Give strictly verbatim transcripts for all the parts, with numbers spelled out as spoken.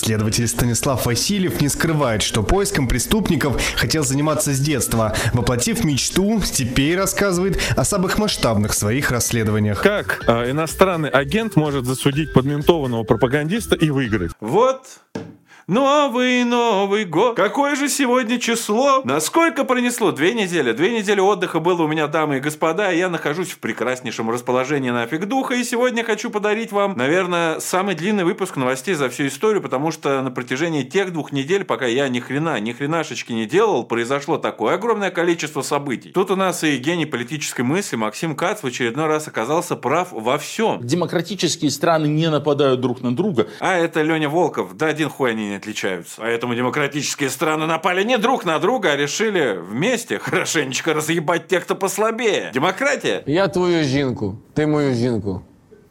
Следователь Станислав Васильев не скрывает, что поиском преступников хотел заниматься с детства. Воплотив мечту, теперь рассказывает о самых масштабных своих расследованиях. Как э, иностранный агент может засудить подментованного пропагандиста и выиграть? Вот... Новый Новый год. Какое же сегодня число? Насколько пронесло? Две недели. Две недели отдыха было у меня, дамы и господа, и я нахожусь в прекраснейшем расположении нафиг духа, и сегодня хочу подарить вам, наверное, самый длинный выпуск новостей за всю историю, потому что на протяжении тех двух недель, пока я ни хрена, ни хренашечки не делал, произошло такое огромное количество событий. Тут у нас и гений политической мысли Максим Кац в очередной раз оказался прав во всем. Демократические страны не нападают друг на друга. А это Леня Волков. Да один хуй они не отличаются. Поэтому демократические страны напали не друг на друга, а решили вместе хорошенечко разъебать тех, кто послабее. Демократия. Я твою жінку, ти мою жінку.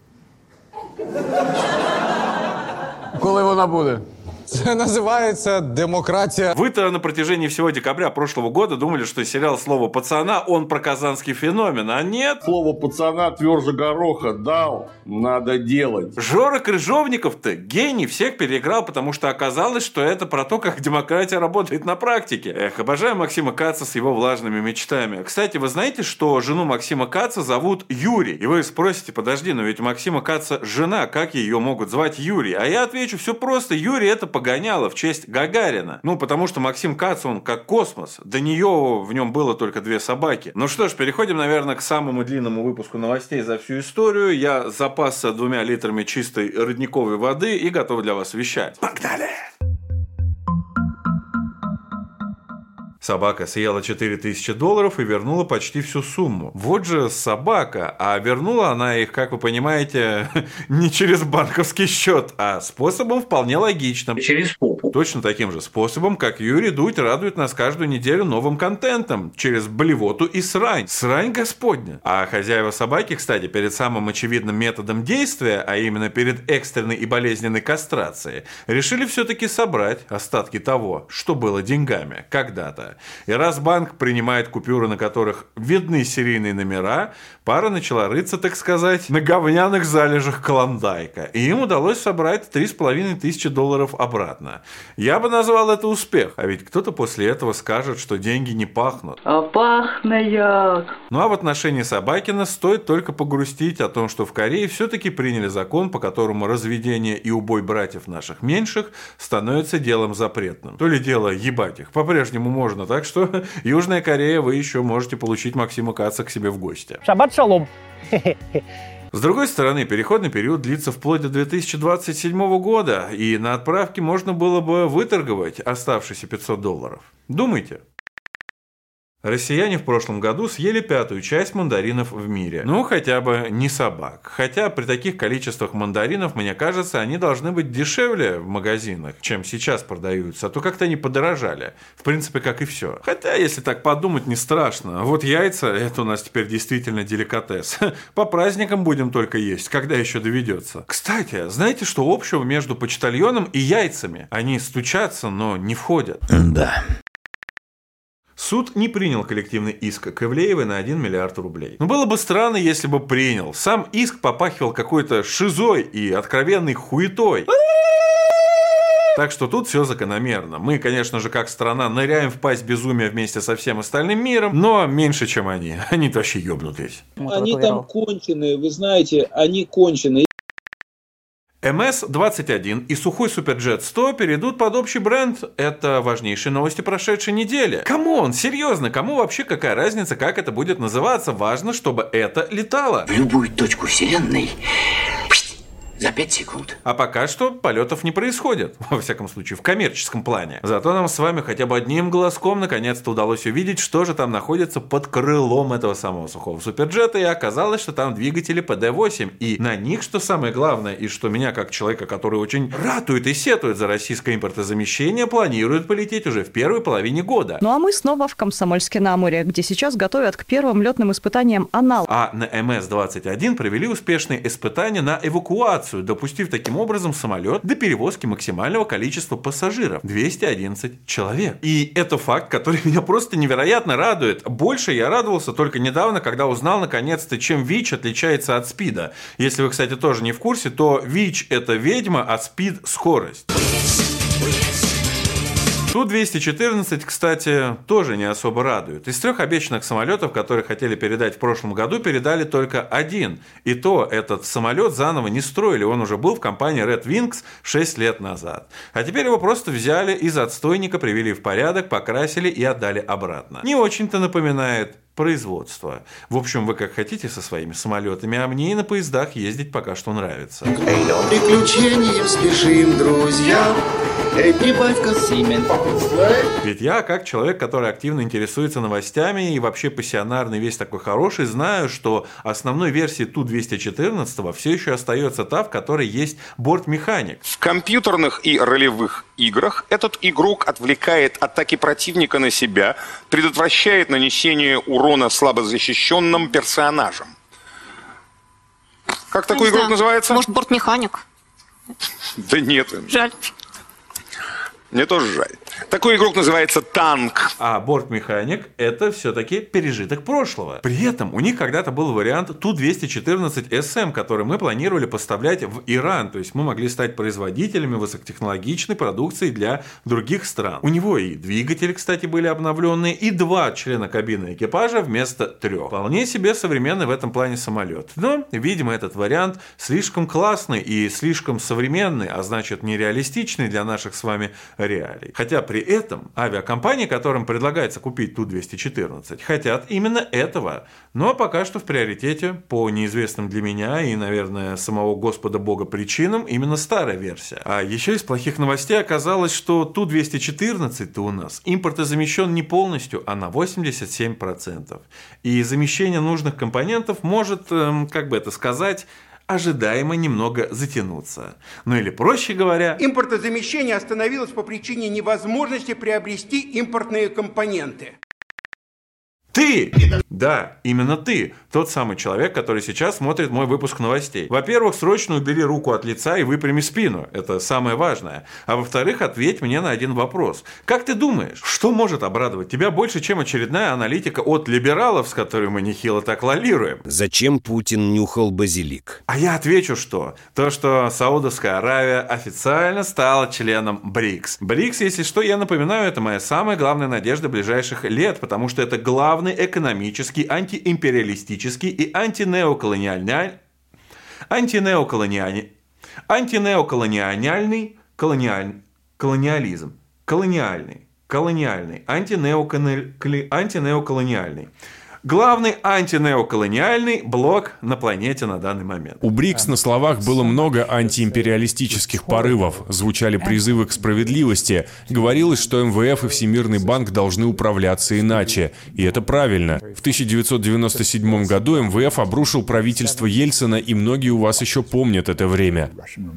Коли вона буде? Это называется демократия. Вы-то на протяжении всего декабря прошлого года думали, что сериал «Слово пацана» он про казанский феномен, а нет. Слово пацана тверже гороха дал, надо делать. Жора Крыжовников-то гений, всех переиграл, потому что оказалось, что это про то, как демократия работает на практике. Эх, обожаю Максима Каца с его влажными мечтами. Кстати, вы знаете, что жену Максима Каца зовут Юрий? И вы спросите, подожди, но ведь у Максима Каца жена, как ее могут звать Юрий? А я отвечу, все просто, Юрий это погоняло в честь Гагарина. Ну, потому что Максим Кац, он как космос. До нее в нем было только две собаки. Ну что ж, переходим, наверное, к самому длинному выпуску новостей за всю историю. Я запасся двумя литрами чистой родниковой воды и готов для вас вещать. Погнали! Собака съела четыре тысячи долларов и вернула почти всю сумму. Вот же собака, а вернула она их, как вы понимаете, не через банковский счет, а способом вполне логичным. Через попу. Точно таким же способом, как Юрий Дудь радует нас каждую неделю новым контентом. Через блевоту и срань. Срань господня. А хозяева собаки, кстати, перед самым очевидным методом действия, а именно перед экстренной и болезненной кастрацией, решили все-таки собрать остатки того, что было деньгами когда-то. И раз банк принимает купюры, на которых видны серийные номера, пара начала рыться, так сказать, на говняных залежах клондайка. И им удалось собрать три с половиной тысячи долларов обратно. Я бы назвал это успех. А ведь кто-то после этого скажет, что деньги не пахнут. А пахнет. Ну а в отношении Собакина стоит только погрустить о том, что в Корее все-таки приняли закон, по которому разведение и убой братьев наших меньших становится делом запретным. То ли дело ебать их по-прежнему можно, так что Южная Корея, вы еще можете получить Максима Каца к себе в гости. Шаббат шалом. С другой стороны, переходный период длится вплоть до две тысячи двадцать седьмого года, и на отправке можно было бы выторговать оставшиеся пятьсот долларов. Думайте. Россияне в прошлом году съели пятую часть мандаринов в мире. Ну, хотя бы не собак. Хотя при таких количествах мандаринов, мне кажется, они должны быть дешевле в магазинах, чем сейчас продаются, а то как-то они подорожали. В принципе, как и все. Хотя, если так подумать, не страшно. Вот яйца, это у нас теперь действительно деликатес. По праздникам будем только есть, когда еще доведется. Кстати, знаете, что общего между почтальоном и яйцами? Они стучатся, но не входят. Да. Суд не принял коллективный иск к Ивлеевой на один миллиард рублей. Но было бы странно, если бы принял. Сам иск попахивал какой-то шизой и откровенной хуетой. Так что тут все закономерно. Мы, конечно же, как страна, ныряем в пасть безумия вместе со всем остальным миром, но меньше, чем они. Они-то вообще ёбнутые. Они там конченые, вы знаете, они конченые. эм эс двадцать один и сухой Суперджет сто перейдут под общий бренд. Это важнейшие новости прошедшей недели. Камон, серьезно, кому вообще какая разница, как это будет называться? Важно, чтобы это летало. В любую точку вселенной за пять секунд. А пока что полетов не происходит. Во всяком случае, в коммерческом плане. Зато нам с вами хотя бы одним глазком наконец-то удалось увидеть, что же там находится под крылом этого самого сухого Суперджета. И оказалось, что там двигатели пэ дэ восемь. И на них, что самое главное, и что меня, как человека, который очень ратует и сетует за российское импортозамещение, планирует полететь уже в первой половине года. Ну а мы снова в Комсомольске-на-Амуре, где сейчас готовят к первым летным испытаниям анал. А на эм эс двадцать один провели успешные испытания на эвакуацию, допустив таким образом самолет до перевозки максимального количества пассажиров – двести одиннадцать человек. И это факт, который меня просто невероятно радует. Больше я радовался только недавно, когда узнал наконец-то, чем ВИЧ отличается от СПИДа. Если вы, кстати, тоже не в курсе, то ВИЧ – это ведьма, а СПИД – скорость. Ту двести четырнадцать, кстати, тоже не особо радует. Из трех обещанных самолетов, которые хотели передать в прошлом году, передали только один. И то этот самолет заново не строили, он уже был в компании Red Wings шесть лет назад. А теперь его просто взяли из отстойника, привели в порядок, покрасили и отдали обратно. Не очень-то напоминает производство. В общем, вы как хотите со своими самолетами, а мне и на поездах ездить пока что нравится. Приключения спешим, друзья. Эй, прибавь-ка Симен. Ведь я, как человек, который активно интересуется новостями и вообще пассионарный, весь такой хороший, знаю, что основной версией Ту двести четырнадцать все еще остается та, в которой есть бортмеханик. В компьютерных и ролевых играх этот игрок отвлекает атаки противника на себя, предотвращает нанесение урона слабозащищенным персонажам. Как такой игрок называется? Может, бортмеханик? Да нет. Жаль. Мне тоже жаль. Такой игрок называется танк. А бортмеханик – это все-таки пережиток прошлого. При этом у них когда-то был вариант Ту двести четырнадцать эс эм, который мы планировали поставлять в Иран. То есть мы могли стать производителями высокотехнологичной продукции для других стран. У него и двигатели, кстати, были обновленные, и два члена кабины экипажа вместо трех. Вполне себе современный в этом плане самолет. Но, видимо, этот вариант слишком классный и слишком современный, а значит нереалистичный для наших с вами реалий. Хотя при этом авиакомпании, которым предлагается купить Ту двести четырнадцать, хотят именно этого. Но пока что в приоритете, по неизвестным для меня и, наверное, самого Господа Бога причинам, именно старая версия. А еще из плохих новостей оказалось, что Ту двести четырнадцать-то у нас импортозамещен не полностью, а на восемьдесят семь процентов. И замещение нужных компонентов может, эм, как бы это сказать, ожидаемо немного затянуться. Ну или проще говоря... Импортозамещение остановилось по причине невозможности приобрести импортные компоненты. Ты! Да, именно ты. Тот самый человек, который сейчас смотрит мой выпуск новостей. Во-первых, срочно убери руку от лица и выпрями спину. Это самое важное. А во-вторых, ответь мне на один вопрос. Как ты думаешь, что может обрадовать тебя больше, чем очередная аналитика от либералов, с которой мы нехило так лолируем? Зачем Путин нюхал базилик? А я отвечу, что то, что Саудовская Аравия официально стала членом БРИКС. БРИКС, если что, я напоминаю, это моя самая главная надежда ближайших лет, потому что это главный экономический, антиимпериалистический и антинеоколониальный, антинеоколониальный, антинеоколониальный, колониаль, колониализм, колониальный, колониальный, антинеоколи, антинеоколониальный. Главный антинеоколониальный блок на планете на данный момент. У БРИКС на словах было много антиимпериалистических порывов, звучали призывы к справедливости, говорилось, что эм вэ эф и Всемирный банк должны управляться иначе. И это правильно. В тысяча девятьсот девяносто седьмом году эм вэ эф обрушил правительство Ельцина, и многие у вас еще помнят это время.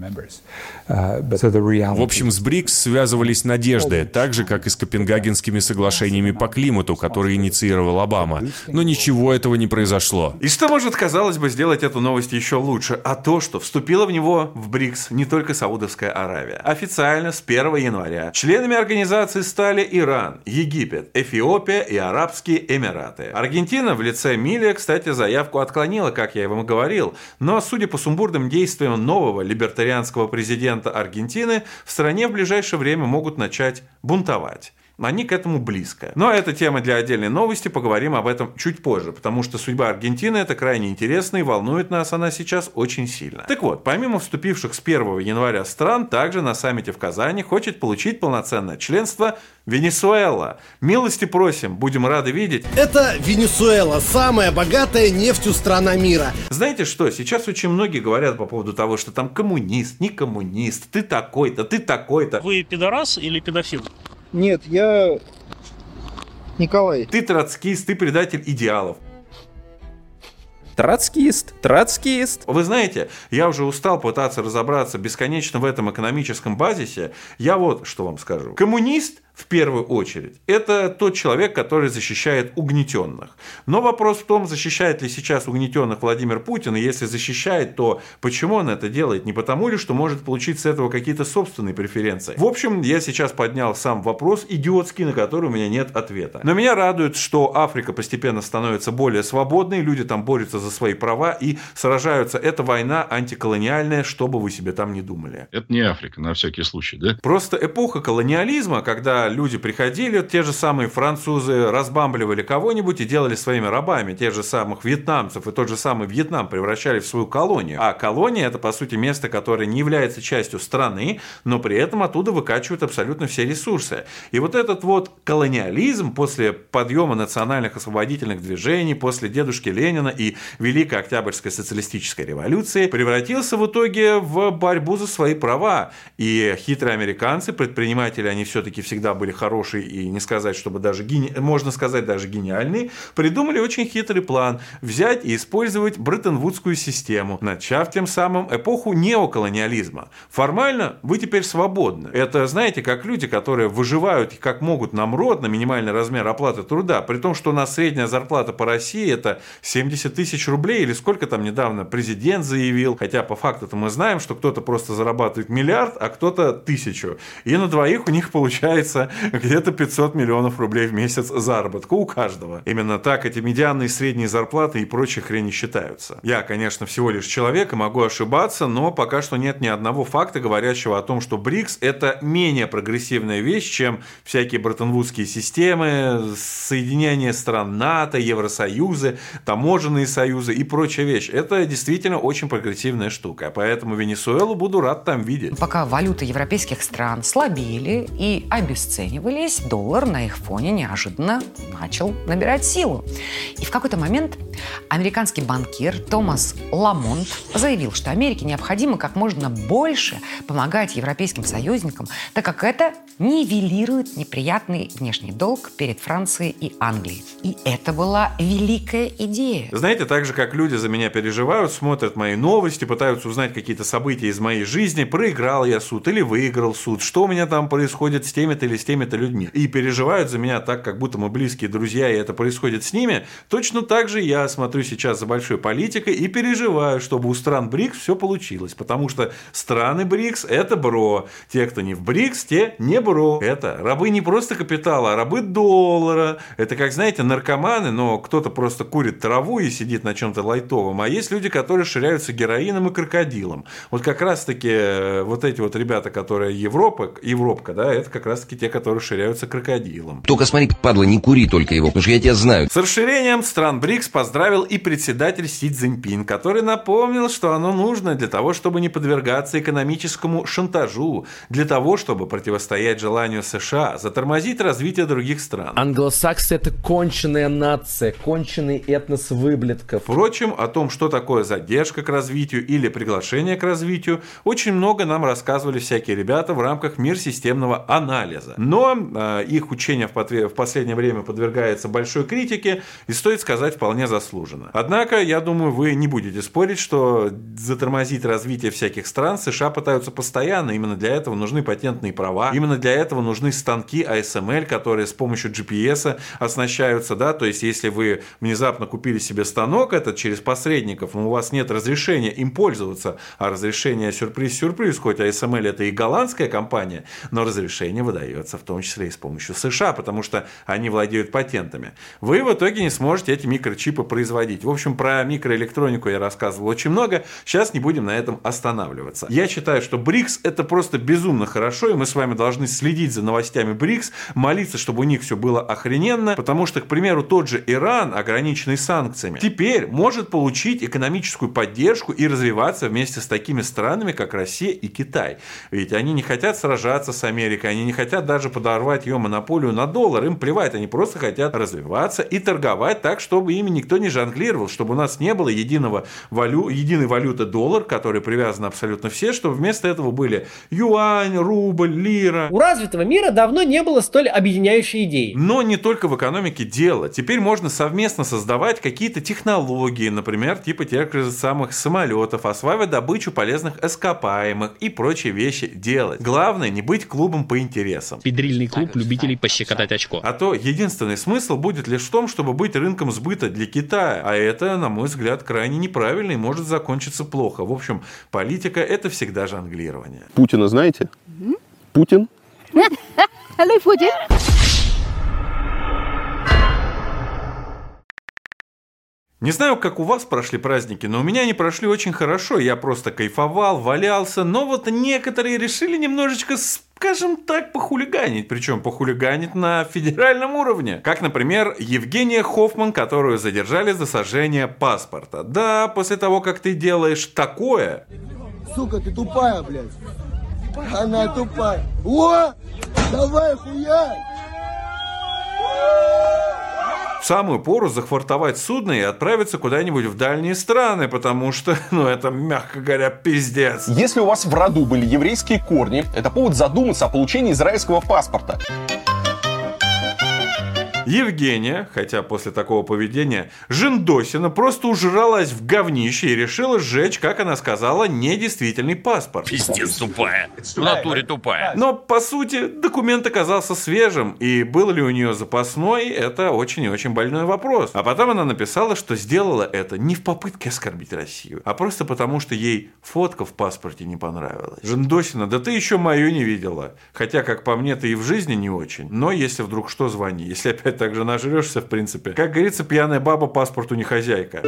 В общем, с БРИКС связывались надежды, так же, как и с Копенгагенскими соглашениями по климату, которые инициировал Обама. Но ничего этого не произошло. И что может, казалось бы, сделать эту новость еще лучше? А то, что вступила в него, в БРИКС, не только Саудовская Аравия. Официально с первого января членами организации стали Иран, Египет, Эфиопия и Арабские Эмираты. Аргентина в лице Милия, кстати, заявку отклонила, как я вам и говорил. Но, судя по сумбурным действиям нового либертарианского президента Аргентины, в стране в ближайшее время могут начать бунтовать. Они к этому близко. Но это тема для отдельной новости, поговорим об этом чуть позже, потому что судьба Аргентины – это крайне интересно и волнует нас она сейчас очень сильно. Так вот, помимо вступивших с первого января стран, также на саммите в Казани хочет получить полноценное членство Венесуэла. Милости просим, будем рады видеть. Это Венесуэла, самая богатая нефтью страна мира. Знаете что, сейчас очень многие говорят по поводу того, что там коммунист, не коммунист, ты такой-то, ты такой-то. Вы пидорас или педофил? Нет, я Николай. Ты троцкист, ты предатель идеалов. Троцкист, троцкист. Вы знаете, я уже устал пытаться разобраться бесконечно в этом экономическом базисе. Я вот что вам скажу. Коммунист в первую очередь, это тот человек, который защищает угнетенных. Но вопрос в том, защищает ли сейчас угнетенных Владимир Путин, и если защищает, то почему он это делает? Не потому ли, что может получить с этого какие-то собственные преференции? В общем, я сейчас поднял сам вопрос идиотский, на который у меня нет ответа. Но меня радует, что Африка постепенно становится более свободной, люди там борются за свои права и сражаются. Это война антиколониальная, что бы вы себе там ни думали. Это не Африка, на всякий случай, да? Просто эпоха колониализма, когда люди приходили, те же самые французы разбамбливали кого-нибудь и делали своими рабами, тех же самых вьетнамцев, и тот же самый Вьетнам превращали в свою колонию. А колония – это, по сути, место, которое не является частью страны, но при этом оттуда выкачивают абсолютно все ресурсы. И вот этот вот колониализм после подъема национальных освободительных движений, после дедушки Ленина и Великой Октябрьской социалистической революции превратился в итоге в борьбу за свои права. И хитрые американцы, предприниматели, они все-таки всегда были хорошие и не сказать, чтобы даже гени... можно сказать даже гениальные, придумали очень хитрый план взять и использовать Бреттон-Вудскую систему, начав тем самым эпоху неоколониализма. Формально вы теперь свободны. Это, знаете, как люди, которые выживают как могут на МРОД, на минимальный размер оплаты труда, при том, что у нас средняя зарплата по России это семьдесят тысяч рублей, или сколько там недавно президент заявил, хотя по факту-то мы знаем, что кто-то просто зарабатывает миллиард, а кто-то тысячу. И на двоих у них получается где-то пятьсот миллионов рублей в месяц заработка у каждого. Именно так эти медианные средние зарплаты и прочие хрени считаются. Я, конечно, всего лишь человек и могу ошибаться, но пока что нет ни одного факта, говорящего о том, что БРИКС – это менее прогрессивная вещь, чем всякие бреттон-вудские системы, соединение стран НАТО, Евросоюзы, таможенные союзы и прочая вещь. Это действительно очень прогрессивная штука, поэтому Венесуэлу буду рад там видеть. Пока валюты европейских стран слабели и обесценивались, доллар на их фоне неожиданно начал набирать силу. И в какой-то момент американский банкир Томас Ламонт заявил, что Америке необходимо как можно больше помогать европейским союзникам, так как это нивелирует неприятный внешний долг перед Францией и Англией. И это была великая идея. Знаете, так же, как люди за меня переживают, смотрят мои новости, пытаются узнать какие-то события из моей жизни, проиграл я суд или выиграл суд, что у меня там происходит с теми-то или с теми-то людьми, и переживают за меня так, как будто мы близкие друзья, и это происходит с ними, точно так же я смотрю сейчас за большой политикой и переживаю, чтобы у стран БРИКС все получилось, потому что страны БРИКС – это бро, те, кто не в БРИКС, те не бро. Это рабы не просто капитала, а рабы доллара. Это, как знаете, наркоманы, но кто-то просто курит траву и сидит на чем-то лайтовом, а есть люди, которые ширяются героином и крокодилом. Вот как раз-таки вот эти вот ребята, которые Европа, Европка, да, это как раз-таки те, которые ширяются крокодилом. Только смотри, падла, не кури только его, потому что я тебя знаю. С расширением стран БРИКС поздравил и председатель Си Цзиньпин, который напомнил, что оно нужно для того, чтобы не подвергаться экономическому шантажу, для того, чтобы противостоять желанию США затормозить развитие других стран. Англосаксы – это конченая нация, конченый этнос выблетков. Впрочем, о том, что такое задержка к развитию или приглашение к развитию, очень много нам рассказывали всякие ребята в рамках мир системного анализа. Но э, их учение в, в последнее время подвергается большой критике и, стоит сказать, вполне заслуженно. Однако, я думаю, вы не будете спорить, что затормозить развитие всяких стран США пытаются постоянно. Именно для этого нужны патентные права, именно для этого нужны станки эй эс эм эль, которые с помощью джи пи эс оснащаются, да, то есть если вы внезапно купили себе станок этот через посредников, но у вас нет разрешения им пользоваться, а разрешение сюрприз-сюрприз, хоть эй эс эм эль это и голландская компания, но разрешение выдается в том числе и с помощью США, потому что они владеют патентами. Вы в итоге не сможете эти микрочипы производить. В общем, про микроэлектронику я рассказывал очень много, сейчас не будем на этом останавливаться. Я считаю, что БРИКС это просто безумно хорошо, и мы с вами должны следить за новостями БРИКС, молиться, чтобы у них все было охрененно, потому что, к примеру, тот же Иран, ограниченный санкциями, теперь может получить экономическую поддержку и развиваться вместе с такими странами, как Россия и Китай. Ведь они не хотят сражаться с Америкой, они не хотят даже подорвать ее монополию на доллар, им плевать, они просто хотят развиваться и торговать так, чтобы ими никто не жонглировал, чтобы у нас не было единого валю... единой валюты доллар, к которой привязаны абсолютно все, чтобы вместо этого были юань, рубль, лира. У развитого мира давно не было столь объединяющей идеи. Но не только в экономике дело. Теперь можно совместно создавать какие-то технологии, например, типа тех же самых самолетов, осваивать добычу полезных ископаемых и прочие вещи делать. Главное не быть клубом по интересам. Педрильный клуб любителей пощекотать очко. А то единственный смысл будет лишь в том, чтобы быть рынком сбыта для Китая. А это, на мой взгляд, крайне неправильно и может закончиться плохо. В общем, политика – это всегда жонглирование. Путина знаете? Mm-hmm. Путин? Hello, Путин. Не знаю, как у вас прошли праздники, но у меня они прошли очень хорошо. Я просто кайфовал, валялся, но вот некоторые решили немножечко, скажем так, похулиганить. Причем похулиганить на федеральном уровне. Как, например, Евгения Хоффман, которую задержали за сожжение паспорта. Да, после того, как ты делаешь такое... Сука, ты тупая, блядь. Она тупая. О! Давай, хуя! В самую пору захвартовать судно и отправиться куда-нибудь в дальние страны, потому что, ну, это, мягко говоря, пиздец. Если у вас в роду были еврейские корни, это повод задуматься о получении израильского паспорта. Евгения, хотя после такого поведения Жендосина просто ужралась в говнище и решила сжечь, как она сказала, недействительный паспорт. Пиздец тупая. В натуре тупая. Но, по сути, документ оказался свежим, и был ли у нее запасной, это очень и очень больной вопрос. А потом она написала, что сделала это не в попытке оскорбить Россию, а просто потому, что ей фотка в паспорте не понравилась. Жендосина, да ты еще мою не видела. Хотя, как по мне, ты и в жизни не очень. Но если вдруг что, звони. Если опять так же нажрешься, в принципе. Как говорится, пьяная баба паспорту не хозяйка.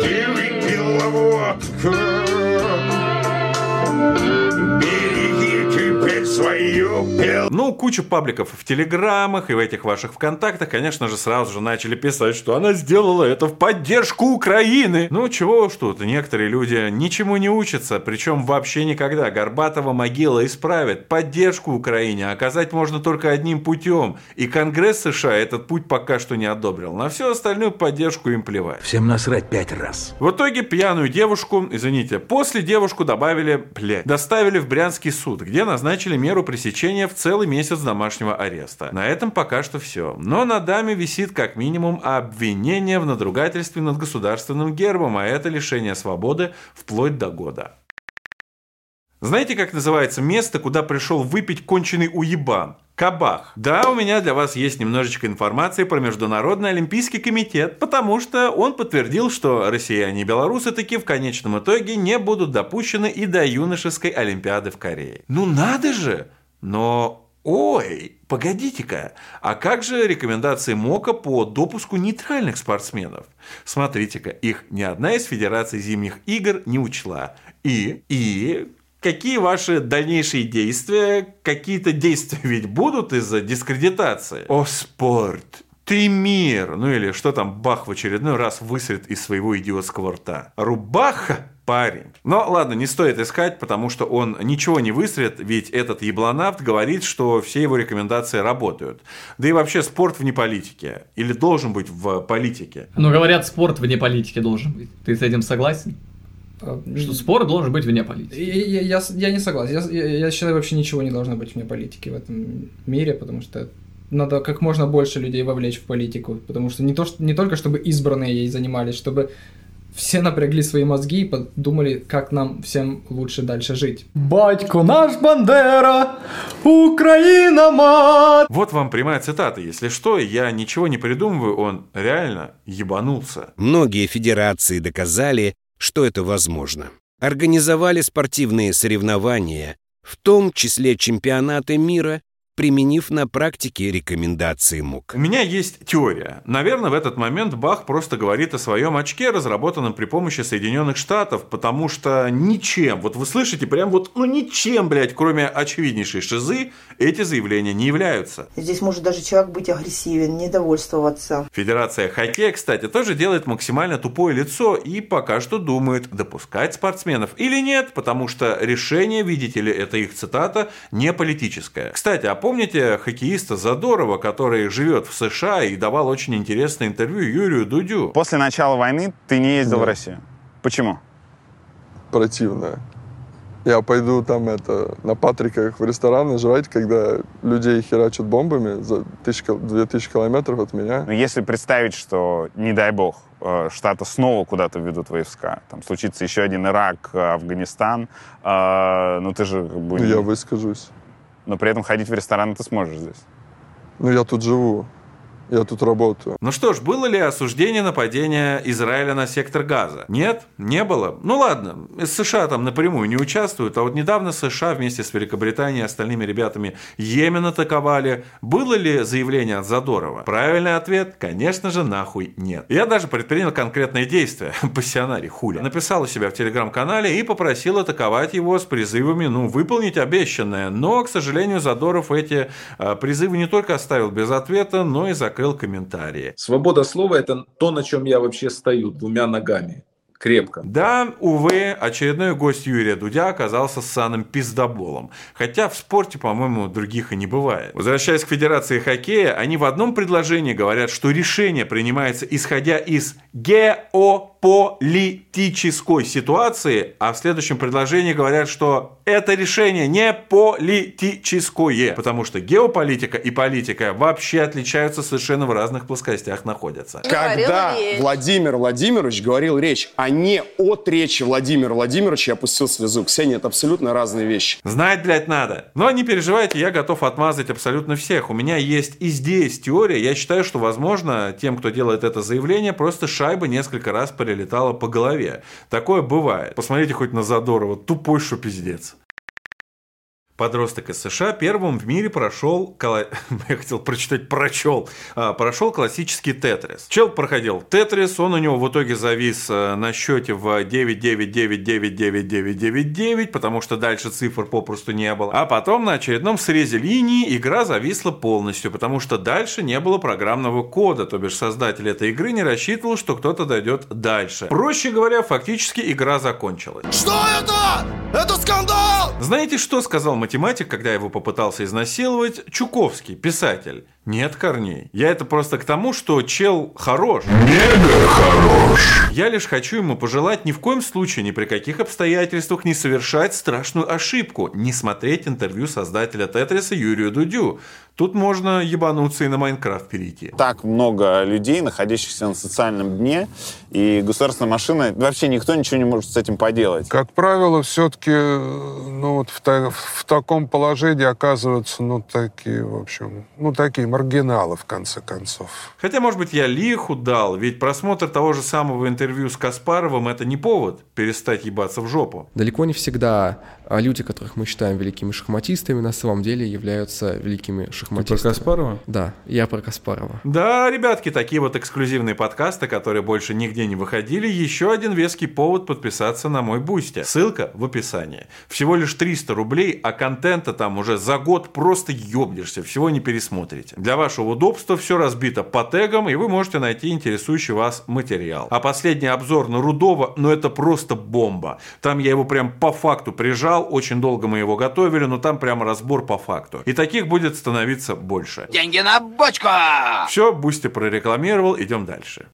Ну, куча пабликов в телеграммах и в этих ваших ВКонтактах, конечно же, сразу же начали писать, что она сделала это в поддержку Украины. Ну, чего уж тут, некоторые люди ничему не учатся, причем вообще никогда. Горбатова могила исправит. Поддержку Украине оказать можно только одним путем, и Конгресс США этот путь пока что не одобрил. На всю остальную поддержку им плевать. Всем насрать пять раз. В итоге пьяную девушку, извините, после девушку добавили, блядь, доставили в Брянский суд, где назначили меру пресечения в целый месяц домашнего ареста. На этом пока что все. Но на даме висит как минимум обвинение в надругательстве над государственным гербом, а это лишение свободы вплоть до года. Знаете, как называется место, куда пришел выпить конченый уебан? Кабах. Да, у меня для вас есть немножечко информации про Международный Олимпийский комитет, потому что он подтвердил, что россияне и белорусы таки в конечном итоге не будут допущены и до юношеской Олимпиады в Корее. Ну надо же! Но, ой, погодите-ка, а как же рекомендации МОКа по допуску нейтральных спортсменов? Смотрите-ка, их ни одна из федераций зимних игр не учла. И, и... Какие ваши дальнейшие действия? Какие-то действия ведь будут из-за дискредитации? О, спорт! Ты мир! Ну или что там Бах в очередной раз высрет из своего идиотского рта? Рубаха? Парень. Но ладно, не стоит искать, потому что он ничего не высрет, ведь этот ебланавт говорит, что все его рекомендации работают. Да и вообще спорт вне политики. Или должен быть в политике? Ну, говорят, спорт вне политики должен быть. Ты с этим согласен? Что спорт должен быть вне политики. Я, я, я не согласен. Я, я считаю, вообще ничего не должно быть вне политики в этом мире, потому что надо как можно больше людей вовлечь в политику. Потому что не, то, что, не только чтобы избранные ей занимались, чтобы все напрягли свои мозги и подумали, как нам всем лучше дальше жить. Батько наш Бандера, Украина мать! Вот вам прямая цитата. Если что, я ничего не придумываю, он реально ебанулся. Многие федерации доказали, что это возможно. Организовали спортивные соревнования, в том числе чемпионаты мира, применив на практике рекомендации МОК. У меня есть теория. Наверное, в этот момент Бах просто говорит о своем очке, разработанном при помощи Соединенных Штатов, потому что ничем, вот вы слышите, прям вот, ну ничем, блядь, кроме очевиднейшей шизы, эти заявления не являются. Здесь может даже человек быть агрессивен, недовольствоваться. Федерация хоккея, кстати, тоже делает максимально тупое лицо и пока что думает, допускать спортсменов или нет, потому что решение, видите ли, это их цитата, не политическое. Кстати, а помните хоккеиста Задорова, который живет в США и давал очень интересное интервью Юрию Дудю? После начала войны ты не ездил да. в Россию. Почему? Противно. Я пойду там это на Патриках в рестораны жрать, когда людей херачат бомбами за две тысячи километров от меня. Но если представить, что, не дай бог, Штаты снова куда-то ведут войска, там случится еще один Ирак, Афганистан, э, ну ты же как бы... Я выскажусь. Но при этом ходить в рестораны ты сможешь здесь. Ну, я тут живу. Я тут работаю. Ну что ж, было ли осуждение нападения Израиля на сектор Газа? Нет, не было. Ну ладно, США там напрямую не участвуют, а вот недавно США вместе с Великобританией и остальными ребятами Йемен атаковали. Было ли заявление от Задорова? Правильный ответ, конечно же, нахуй нет. Я даже предпринял конкретные действия, пассионарий, хули. Написал у себя в телеграм-канале и попросил атаковать его с призывами, ну, выполнить обещанное. Но, к сожалению, Задоров эти а, призывы не только оставил без ответа, но и закрыл комментарии. Свобода слова – это то, на чем я вообще стою, двумя ногами. Крепко. Да, увы, очередной гость Юрия Дудя оказался ссаным пиздоболом. Хотя в спорте, по-моему, других и не бывает. Возвращаясь к Федерации хоккея, они в одном предложении говорят, что решение принимается исходя из геополитической ситуации, а в следующем предложении говорят, что это решение не политическое, потому что геополитика и политика вообще отличаются, совершенно в разных плоскостях находятся. Когда Владимир Владимирович говорил речь, а не от речи Владимира Владимировича, я пустил слезу. Ксения, это абсолютно разные вещи. Знать, блядь, надо. Но не переживайте, я готов отмазать абсолютно всех. У меня есть и здесь теория. Я считаю, что, возможно, тем, кто делает это заявление, просто шайба несколько раз прилетала по голове. Такое бывает. Посмотрите хоть на Задорова. Тупой, что пиздец. Подросток из США первым в мире прошел, я хотел прочитать прочел, прошел классический тетрис. Чел проходил тетрис, он у него в итоге завис на счете в девять девять девять девять девять девять девять девять, потому что дальше цифр попросту не было. А потом на очередном срезе линии игра зависла полностью, потому что дальше не было программного кода, то бишь создатель этой игры не рассчитывал, что кто-то дойдет дальше. Проще говоря, фактически игра закончилась. Что это? Это скандал! Знаете, что сказал математик, когда его попытался изнасиловать? Чуковский, писатель. Нет корней. Я это просто к тому, что чел хорош. Мега хорош. Я лишь хочу ему пожелать ни в коем случае, ни при каких обстоятельствах не совершать страшную ошибку. Не смотреть интервью создателя Тетриса Юрию Дудю. Тут можно ебануться и на Майнкрафт перейти. Так много людей, находящихся на социальном дне, и государственная машина, вообще никто ничего не может с этим поделать. Как правило, все-таки ну, вот в, та, в таком положении оказываются ну, такие, в общем, ну, такие маргиналы, в конце концов. Хотя, может быть, я лиху дал, ведь просмотр того же самого интервью с Каспаровым – это не повод перестать ебаться в жопу. Далеко не всегда люди, которых мы считаем великими шахматистами, на самом деле являются великими шахматистами. Ты про Каспарова? Да, я про Каспарова. Да, ребятки, такие вот эксклюзивные подкасты, которые больше нигде не выходили, еще один веский повод подписаться на мой Бусти. Ссылка в описании. Всего лишь триста рублей, а контента там уже за год просто ёбнешься, всего не пересмотрите. Для вашего удобства все разбито по тегам, и вы можете найти интересующий вас материал. А последний обзор на Рудова, ну это просто бомба. Там я его прям по факту прижал, очень долго мы его готовили, но там прям разбор по факту. И таких будет становиться больше. Деньги на бочку! Все, Бусти прорекламировал, идем дальше.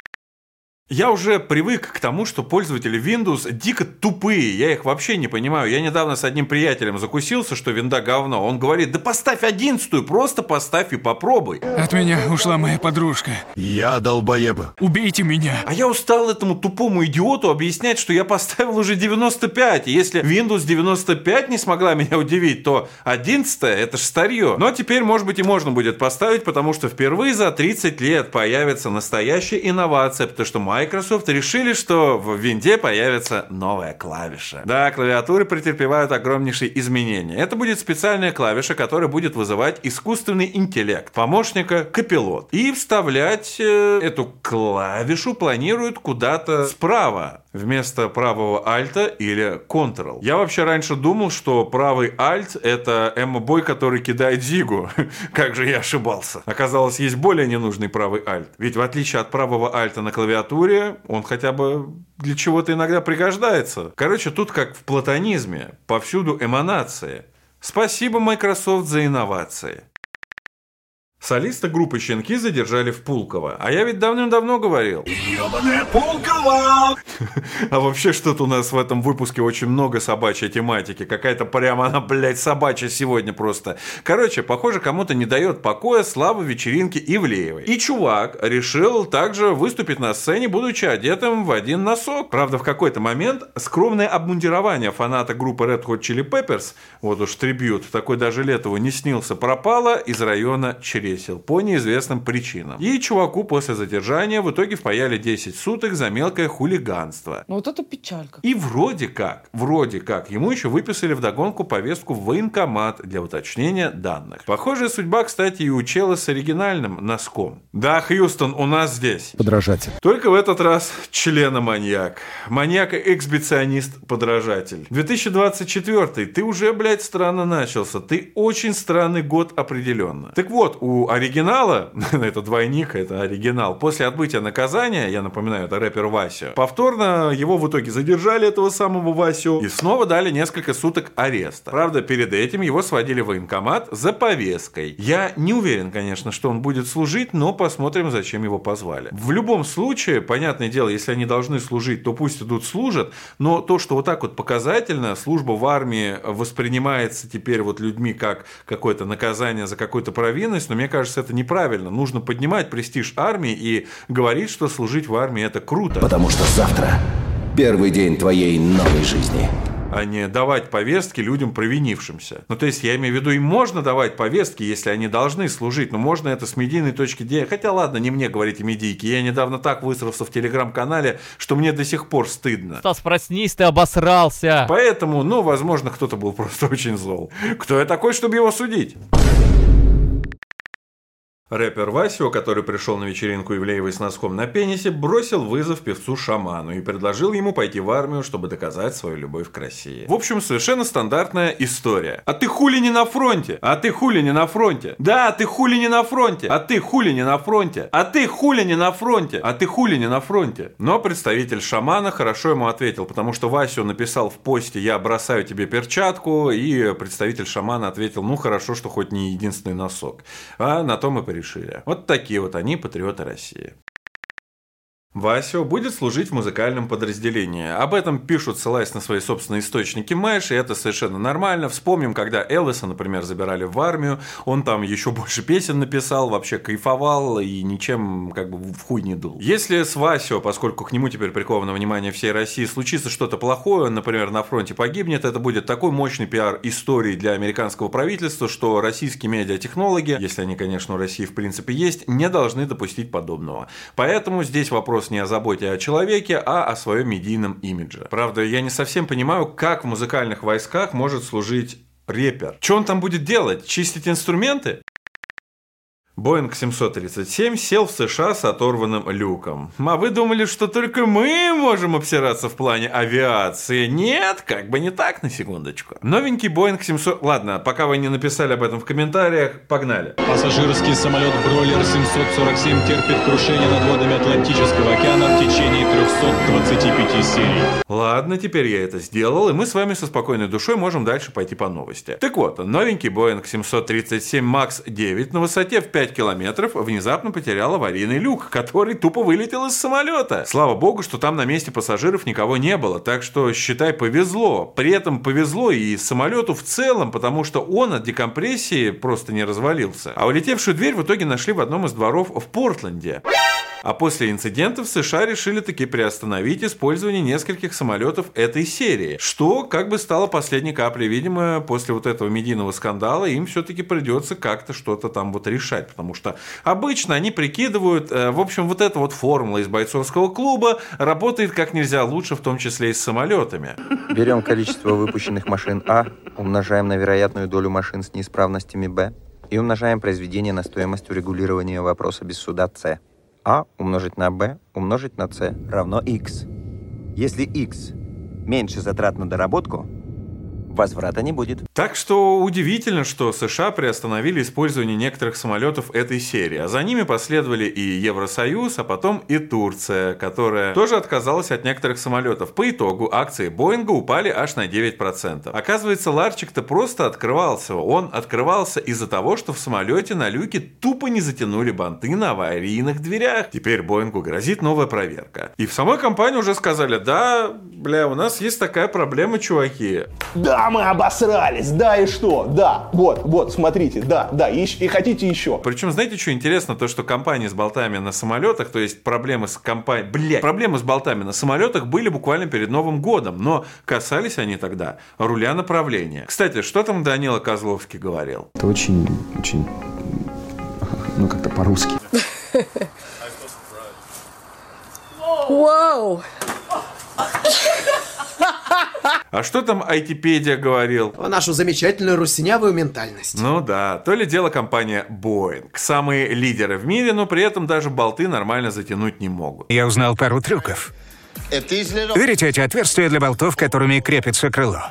Я уже привык к тому, что пользователи Windows дико тупые, я их вообще не понимаю. Я недавно с одним приятелем закусился, что винда говно. Он говорит, да поставь одиннадцатую, просто поставь и попробуй. От меня ушла моя подружка. Я долбоеба. Убейте меня. А я устал этому тупому идиоту объяснять, что я поставил уже девяносто пять. И если Windows девяносто пять не смогла меня удивить, то одиннадцатая это ж старье. Но теперь, может быть, и можно будет поставить, потому что впервые за тридцать лет появится настоящая инновация, потому что Microsoft решили, что в винде появится новая клавиша. Да, клавиатуры претерпевают огромнейшие изменения. Это будет специальная клавиша, которая будет вызывать искусственный интеллект помощника Copilot. И вставлять э, эту клавишу планируют куда-то справа, вместо правого альта или Ctrl. Я вообще раньше думал, что правый альт это эмо-бой, который кидает зигу. Как же я ошибался. Оказалось, есть более ненужный правый альт. Ведь в отличие от правого альта на клавиатуре, он хотя бы для чего-то иногда пригождается. Короче, тут как в платонизме. Повсюду эманации. Спасибо, Microsoft, за инновации. Солиста группы «Щенки» задержали в Пулково. А я ведь давным-давно говорил. Ёбаная Пулково! А вообще, что-то у нас в этом выпуске очень много собачьей тематики. Какая-то прямо она, блядь, собачья сегодня просто. Короче, похоже, кому-то не дает покоя слава вечеринки Ивлеевой. И чувак решил также выступить на сцене, будучи одетым в один носок. Правда, в какой-то момент скромное обмундирование фаната группы Red Hot Chili Peppers, вот уж трибьют, такой даже Летову не снился, пропало из района чресла. повесил по неизвестным причинам. И чуваку после задержания в итоге впаяли десять суток за мелкое хулиганство. Ну вот это печалька. И вроде как, вроде как, ему еще выписали вдогонку повестку в военкомат для уточнения данных. Похожая судьба, кстати, и у чела с оригинальным носком. Да, Хьюстон, у нас здесь подражатель. Только в этот раз члена-маньяк. Маньяк-эксбиционист-подражатель. две тысячи двадцать четвёртый. Ты уже, блядь, странно начался. Ты очень странный год определенно. Так вот, у оригинала, это двойник, это оригинал, после отбытия наказания, я напоминаю, это рэпер Васю, повторно его в итоге задержали, этого самого Васю, и снова дали несколько суток ареста. Правда, перед этим его сводили в военкомат за повесткой. Я не уверен, конечно, что он будет служить, но посмотрим, зачем его позвали. В любом случае, понятное дело, если они должны служить, то пусть идут служат, но то, что вот так вот показательно служба в армии воспринимается теперь вот людьми как какое-то наказание за какую-то провинность, но мне кажется, это неправильно. Нужно поднимать престиж армии и говорить, что служить в армии это круто. Потому что завтра первый день твоей новой жизни. А не давать повестки людям провинившимся. Ну, то есть, я имею в виду, им можно давать повестки, если они должны служить, но можно это с медийной точки зрения. Хотя, ладно, не мне говорить о медийке. Я недавно так высрался в телеграм-канале, что мне до сих пор стыдно. Стас, проснись, ты обосрался. Поэтому, ну, возможно, кто-то был просто очень зол. Кто я такой, чтобы его судить? Рэпер Васио, который пришел на вечеринку Ивлеевой с носком на пенисе, бросил вызов певцу-шаману и предложил ему пойти в армию, чтобы доказать свою любовь к России. В общем, совершенно стандартная история. А ты хули не на фронте? А ты хули не на фронте? Да, ты хули не на фронте? А ты хули не на фронте? А ты хули не на фронте? А ты хули не на фронте? Но представитель шамана хорошо ему ответил, потому что Васио написал в посте «Я бросаю тебе перчатку», и представитель шамана ответил «Ну хорошо, что хоть не единственный носок». А на том и порешили. Вот такие вот они, патриоты России. Васио будет служить в музыкальном подразделении. Об этом пишут, ссылаясь на свои собственные источники Мэш, и это совершенно нормально. Вспомним, когда Элвиса, например, забирали в армию, он там еще больше песен написал, вообще кайфовал и ничем как бы в хуй не дул. Если с Васио, поскольку к нему теперь приковано внимание всей России, случится что-то плохое, например, на фронте погибнет, это будет такой мощный пиар истории для американского правительства, что российские медиатехнологи, если они, конечно, у России в принципе есть, не должны допустить подобного. Поэтому здесь вопрос не о заботе о человеке, а о своем медийном имидже. Правда, я не совсем понимаю, как в музыкальных войсках может служить рэпер. Что он там будет делать? Чистить инструменты? Боинг семьсот тридцать семь сел в США с оторванным люком. А вы думали, что только мы можем обсираться в плане авиации? Нет, как бы не так, на секундочку. Новенький Боинг семьсот... Ладно, пока вы не написали об этом в комментариях, погнали. Пассажирский самолет Бройлер семьсот сорок семь терпит крушение над водами Атлантического океана в течение трёхсот двадцати пяти серий. Ладно, теперь я это сделал, и мы с вами со спокойной душой можем дальше пойти по новости. Так вот, новенький Боинг семьсот тридцать семь макс девять на высоте в пять километров внезапно потерял аварийный люк, который тупо вылетел из самолета. Слава богу, что там на месте пассажиров никого не было, так что, считай, повезло. При этом повезло и самолету в целом, потому что он от декомпрессии просто не развалился. А улетевшую дверь в итоге нашли в одном из дворов в Портленде. А после инцидента в США решили таки приостановить использование нескольких самолетов этой серии, что как бы стало последней каплей. Видимо, после вот этого медийного скандала им все-таки придется как-то что-то там вот решать, потому что обычно они прикидывают, э, в общем, вот эта вот формула из бойцовского клуба работает как нельзя лучше, в том числе и с самолетами. Берем количество выпущенных машин А, умножаем на вероятную долю машин с неисправностями Б и умножаем произведение на стоимость урегулирования вопроса без суда С. А умножить на b умножить на c равно x. Если x меньше затрат на доработку, возврата не будет. Так что удивительно, что США приостановили использование некоторых самолетов этой серии, а за ними последовали и Евросоюз, а потом и Турция, которая тоже отказалась от некоторых самолетов. По итогу акции Боинга упали аж на девять процентов. Оказывается, ларчик-то просто открывался. Он открывался из-за того, что в самолете на люке тупо не затянули банты на аварийных дверях. Теперь Боингу грозит новая проверка. И в самой компании уже сказали: да, бля, у нас есть такая проблема, чуваки. Да, мы обосрались, да, и что? Да, вот, вот, смотрите, да, да, и, и хотите еще. Причем, знаете, что интересно? То, что компании с болтами на самолетах, то есть проблемы с компанией, блядь, проблемы с болтами на самолетах были буквально перед Новым годом, но касались они тогда руля направления. Кстати, что там Данила Козловский говорил? Это очень, очень ну, как-то по-русски. Вау! А что там айтипедия говорил? Нашу замечательную руснявую ментальность. Ну да, то ли дело компания Boeing. Самые лидеры в мире, но при этом даже болты нормально затянуть не могут. Я узнал пару трюков. Видите эти отверстия для болтов, которыми крепится крыло?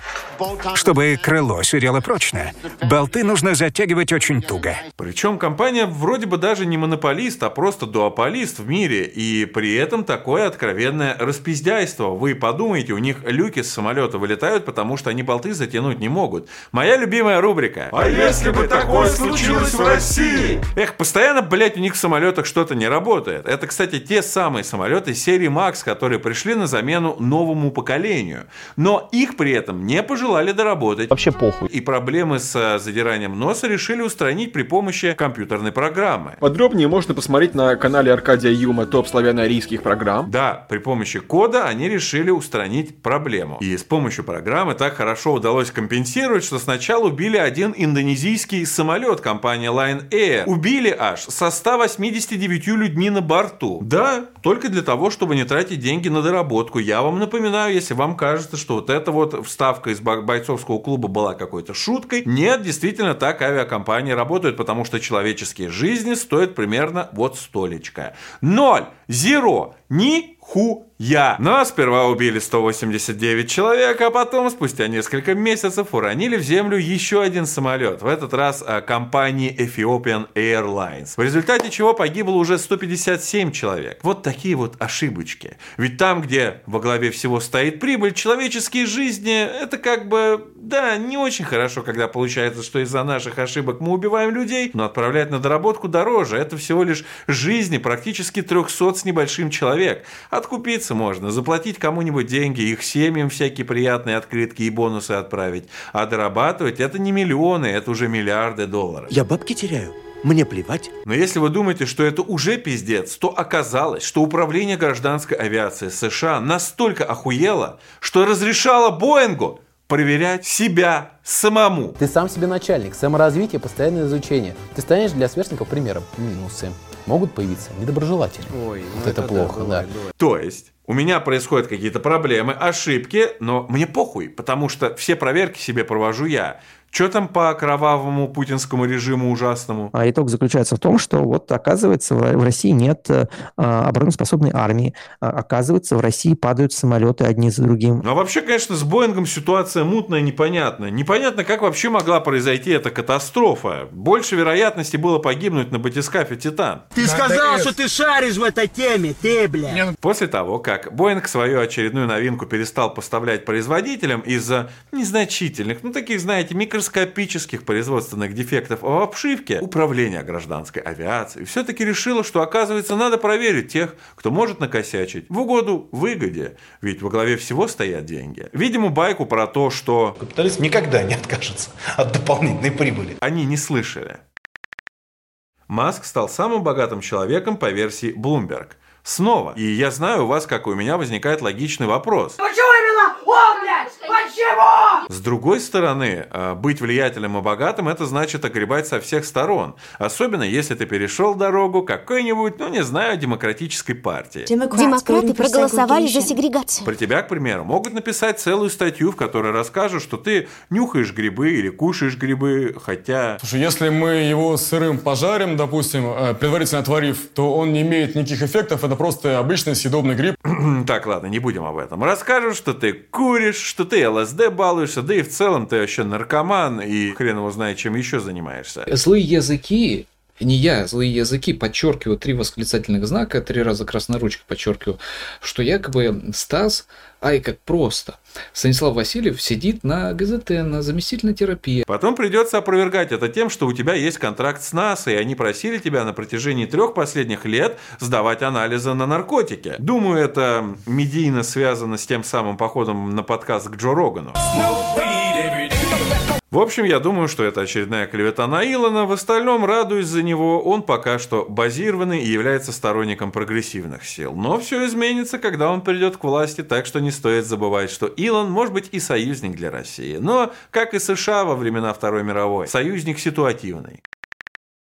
Чтобы крыло сидело прочно, болты нужно затягивать очень туго. Причем компания вроде бы даже не монополист, а просто дуополист в мире. И при этом такое откровенное распиздяйство. Вы подумайте, у них люки с самолета вылетают, потому что они болты затянуть не могут. Моя любимая рубрика. А если бы такое случилось в России? Эх, постоянно, блядь, у них в самолетах что-то не работает. Это, кстати, те самые самолеты серии Макс, которые пришли на замену новому поколению. Но их при этом не пожелали доработать. Вообще похуй. И проблемы с задиранием носа решили устранить при помощи компьютерной программы. Подробнее можно посмотреть на канале Аркадия Юма топ славяно-арийских программ. Да, при помощи кода они решили устранить проблему. И с помощью программы так хорошо удалось компенсировать, что сначала убили один индонезийский самолет компании Lion Air. Убили аж со ста восьмидесятью девятью людьми на борту. Да, только для того, чтобы не тратить деньги на доработку. Я вам напоминаю, если вам кажется, что вот эта вот вставка из бойцовского клуба была какой-то шуткой. Нет, действительно так авиакомпании работают, потому что человеческие жизни стоят примерно вот столечко. Ноль, зеро, ни хуя. Но сперва убили сто восемьдесят девять человек, а потом, спустя несколько месяцев, уронили в землю еще один самолет. В этот раз компании Ethiopian Airlines. В результате чего погибло уже сто пятьдесят семь человек. Вот такие вот ошибочки. Ведь там, где во главе всего стоит прибыль, человеческие жизни, это как бы, да, не очень хорошо, когда получается, что из-за наших ошибок мы убиваем людей, но отправлять на доработку дороже. Это всего лишь жизни практически трехсот с небольшим человек. Откупиться можно, заплатить кому-нибудь деньги, их семьям всякие приятные открытки и бонусы отправить. А дорабатывать это не миллионы, это уже миллиарды долларов. Я бабки теряю. Мне плевать. Но если вы думаете, что это уже пиздец, то оказалось, что управление гражданской авиации США настолько охуело, что разрешало Боингу проверять себя самому. Ты сам себе начальник, саморазвитие, постоянное изучение. Ты станешь для сверстников примером. Минусы. Могут появиться недоброжелатели. Ой, вот ну это, это плохо, да. да. То есть, у меня происходят какие-то проблемы, ошибки, но мне похуй, потому что все проверки себе провожу я. Что там по кровавому путинскому режиму ужасному? А итог заключается в том, что вот оказывается в России нет а, обороноспособной армии. А, оказывается в России падают самолеты одни за другим. Ну а вообще, конечно, с Боингом ситуация мутная, непонятная. Непонятно, как вообще могла произойти эта катастрофа. Больше вероятности было погибнуть на батискафе «Титан». Ты сказал, что ты шаришь в этой теме, ты, бля. После того, как Боинг свою очередную новинку перестал поставлять производителям из-за незначительных, ну таких, знаете, микро микроскопических производственных дефектов в обшивке, управление гражданской авиацией все-таки решило, что, оказывается, надо проверить тех, кто может накосячить в угоду выгоде. Ведь во главе всего стоят деньги. Видимо, байку про то, что капитализм никогда не откажется от дополнительной прибыли, они не слышали. Маск стал самым богатым человеком по версии Bloomberg. Снова. И я знаю, у вас, как и у меня, возникает логичный вопрос. Почему именно он, блядь? Почему? С другой стороны, быть влиятельным и богатым – это значит огребать со всех сторон. Особенно, если ты перешел дорогу какой-нибудь, ну не знаю, демократической партии. Демократы проголосовали за сегрегацию. Про тебя, к примеру, могут написать целую статью, в которой расскажут, что ты нюхаешь грибы или кушаешь грибы, хотя… Слушай, если мы его сырым пожарим, допустим, предварительно отварив, то он не имеет никаких эффектов, это просто обычный съедобный гриб. Так, ладно, не будем об этом. Расскажут, что ты куришь, что ты эл эс дэ балуешься, да и в целом ты вообще наркоман, и хрен его знает, чем еще занимаешься. Злые языки, не я, злые языки, подчеркиваю три восклицательных знака, три раза красной ручкой подчеркиваю, что якобы Стас, ай, как просто. Станислав Васильев сидит на гэ зэ тэ, на заместительной терапии. Потом придется опровергать это тем, что у тебя есть контракт с НАСА, и они просили тебя на протяжении трех последних лет сдавать анализы на наркотики. Думаю, это медийно связано с тем самым походом на подкаст к Джо Рогану. В общем, я думаю, что это очередная клевета на Илона. В остальном, радуюсь за него, он пока что базированный и является сторонником прогрессивных сил. Но все изменится, когда он придет к власти, так что не стоит забывать, что Илон может быть и союзник для России. Но, как и США во времена Второй мировой, союзник ситуативный.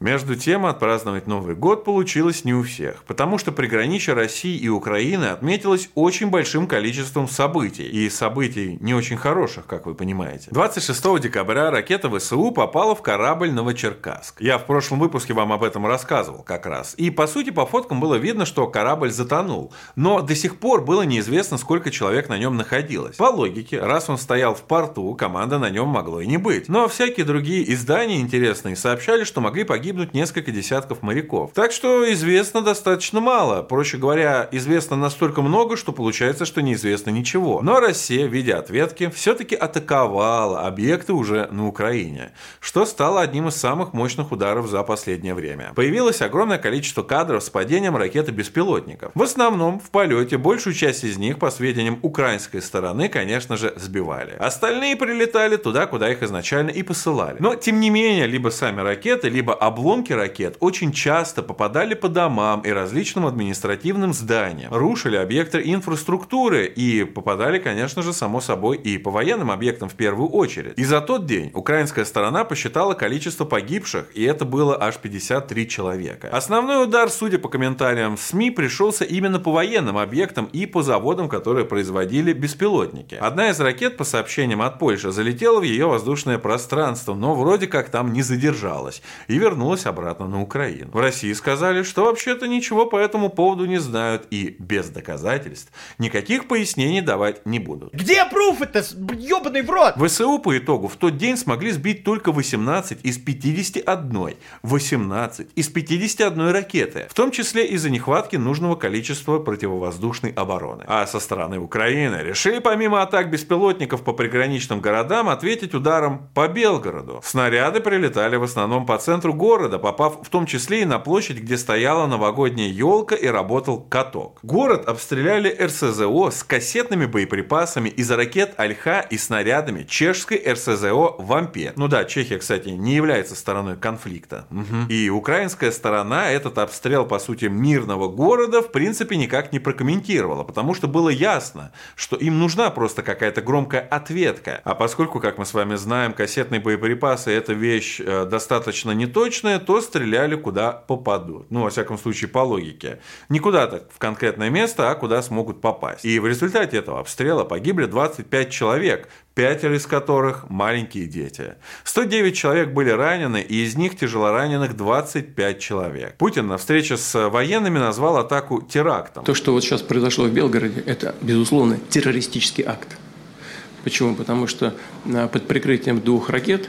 Между тем, отпраздновать Новый год получилось не у всех, потому что приграничье России и Украины отметилось очень большим количеством событий, и событий не очень хороших, как вы понимаете. двадцать шестого декабря ракета ВСУ попала в корабль Новочеркасск. Я в прошлом выпуске вам об этом рассказывал как раз. И по сути по фоткам было видно, что корабль затонул, но до сих пор было неизвестно, сколько человек на нем находилось. По логике, раз он стоял в порту, команда на нем могло и не быть. Но всякие другие издания интересные сообщали, что могли погибнуть несколько десятков моряков. Так что известно достаточно мало. Проще говоря, известно настолько много, что получается, что неизвестно ничего. Но Россия в виде ответки все-таки атаковала объекты уже на Украине, что стало одним из самых мощных ударов за последнее время. Появилось огромное количество кадров с падением ракет-беспилотников. В основном в полете большую часть из них, по сведениям украинской стороны, конечно же, сбивали. Остальные прилетали туда, куда их изначально и посылали. Но, тем не менее, либо сами ракеты, либо обломки ракет очень часто попадали по домам и различным административным зданиям, рушили объекты инфраструктуры и попадали, конечно же, само собой и по военным объектам в первую очередь. И за тот день украинская сторона посчитала количество погибших, и это было аж пятьдесят три человека. Основной удар, судя по комментариям СМИ, пришелся именно по военным объектам и по заводам, которые производили беспилотники. Одна из ракет, по сообщениям от Польши, залетела в ее воздушное пространство, но вроде как там не задержалась и вернулась обратно на Украину. В России сказали, что вообще-то ничего по этому поводу не знают и без доказательств никаких пояснений давать не будут. Где пруфы-то, ёбаный в рот? ВСУ по итогу в тот день смогли сбить только восемнадцать из пятидесяти одной. восемнадцать из пятидесяти одной ракеты, в том числе из-за нехватки нужного количества противовоздушной обороны. А со стороны Украины решили помимо атак беспилотников по приграничным городам ответить ударом по Белгороду. Снаряды прилетали в основном по центру города, попав в том числе и на площадь, где стояла новогодняя елка и работал каток. Город обстреляли эр эс зэ о с кассетными боеприпасами из ракет «Альха» и снарядами чешской эр эс зэ о «Вампе». Ну да, Чехия, кстати, не является стороной конфликта. Угу. И украинская сторона этот обстрел, по сути, мирного города в принципе никак не прокомментировала, потому что было ясно, что им нужна просто какая-то громкая ответка. А поскольку, как мы с вами знаем, кассетные боеприпасы — это вещь э, достаточно неточная, то стреляли куда попадут. Ну, во всяком случае, по логике. Не куда-то в конкретное место, а куда смогут попасть. И в результате этого обстрела погибли двадцать пять человек, пятеро из которых маленькие дети. сто девять человек были ранены, и из них тяжелораненых двадцать пять человек. Путин на встрече с военными назвал атаку терактом. То, что вот сейчас произошло в Белгороде, это, безусловно, террористический акт. Почему? Потому что под прикрытием двух ракет,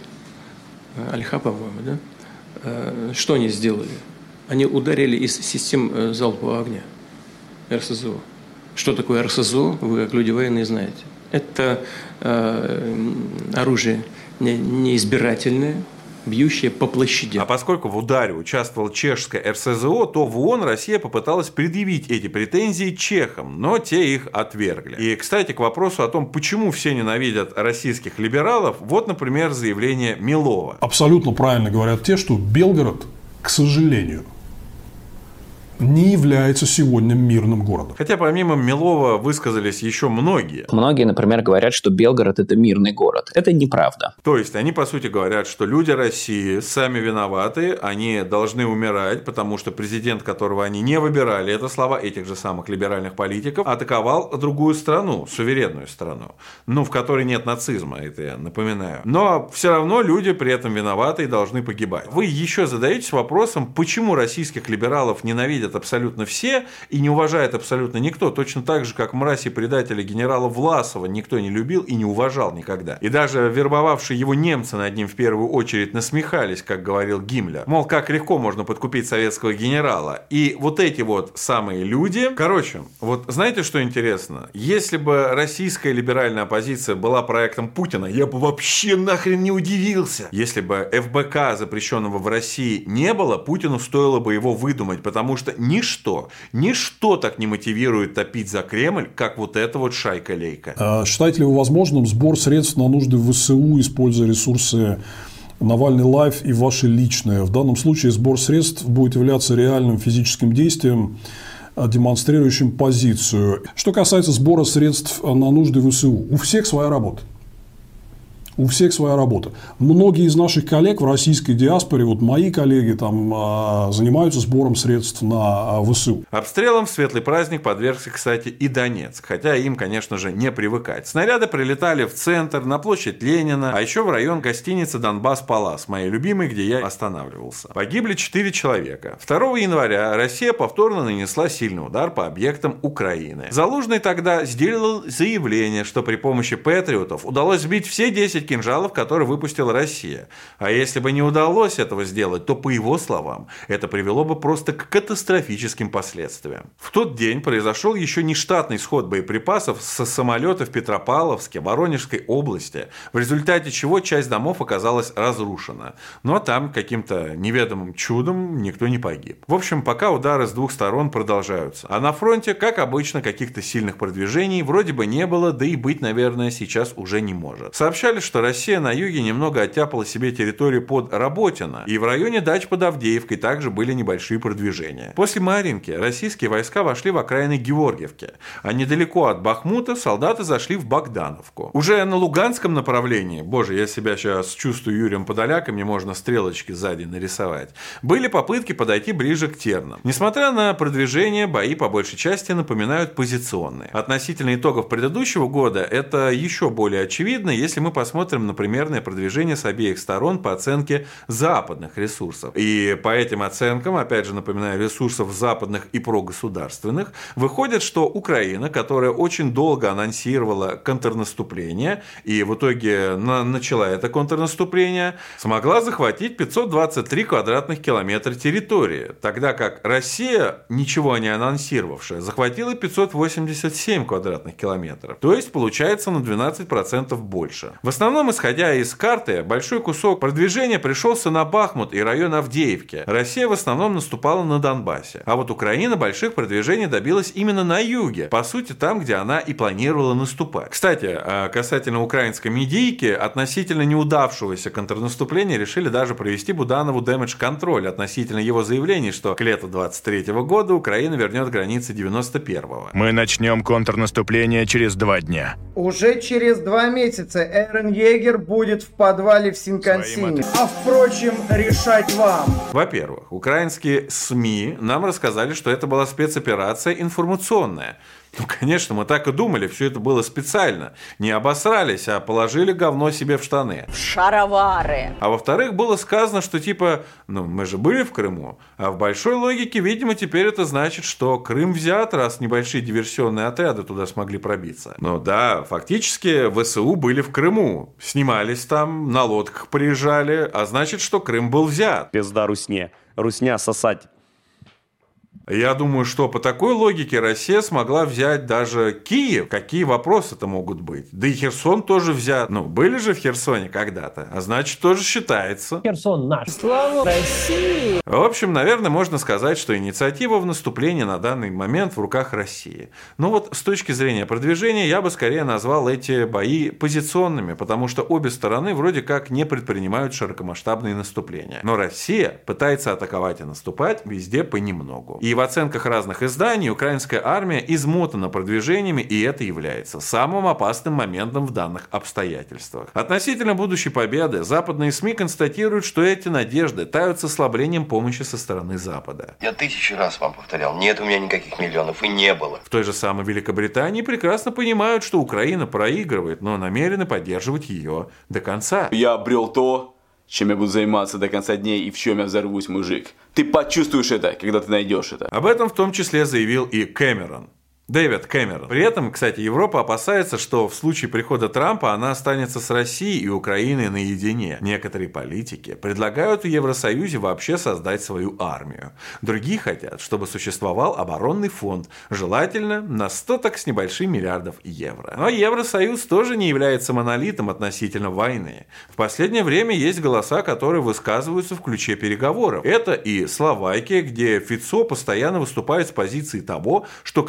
Альха, по-моему, да, что они сделали? Они ударили из систем залпового огня, эр эс зэ о. Что такое эр эс зэ о, вы, как люди военные, знаете. Это э, оружие не, неизбирательное, бьющее по площади. А поскольку в ударе участвовал чешское эр эс зэ о, то в ООН Россия попыталась предъявить эти претензии чехам, но те их отвергли. И, кстати, к вопросу о том, почему все ненавидят российских либералов, вот, например, заявление Милова. Абсолютно правильно говорят те, что Белгород, к сожалению, не является сегодня мирным городом. Хотя помимо Милова высказались еще многие. Многие, например, говорят, что Белгород – это мирный город. Это неправда. То есть они, по сути, говорят, что люди России сами виноваты, они должны умирать, потому что президент, которого они не выбирали, это слова этих же самых либеральных политиков, атаковал другую страну, суверенную страну, ну, в которой нет нацизма, это я напоминаю. Но все равно люди при этом виноваты и должны погибать. Вы еще задаетесь вопросом, почему российских либералов ненавидят абсолютно все и не уважает абсолютно никто, точно так же, как мрази предателя генерала Власова никто не любил и не уважал никогда. И даже вербовавшие его немцы над ним в первую очередь насмехались, как говорил Гиммлер. Мол, как легко можно подкупить советского генерала. И вот эти вот самые люди... Короче, вот знаете, что интересно? Если бы российская либеральная оппозиция была проектом Путина, я бы вообще нахрен не удивился. Если бы эф бэ ка, запрещенного в России, не было, Путину стоило бы его выдумать, потому что ничто, ничто так не мотивирует топить за Кремль, как вот эта вот шайка-лейка. А считаете ли вы возможным сбор средств на нужды вэ эс у, используя ресурсы Навальный Лайф и ваши личные? В данном случае сбор средств будет являться реальным физическим действием, демонстрирующим позицию. Что касается сбора средств на нужды вэ эс у, у всех своя работа. У всех своя работа. Многие из наших коллег в российской диаспоре, вот мои коллеги, там занимаются сбором средств на ВСУ. Обстрелом в светлый праздник подвергся, кстати, и Донецк. Хотя им, конечно же, не привыкать. Снаряды прилетали в центр, на площадь Ленина, а еще в район гостиницы «Донбасс Палас», моей любимой, где я останавливался. Погибли четыре человека. второго января Россия повторно нанесла сильный удар по объектам Украины. Залужный тогда сделал заявление, что при помощи патриотов удалось сбить все десять кинжалов, которые выпустила Россия. А если бы не удалось этого сделать, то, по его словам, это привело бы просто к катастрофическим последствиям. В тот день произошел еще нештатный сход боеприпасов со самолета в Петропавловске, Воронежской области, в результате чего часть домов оказалась разрушена. Но там каким-то неведомым чудом никто не погиб. В общем, пока удары с двух сторон продолжаются. А на фронте, как обычно, каких-то сильных продвижений вроде бы не было, да и быть, наверное, сейчас уже не может. Сообщали, что Россия на юге немного оттяпала себе территорию под Работино, и в районе дач под Авдеевкой также были небольшие продвижения. После Марьинки российские войска вошли в окраины Георгиевки, а недалеко от Бахмута солдаты зашли в Богдановку. Уже на Луганском направлении, боже, я себя сейчас чувствую Юрием Подоляком, мне можно стрелочки сзади нарисовать, были попытки подойти ближе к Тернам. Несмотря на продвижение, бои по большей части напоминают позиционные. Относительно итогов предыдущего года это еще более очевидно, если мы посмотрим на примерное продвижение с обеих сторон по оценке западных ресурсов. И по этим оценкам, опять же напоминаю, ресурсов западных и прогосударственных, выходит, что Украина, которая очень долго анонсировала контрнаступление и в итоге на- начала это контрнаступление, смогла захватить пятьсот двадцать три квадратных километра территории, тогда как Россия, ничего не анонсировавшая, захватила пятьсот восемьдесят семь квадратных километров. То есть получается на двенадцать процентов больше. В основном, исходя из карты, большой кусок продвижения пришелся на Бахмут и район Авдеевки. Россия в основном наступала на Донбассе. А вот Украина больших продвижений добилась именно на юге. По сути, там, где она и планировала наступать. Кстати, касательно украинской медийки, относительно неудавшегося контрнаступления решили даже провести Буданову дэмэдж-контроль относительно его заявлений, что к лету двадцать третьего года Украина вернет границы девяносто первого. Мы начнем контрнаступление через два дня. Уже через два месяца Эрен Егер будет в подвале в Синкансине. А впрочем, решать вам. Во-первых, украинские СМИ нам рассказали, что это была спецоперация информационная. Ну, конечно, мы так и думали, все это было специально. Не обосрались, а положили говно себе в штаны. В шаровары. А во-вторых, было сказано, что типа, ну, мы же были в Крыму. А в большой логике, видимо, теперь это значит, что Крым взят, раз небольшие диверсионные отряды туда смогли пробиться. Ну да, фактически ВСУ были в Крыму. Снимались там, на лодках приезжали, а значит, что Крым был взят. Пизда русне. Русня сосать. Я думаю, что по такой логике Россия смогла взять даже Киев. Какие вопросы-то могут быть? Да и Херсон тоже взят. Ну, были же в Херсоне когда-то, а значит, тоже считается. Херсон наш. Слава России! В общем, наверное, можно сказать, что инициатива в наступлении на данный момент в руках России. Но вот с точки зрения продвижения я бы скорее назвал эти бои позиционными, потому что обе стороны вроде как не предпринимают широкомасштабные наступления. Но Россия пытается атаковать и наступать везде понемногу. И в оценках разных изданий украинская армия измотана продвижениями, и это является самым опасным моментом в данных обстоятельствах. Относительно будущей победы, западные СМИ констатируют, что эти надежды тают с ослаблением помощи со стороны Запада. Я тысячи раз вам повторял, нет у меня никаких миллионов и не было. В той же самой Великобритании прекрасно понимают, что Украина проигрывает, но намерены поддерживать ее до конца. Я обрел то, чем я буду заниматься до конца дней и в чем я взорвусь, мужик. Ты почувствуешь это, когда ты найдешь это. Об этом в том числе заявил и Кэмерон. Дэвид Кэмерон. При этом, кстати, Европа опасается, что в случае прихода Трампа она останется с Россией и Украиной наедине. Некоторые политики предлагают в Евросоюзе вообще создать свою армию. Другие хотят, чтобы существовал оборонный фонд, желательно на сто так с небольшим миллиардов евро. Но Евросоюз тоже не является монолитом относительно войны. В последнее время есть голоса, которые высказываются в ключе переговоров. Это и Словакия, где Фицо постоянно выступает с позиции того, что конфликт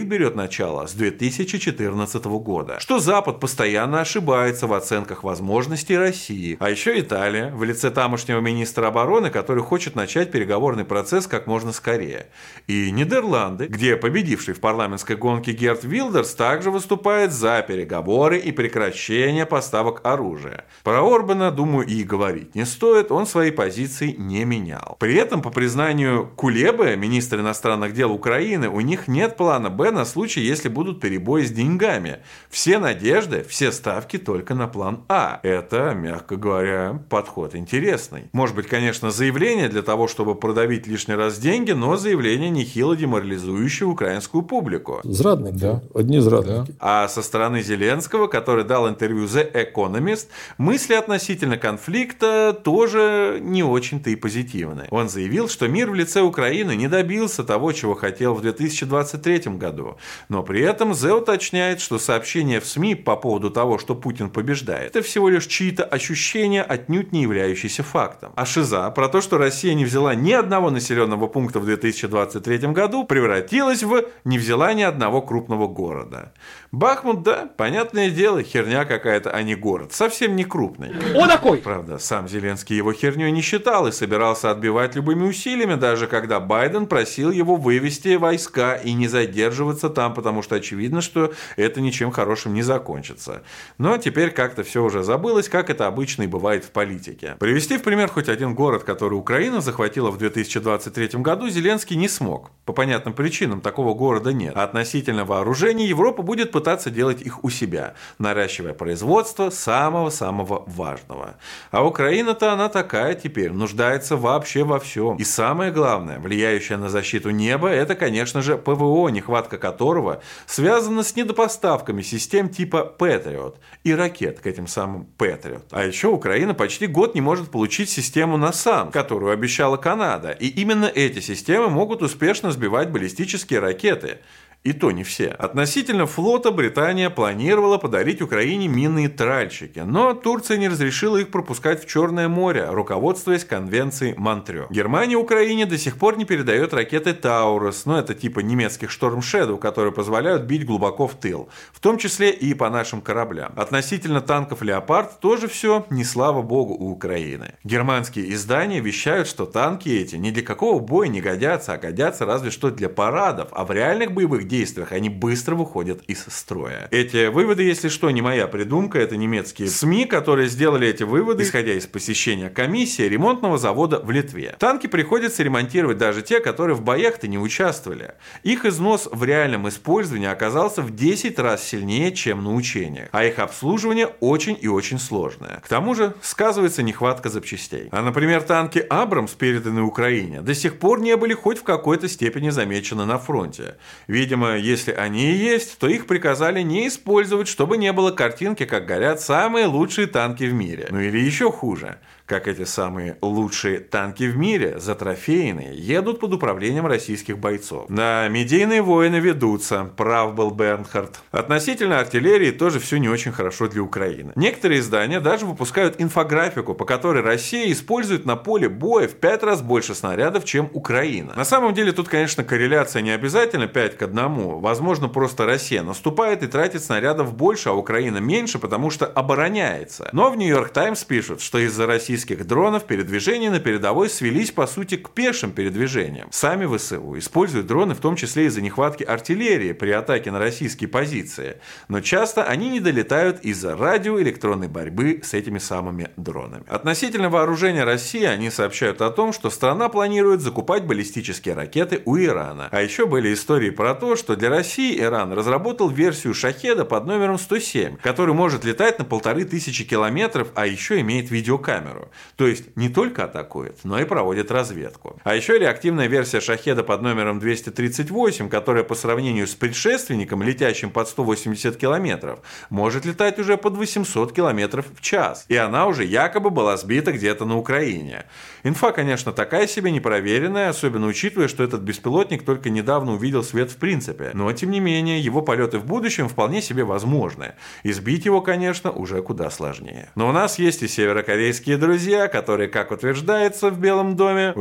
берет начало с две тысячи четырнадцатого года, что Запад постоянно ошибается в оценках возможностей России, а еще Италия в лице тамошнего министра обороны, который хочет начать переговорный процесс как можно скорее, и Нидерланды, где победивший в парламентской гонке Герт Вилдерс также выступает за переговоры и прекращение поставок оружия. Про Орбана, думаю, и говорить не стоит, он своей позиции не менял. При этом, по признанию Кулебы, министра иностранных дел Украины, у них нет плана Б на случай, если будут перебои с деньгами. Все надежды, все ставки только на план А. Это, мягко говоря, подход интересный. Может быть, конечно, заявление для того, чтобы продавить лишний раз деньги, но заявление нехило деморализующее украинскую публику. Зрадники, да. Одни зрадники. Да. А со стороны Зеленского, который дал интервью The Economist, мысли относительно конфликта тоже не очень-то и позитивны. Он заявил, что мир в лице Украины не добился того, чего хотел в две тысячи двадцать третьем году. Но при этом Зе уточняет, что сообщения в СМИ по поводу того, что Путин побеждает, это всего лишь чьи-то ощущения, отнюдь не являющиеся фактом. А шиза про то, что Россия не взяла ни одного населенного пункта в две тысячи двадцать третьем году, превратилась в «не взяла ни одного крупного города». Бахмут, да, понятное дело, херня какая-то, а не город. Совсем не крупный. О, такой! Правда, сам Зеленский его херней не считал и собирался отбивать любыми усилиями, даже когда Байден просил его вывести войска и не задерживаться там, потому что очевидно, что это ничем хорошим не закончится. Но теперь как-то все уже забылось, как это обычно и бывает в политике. Привести в пример хоть один город, который Украина захватила в две тысячи двадцать третьем году, Зеленский не смог. По понятным причинам такого города нет. А относительно вооружений Европа будет пытаться делать их у себя, наращивая производство самого-самого важного. А Украина-то она такая теперь, нуждается вообще во всем. И самое главное, влияющее на защиту неба, это, конечно же, ПВО, нехватка которого связана с недопоставками систем типа Patriot и ракет к этим самым Patriot. А еще Украина почти год не может получить систему НАСАМ, которую обещала Канада. И именно эти системы могут успешно сбивать баллистические ракеты. И то не все. Относительно флота Британия планировала подарить Украине минные тральщики, но Турция не разрешила их пропускать в Черное море, руководствуясь конвенцией Монтрё. Германия Украине до сих пор не передает ракеты Таурус, но это типа немецких Storm Shadow, которые позволяют бить глубоко в тыл, в том числе и по нашим кораблям. Относительно танков Леопард тоже все не слава богу у Украины. Германские издания вещают, что танки эти ни для какого боя не годятся, а годятся разве что для парадов, а в реальных боевых действиях они быстро выходят из строя. Эти выводы, если что, не моя придумка, это немецкие СМИ, которые сделали эти выводы, исходя из посещения комиссии ремонтного завода в Литве. Танки приходится ремонтировать даже те, которые в боях-то не участвовали. Их износ в реальном использовании оказался в десять раз сильнее, чем на учениях, а их обслуживание очень и очень сложное. К тому же сказывается нехватка запчастей. А, например, танки Абрамс, переданные Украине, до сих пор не были хоть в какой-то степени замечены на фронте. Видимо, если они и есть, то их приказали не использовать, чтобы не было картинки, как горят самые лучшие танки в мире. Ну или еще хуже, как эти самые лучшие танки в мире, затрофейные, едут под управлением российских бойцов. Да, медийные войны ведутся, прав был Бернхард. Относительно артиллерии тоже все не очень хорошо для Украины. Некоторые издания даже выпускают инфографику, по которой Россия использует на поле боя в пять раз больше снарядов, чем Украина. На самом деле тут, конечно, корреляция не обязательно пять к одному. Возможно, просто Россия наступает и тратит снарядов больше, а Украина меньше, потому что обороняется. Но в Нью-Йорк Таймс пишут, что из-за российских дронов передвижения на передовой свелись, по сути, к пешим передвижениям. Сами ВСУ используют дроны в том числе из-за нехватки артиллерии при атаке на российские позиции. Но часто они не долетают из-за радиоэлектронной борьбы с этими самыми дронами. Относительно вооружения России они сообщают о том, что страна планирует закупать баллистические ракеты у Ирана. А еще были истории про то, что для России Иран разработал версию «Шахеда» под номером сто семь, который может летать на полторы тысячи километров, а еще имеет видеокамеру. То есть не только атакует, но и проводит разведку. А еще реактивная версия «Шахеда» под номером двести тридцать восемь, которая по сравнению с предшественником, летящим под сто восемьдесят километров, может летать уже под восемьсот километров в час. И она уже якобы была сбита где-то на Украине. Инфа, конечно, такая себе непроверенная, особенно учитывая, что этот беспилотник только недавно увидел свет в принципе. Но, тем не менее, его полеты в будущем вполне себе возможны. И сбить его, конечно, уже куда сложнее. Но у нас есть и северокорейские друзья, которые, как утверждается в Белом доме, уже поставляют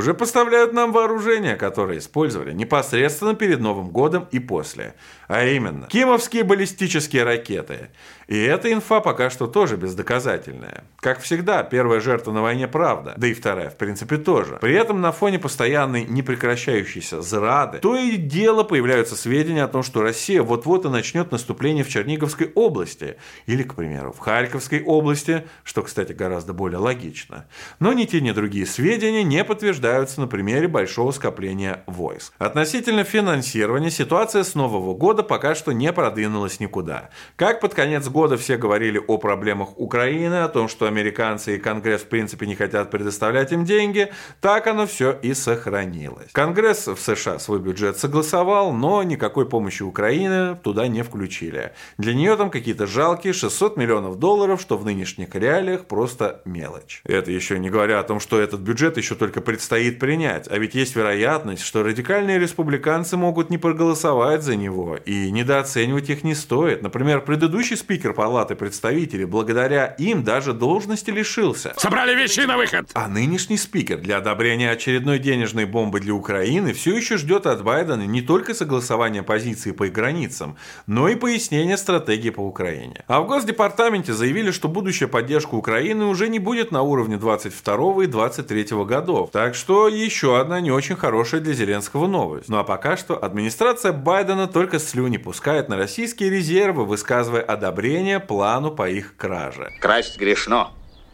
поставляют нам вооружение, которое использовали непосредственно перед Новым годом и после. А именно, кимовские баллистические ракеты. И эта инфа пока что тоже бездоказательная. Как всегда, первая жертва на войне правда, да и вторая, в принципе, тоже. При этом на фоне постоянной непрекращающейся зрады, то и дело появляются сведения о том, что Россия вот-вот и начнет наступление в Черниговской области. Или, к примеру, в Харьковской области, что, кстати, гораздо более логично. Но ни те, ни другие сведения не подтверждаются на примере большого скопления войск. Относительно финансирования ситуация с Нового года пока что не продвинулась никуда. Как под конец года все говорили о проблемах Украины, о том, что американцы и Конгресс в принципе не хотят предоставлять им деньги, так оно все и сохранилось. Конгресс в США свой бюджет согласовал, но никакой помощи Украине туда не включили. Для нее там какие-то жалкие шестьсот миллионов долларов, что в нынешних реалиях просто мелочь. Это еще не говоря о том, что этот бюджет еще только предстоит принять, а ведь есть вероятность, что радикальные республиканцы могут не проголосовать за него, и недооценивать их не стоит. Например, предыдущий спикер Палаты представителей благодаря им даже должности лишился. Собрали вещи на выход! А нынешний спикер для одобрения очередной денежной бомбы для Украины все еще ждет от Байдена не только согласования позиции по их границам, но и пояснения стратегии по Украине. А в Госдепартаменте заявили, что будущая поддержка Украины уже не будет на уровне двадцать второго и двадцать третьего годов. Так что еще одна не очень хорошая для Зеленского новость. Ну а пока что администрация Байдена только слюни пускает на российские резервы, высказывая одобрение плану по их краже. Красть грешно.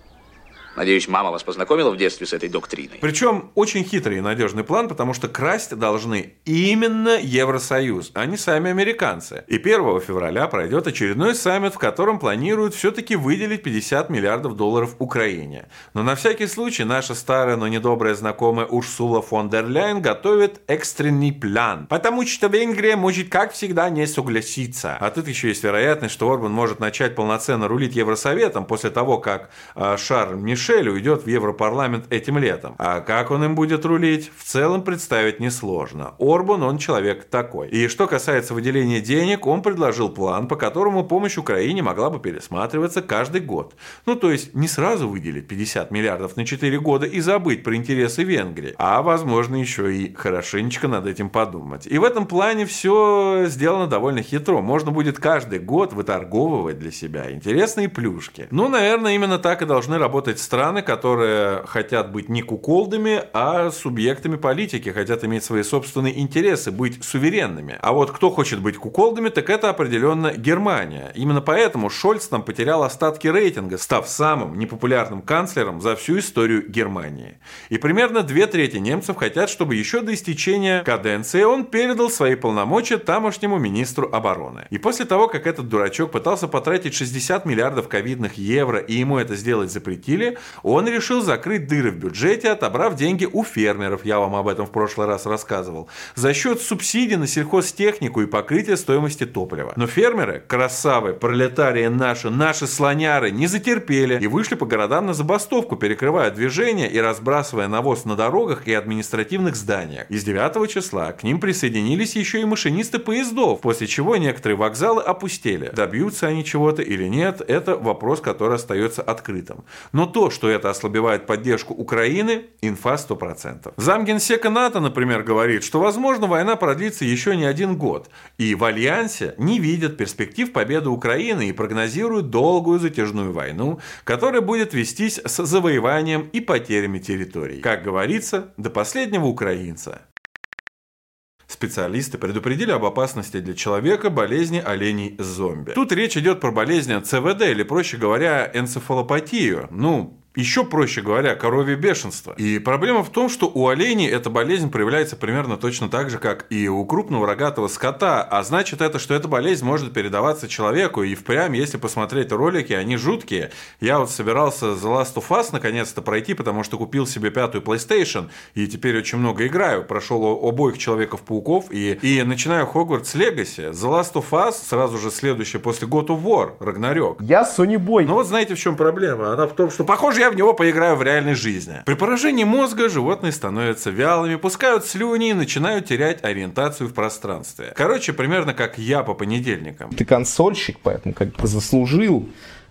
Надеюсь, мама вас познакомила в детстве с этой доктриной. Причем очень хитрый и надежный план, потому что красть должны именно Евросоюз, а не сами американцы. И первого февраля пройдет очередной саммит, в котором планируют все-таки выделить пятьдесят миллиардов долларов Украине. Но на всякий случай наша старая, но недобрая знакомая Урсула фон дер Ляйен готовит экстренный план, потому что Венгрия может, как всегда, не согласиться. А тут еще есть вероятность, что Орбан может начать полноценно рулить Евросоветом после того, как э, Шарль Мишель Мишель уйдет в Европарламент этим летом. А как он им будет рулить, в целом представить несложно. Орбан, он человек такой. И что касается выделения денег, он предложил план, по которому помощь Украине могла бы пересматриваться каждый год. Ну, то есть не сразу выделить пятьдесят миллиардов на четыре года и забыть про интересы Венгрии, а, возможно, еще и хорошенечко над этим подумать. И в этом плане все сделано довольно хитро. Можно будет каждый год выторговывать для себя интересные плюшки. Ну, наверное, именно так и должны работать страны, которые хотят быть не куколдами, а субъектами политики, хотят иметь свои собственные интересы, быть суверенными. А вот кто хочет быть куколдами, так это определенно Германия. Именно поэтому Шольц там потерял остатки рейтинга, став самым непопулярным канцлером за всю историю Германии. И примерно две трети немцев хотят, чтобы еще до истечения каденции он передал свои полномочия тамошнему министру обороны. И после того, как этот дурачок пытался потратить шестьдесят миллиардов ковидных евро и ему это сделать запретили, он решил закрыть дыры в бюджете, отобрав деньги у фермеров, я вам об этом в прошлый раз рассказывал, за счет субсидий на сельхозтехнику и покрытия стоимости топлива. Но фермеры, красавы, пролетарии наши, наши слоняры, не затерпели и вышли по городам на забастовку, перекрывая движение и разбрасывая навоз на дорогах и административных зданиях. И с девятого числа к ним присоединились еще и машинисты поездов, после чего некоторые вокзалы опустели. Добьются они чего-то или нет, это вопрос, который остается открытым. Но то, что это ослабевает поддержку Украины, инфа сто процентов. Замгенсека НАТО, например, говорит, что, возможно, война продлится еще не один год. И в Альянсе не видят перспектив победы Украины и прогнозируют долгую затяжную войну, которая будет вестись с завоеванием и потерями территорий. Как говорится, до последнего украинца. Специалисты предупредили об опасности для человека болезни оленей-зомби. Тут речь идет про болезнь ЦВД, или, проще говоря, энцефалопатию. Ну, еще проще говоря, коровье бешенство. И проблема в том, что у оленей эта болезнь проявляется примерно точно так же, как и у крупного рогатого скота. А значит это, что эта болезнь может передаваться человеку. И впрямь, если посмотреть ролики, они жуткие. Я вот собирался The Last of Us наконец-то пройти, потому что купил себе пятую PlayStation. И теперь очень много играю. Прошел обоих Человеков-пауков. И, и начинаю Hogwarts Legacy. The Last of Us, сразу же следующее после God of War, Рагнарёк. Я Sony Boy. Но вот знаете, в чем проблема? Она в том, что, похоже, я в него поиграю в реальной жизни. При поражении мозга животные становятся вялыми, пускают слюни и начинают терять ориентацию в пространстве. Короче, примерно как я по понедельникам. Ты консольщик, поэтому как бы заслужил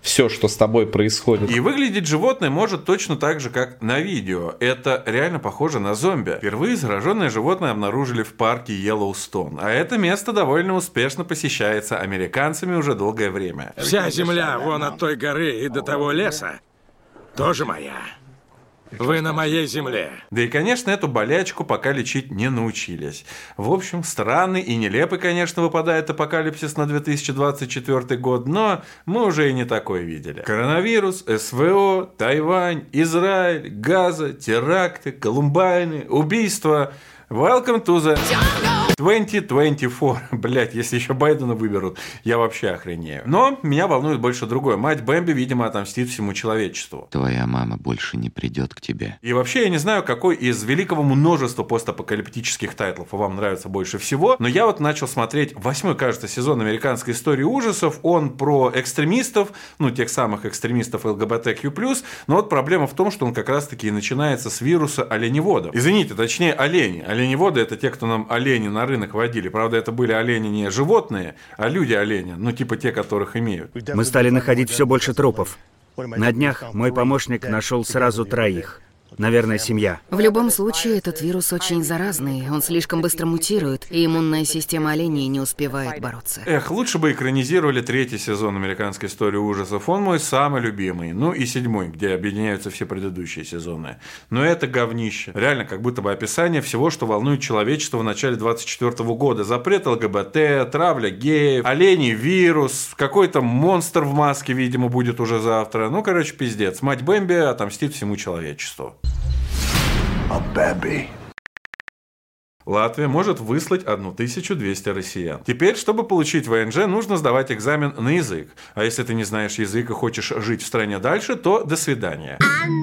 все, что с тобой происходит. И выглядеть животное может точно так же, как на видео. Это реально похоже на зомби. Впервые зараженное животное обнаружили в парке Йеллоустон. А это место довольно успешно посещается американцами уже долгое время. Вся земля вон от той горы и до того леса тоже моя. Вы на моей земле. Да и, конечно, эту болячку пока лечить не научились. В общем, странный и нелепый, конечно, выпадает апокалипсис на две тысячи двадцать четвёртый год, но мы уже и не такое видели. Коронавирус, СВО, Тайвань, Израиль, Газа, теракты, Колумбайны, убийства. Welcome to the двадцать двадцать четыре. Блять, если еще Байдена выберут, я вообще охренею. Но меня волнует больше другое. Мать Бэмби, видимо, отомстит всему человечеству. Твоя мама больше не придет к тебе. И вообще я не знаю, какой из великого множества постапокалиптических тайтлов вам нравится больше всего, но я вот начал смотреть восьмой, кажется, сезон американской истории ужасов. Он про экстремистов, ну, тех самых экстремистов ЛГБТК+, но вот проблема в том, что он как раз-таки и начинается с вируса оленеводов. Извините, точнее олени. Оленеводы — это те, кто нам олени на рынок водили. Правда, это были олени не животные, а люди-олени. Ну, типа те, которых имеют. Мы стали находить все больше трупов. На днях мой помощник нашел сразу троих. Наверное, семья. В любом случае, этот вирус очень заразный. Он слишком быстро мутирует, и иммунная система оленей не успевает бороться. Эх, лучше бы экранизировали третий сезон американской истории ужасов. Он мой самый любимый. Ну и седьмой, где объединяются все предыдущие сезоны. Но это говнище. Реально, как будто бы описание всего, что волнует человечество в начале двадцать четвёртого года. Запрет ЛГБТ, травля геев, оленей вирус, какой-то монстр в маске, видимо, будет уже завтра. Ну, короче, пиздец. Мать Бэмби отомстит всему человечеству. Латвия может выслать тысячу двести россиян. Теперь, чтобы получить ВНЖ, нужно сдавать экзамен на язык. А если ты не знаешь язык и хочешь жить в стране дальше, то до свидания.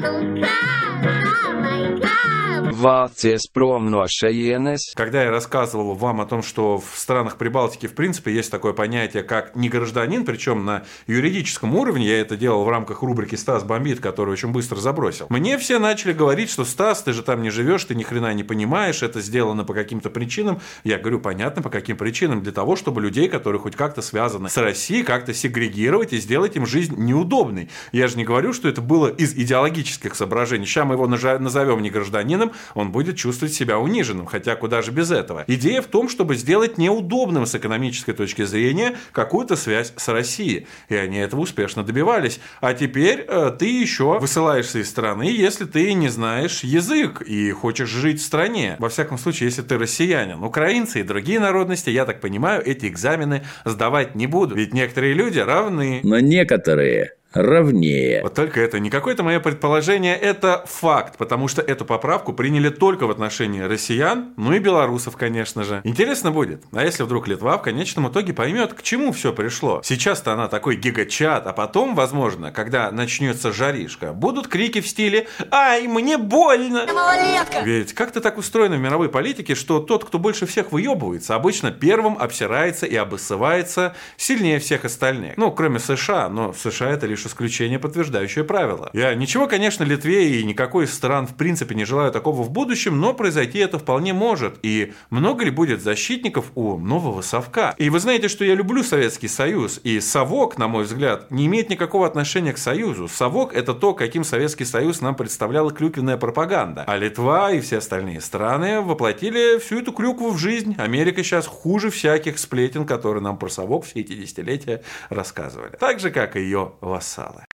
Когда я рассказывал вам о том, что в странах Прибалтики в принципе есть такое понятие, как негражданин, причем на юридическом уровне, я это делал в рамках рубрики «Стас бомбит», которую очень быстро забросил, мне все начали говорить, что «Стас, ты же там не живешь, ты ни хрена не понимаешь, это сделано по каким-то причинам». Я говорю, понятно, по каким причинам. Для того, чтобы людей, которые хоть как-то связаны с Россией, как-то сегрегировать и сделать им жизнь неудобной. Я же не говорю, что это было из идеологических соображений. Сейчас мы его назовем негражданином, он будет чувствовать себя униженным, хотя куда же без этого. Идея в том, чтобы сделать неудобным с экономической точки зрения какую-то связь с Россией. И они этого успешно добивались. А теперь э, ты еще высылаешься из страны, если ты не знаешь язык и хочешь жить в стране. Во всяком случае, если ты россиянин. Украинцы и другие народности, я так понимаю, эти экзамены сдавать не будут. Ведь некоторые люди равны. Но некоторые равнее. Вот только это не какое-то мое предположение, это факт, потому что эту поправку приняли только в отношении россиян, ну и белорусов, конечно же. Интересно будет, а если вдруг Литва в конечном итоге поймет, к чему все пришло? Сейчас-то она такой гигачат, а потом, возможно, когда начнется жаришка, будут крики в стиле «Ай, мне больно!» Малолетка! Ведь как-то так устроено в мировой политике, что тот, кто больше всех выебывается, обычно первым обсирается и обоссывается сильнее всех остальных. Ну, кроме США, но США это лишь исключение, подтверждающее правило. Я ничего, конечно, Литве и никакой из стран в принципе не желаю такого в будущем, но произойти это вполне может. И много ли будет защитников у нового совка? И вы знаете, что я люблю Советский Союз, и совок, на мой взгляд, не имеет никакого отношения к Союзу. Совок — это то, каким Советский Союз нам представляла клюквенная пропаганда. А Литва и все остальные страны воплотили всю эту клюкву в жизнь. Америка сейчас хуже всяких сплетен, которые нам про совок все эти десятилетия рассказывали. Так же, как и ее вассалы.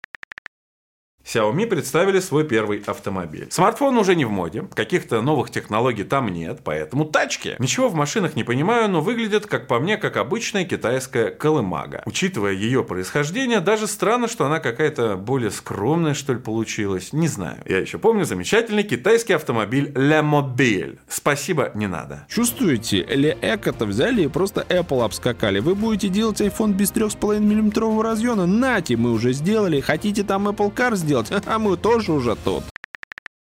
Xiaomi представили свой первый автомобиль. Смартфон уже не в моде, каких-то новых технологий там нет, поэтому тачки. Ничего в машинах не понимаю, но выглядит, как по мне, как обычная китайская колымага. Учитывая ее происхождение, даже странно, что она какая-то более скромная, что ли, получилась. Не знаю. Я еще помню замечательный китайский автомобиль Le Mobile. Спасибо, не надо. Чувствуете? Le Eco-то взяли и просто Apple обскакали. Вы будете делать iPhone без три с половиной миллиметрового разъема? Нате, мы уже сделали. Хотите там Apple Car сделать? А мы тоже уже тут.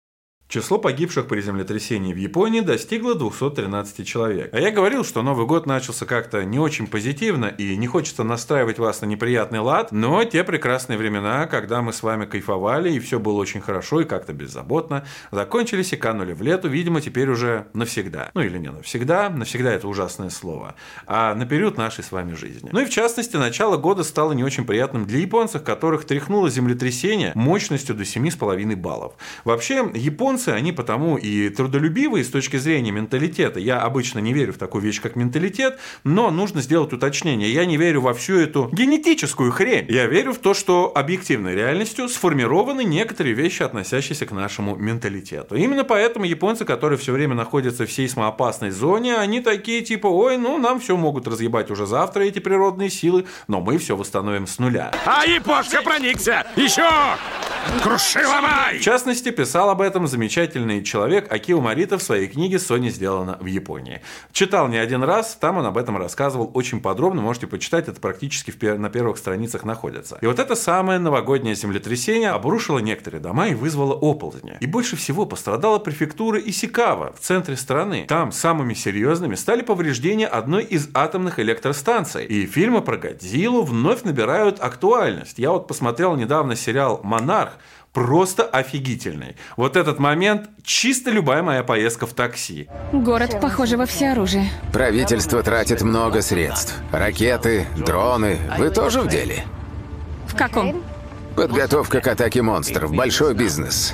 Число погибших при землетрясении в Японии достигло двухсот тринадцати человек. А я говорил, что Новый год начался как-то не очень позитивно, и не хочется настраивать вас на неприятный лад, но те прекрасные времена, когда мы с вами кайфовали, и все было очень хорошо и как-то беззаботно, закончились и канули в лету, видимо, теперь уже навсегда. Ну или не навсегда, навсегда это ужасное слово, а на период нашей с вами жизни. Ну и в частности, начало года стало не очень приятным для японцев, которых тряхнуло землетрясение мощностью до семи с половиной баллов. Вообще, японцы они потому и трудолюбивые с точки зрения менталитета. Я обычно не верю в такую вещь, как менталитет, но нужно сделать уточнение. Я не верю во всю эту генетическую хрень. Я верю в то, что объективной реальностью сформированы некоторые вещи, относящиеся к нашему менталитету. Именно поэтому японцы, которые все время находятся в сейсмоопасной зоне, они такие типа, ой, ну нам все могут разъебать уже завтра эти природные силы, но мы все восстановим с нуля. А япошка проникся! Еще! Круши ломай! В частности, писал об этом замечательный человек Акио Морита в своей книге «Соня сделана в Японии». Читал не один раз, там он об этом рассказывал очень подробно, можете почитать, это практически в пер- на первых страницах находится. И вот это самое новогоднее землетрясение обрушило некоторые дома и вызвало оползни. И больше всего пострадала префектура Исикава в центре страны. Там самыми серьезными стали повреждения одной из атомных электростанций. И фильмы про Годзиллу вновь набирают актуальность. Я вот посмотрел недавно сериал «Монарх», просто офигительный. Вот этот момент – чисто любая моя поездка в такси. Город, похоже, во всеоружие. Правительство тратит много средств. Ракеты, дроны. Вы тоже в деле? В каком? Подготовка к атаке монстров. Большой бизнес.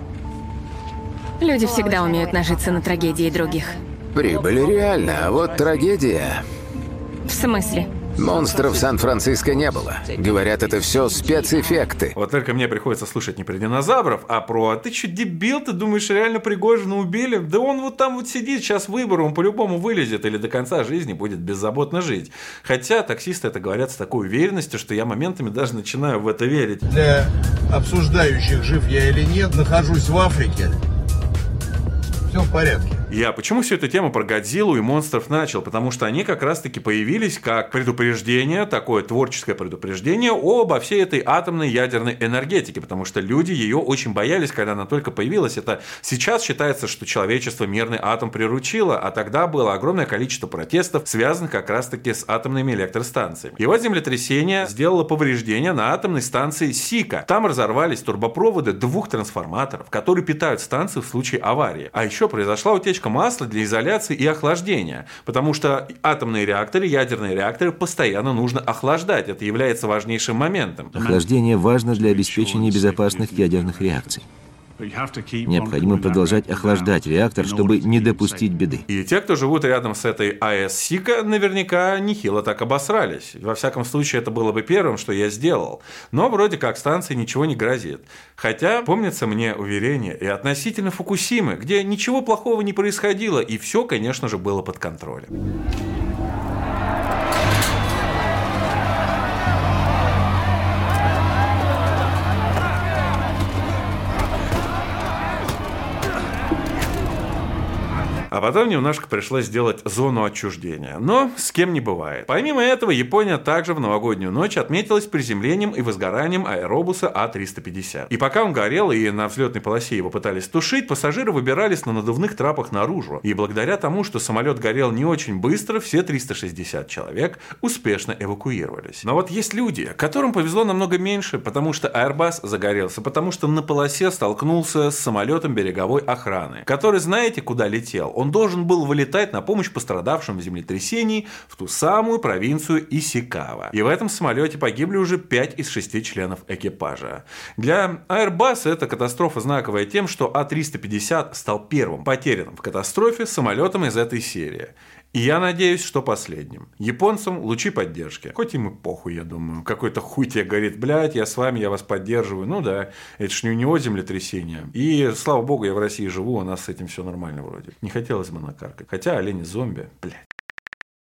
Люди всегда умеют нажиться на трагедии других. Прибыль реальна, а вот трагедия... В смысле? Монстров в Сан-Франциско не было. Говорят, это все спецэффекты. Вот только мне приходится слушать не про динозавров, а про «а ты что, дебил, ты думаешь, реально Пригожина убили? Да он вот там вот сидит, сейчас выборы, он по-любому вылезет или до конца жизни будет беззаботно жить». Хотя таксисты это говорят с такой уверенностью, что я моментами даже начинаю в это верить. Для обсуждающих, жив я или нет, нахожусь в Африке. Все в порядке. Я почему всю эту тему про Годзиллу и монстров начал? Потому что они как раз-таки появились как предупреждение, такое творческое предупреждение обо всей этой атомной ядерной энергетике, потому что люди ее очень боялись, когда она только появилась. Это сейчас считается, что человечество мирный атом приручило, а тогда было огромное количество протестов, связанных как раз-таки с атомными электростанциями. И вот землетрясение сделало повреждение на атомной станции Сика. Там разорвались турбопроводы двух трансформаторов, которые питают станцию в случае аварии. А еще произошла утечка масла для изоляции и охлаждения, потому что атомные реакторы, ядерные реакторы постоянно нужно охлаждать. Это является важнейшим моментом. Охлаждение важно для обеспечения безопасных ядерных реакций. Необходимо продолжать охлаждать реактор, чтобы не допустить беды. И те, кто живут рядом с этой АЭС Сика, наверняка нехило так обосрались. Во всяком случае, это было бы первым, что я сделал. Но вроде как станции ничего не грозит. Хотя, помнится мне уверение и относительно Фукусимы, где ничего плохого не происходило, и все, конечно же, было под контролем. А потом немножко пришлось сделать зону отчуждения. Но с кем не бывает. Помимо этого, Япония также в новогоднюю ночь отметилась приземлением и возгоранием аэробуса А триста пятьдесят. И пока он горел и на взлетной полосе его пытались тушить, пассажиры выбирались на надувных трапах наружу. И благодаря тому, что самолет горел не очень быстро, все триста шестьдесят человек успешно эвакуировались. Но вот есть люди, которым повезло намного меньше, потому что Airbus загорелся, потому что на полосе столкнулся с самолетом береговой охраны, который знаете, куда летел? Он должен был вылетать на помощь пострадавшим в землетрясении в ту самую провинцию Исикава. И в этом самолете погибли уже пять из шести членов экипажа. Для Airbus эта катастрофа знаковая тем, что А триста пятьдесят стал первым потерянным в катастрофе самолетом из этой серии. И я надеюсь, что последним. Японцам лучи поддержки. Хоть им и похуй, я думаю. Какой-то хуй тебе говорит, блядь, я с вами, я вас поддерживаю. Ну да, это ж не у него землетрясение. И, слава богу, я в России живу, у нас с этим все нормально вроде. Не хотелось бы накаркать. Хотя олени зомби, блядь.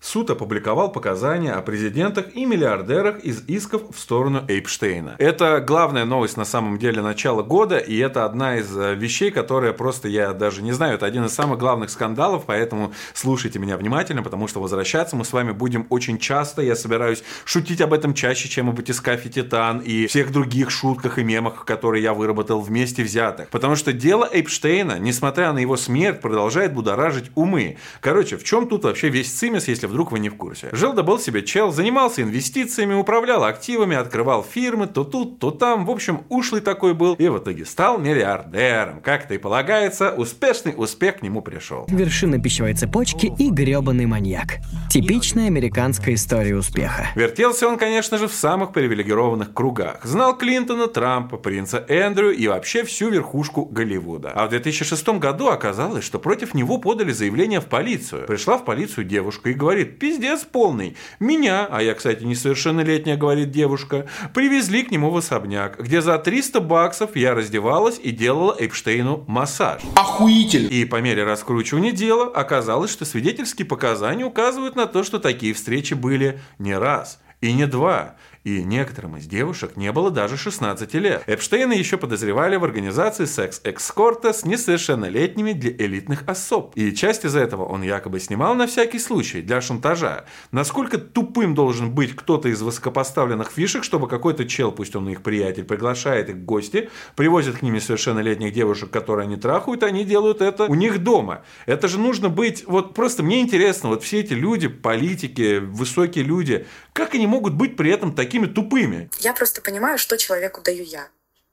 Суд опубликовал показания о президентах и миллиардерах из исков в сторону Эйпштейна. Это главная новость на самом деле начала года, и это одна из вещей, которые просто я даже не знаю, это один из самых главных скандалов, поэтому слушайте меня внимательно, потому что возвращаться мы с вами будем очень часто. Я собираюсь шутить об этом чаще, чем об батискафе Титан и всех других шутках и мемах, которые я выработал вместе взятых. Потому что дело Эйпштейна, несмотря на его смерть, продолжает будоражить умы. Короче, в чем тут вообще весь цимес, если вдруг вы не в курсе? Жил да был себе чел, занимался инвестициями, управлял активами, открывал фирмы, то тут, то там. В общем, ушлый такой был. И в итоге стал миллиардером. Как это и полагается, успешный успех к нему пришел. Вершина пищевой цепочки и гребаный маньяк. Типичная американская история успеха. Вертелся он, конечно же, в самых привилегированных кругах. Знал Клинтона, Трампа, принца Эндрю и вообще всю верхушку Голливуда. А в две тысячи шестом году оказалось, что против него подали заявление в полицию. Пришла в полицию девушка и говорит: пиздец полный. Меня, а я, кстати, несовершеннолетняя, говорит девушка, привезли к нему в особняк, где за триста баксов я раздевалась и делала Эйпштейну массаж. Охуительно! И по мере раскручивания дела оказалось, что свидетельские показания указывают на то, что такие встречи были не раз и не два. И некоторым из девушек не было даже шестнадцати лет. Эпштейна еще подозревали в организации секс-экскорта с несовершеннолетними для элитных особ. И часть из этого он якобы снимал на всякий случай, для шантажа. Насколько тупым должен быть кто-то из высокопоставленных фишек, чтобы какой-то чел, пусть он их приятель, приглашает их в гости, привозит к ним несовершеннолетних девушек, которые они трахают, они делают это у них дома. Это же нужно быть... Вот просто мне интересно, вот все эти люди, политики, высокие люди, как они могут быть при этом такими такими тупыми? Я просто понимаю, что человеку даю я.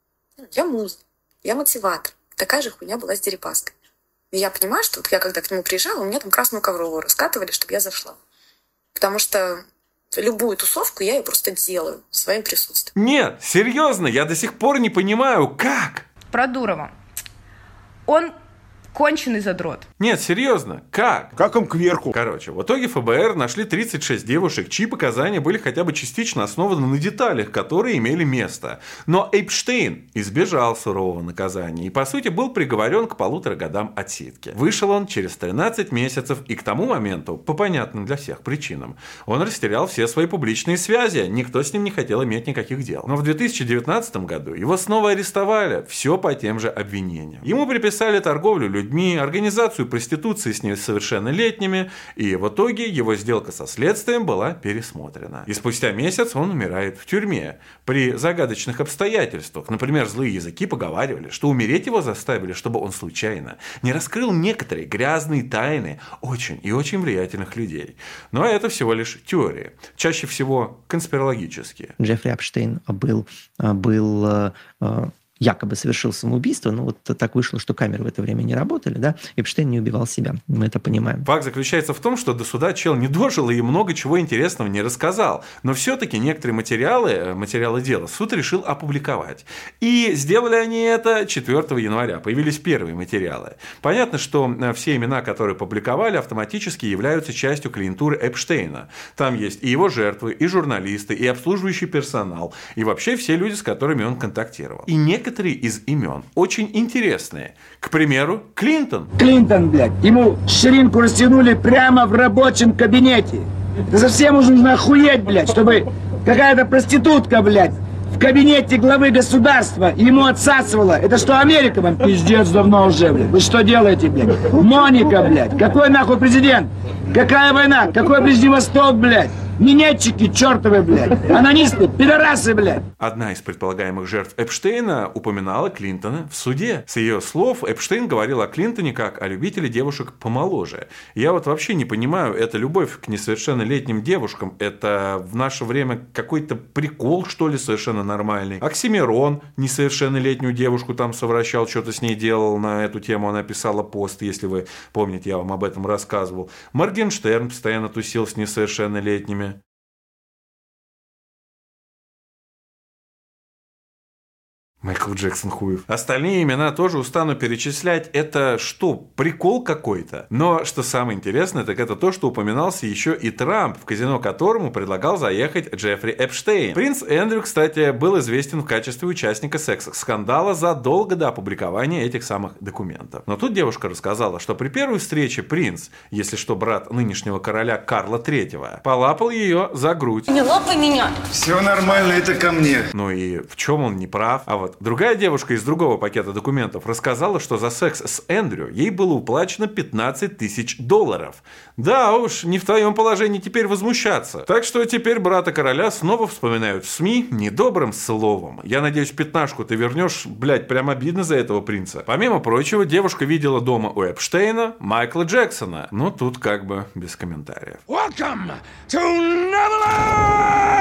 Я муза, я мотиватор. Такая же хуйня была с Дерипаской. И я понимаю, что вот я когда к нему приезжала, у меня там красную ковровую раскатывали, чтобы я зашла. Потому что любую тусовку я ее просто делаю своим присутствием. Нет, серьезно, я до сих пор не понимаю, как? Про Дурова. Он... конченый задрот. Нет, серьезно, как? Как им кверху? Короче, в итоге ФБР нашли тридцать шесть девушек, чьи показания были хотя бы частично основаны на деталях, которые имели место. Но Эйпштейн избежал сурового наказания и, по сути, был приговорен к полутора годам отсидки. Вышел он через тринадцать месяцев, и к тому моменту, по понятным для всех причинам, он растерял все свои публичные связи, никто с ним не хотел иметь никаких дел. Но в две тысячи девятнадцатом году его снова арестовали, все по тем же обвинениям. Ему приписали торговлю людьми, организацию проституции с несовершеннолетними, и в итоге его сделка со следствием была пересмотрена. И спустя месяц он умирает в тюрьме при загадочных обстоятельствах. Например, злые языки поговаривали, что умереть его заставили, чтобы он случайно не раскрыл некоторые грязные тайны очень и очень влиятельных людей. Но это всего лишь теории, чаще всего конспирологические. Джеффри Эпштейн был, был якобы совершил самоубийство, но вот так вышло, что камеры в это время не работали, да, Эпштейн не убивал себя, мы это понимаем. Факт заключается в том, что до суда чел не дожил и много чего интересного не рассказал, но все-таки некоторые материалы, материалы дела суд решил опубликовать. И сделали они это четвёртого января, появились первые материалы. Понятно, что все имена, которые публиковали, автоматически являются частью клиентуры Эпштейна. Там есть и его жертвы, и журналисты, и обслуживающий персонал, и вообще все люди, с которыми он контактировал. И некоторые Некоторые из имен очень интересные. К примеру, Клинтон. Клинтон, блядь, ему ширинку растянули прямо в рабочем кабинете. Да совсем уже нужно охуеть, блядь, чтобы какая-то проститутка, блядь, в кабинете главы государства ему отсасывала. Это что, Америка вам? Пиздец давно уже, блядь. Вы что делаете, блядь? Моника, блядь. Какой нахуй президент? Какая война? Какой Ближний Восток, блядь? Минетчики чертовы, блядь. Анонисты, пидорасы, блядь. Одна из предполагаемых жертв Эпштейна упоминала Клинтона в суде. С ее слов Эпштейн говорил о Клинтоне как о любителе девушек помоложе. Я вот вообще не понимаю, это любовь к несовершеннолетним девушкам, это в наше время какой-то прикол, что ли, совершенно нормальный. Оксимирон несовершеннолетнюю девушку там совращал, что-то с ней делал на эту тему, она писала пост, если вы помните, я вам об этом рассказывал. Моргенштерн постоянно тусил с несовершеннолетними. Майкл Джексон хуев. Остальные имена тоже устану перечислять. Это что, прикол какой-то? Но что самое интересное, так это то, что упоминался еще и Трамп, в казино которому предлагал заехать Джеффри Эпштейн. Принц Эндрю, кстати, был известен в качестве участника секс-скандала задолго до опубликования этих самых документов. Но тут девушка рассказала, что при первой встрече принц, если что, брат нынешнего короля Карла Третьего, полапал ее за грудь. Не лапай меня! Все нормально, это ко мне. Ну и в чем он не прав? А вот другая девушка из другого пакета документов рассказала, что за секс с Эндрю ей было уплачено пятнадцать тысяч долларов. Да уж, не в твоем положении теперь возмущаться. Так что теперь брата короля снова вспоминают в СМИ недобрым словом. Я надеюсь, пятнашку ты вернешь, блять, прям обидно за этого принца. Помимо прочего, девушка видела дома у Эпштейна Майкла Джексона. Ну, тут как бы без комментариев. Welcome to Neverland!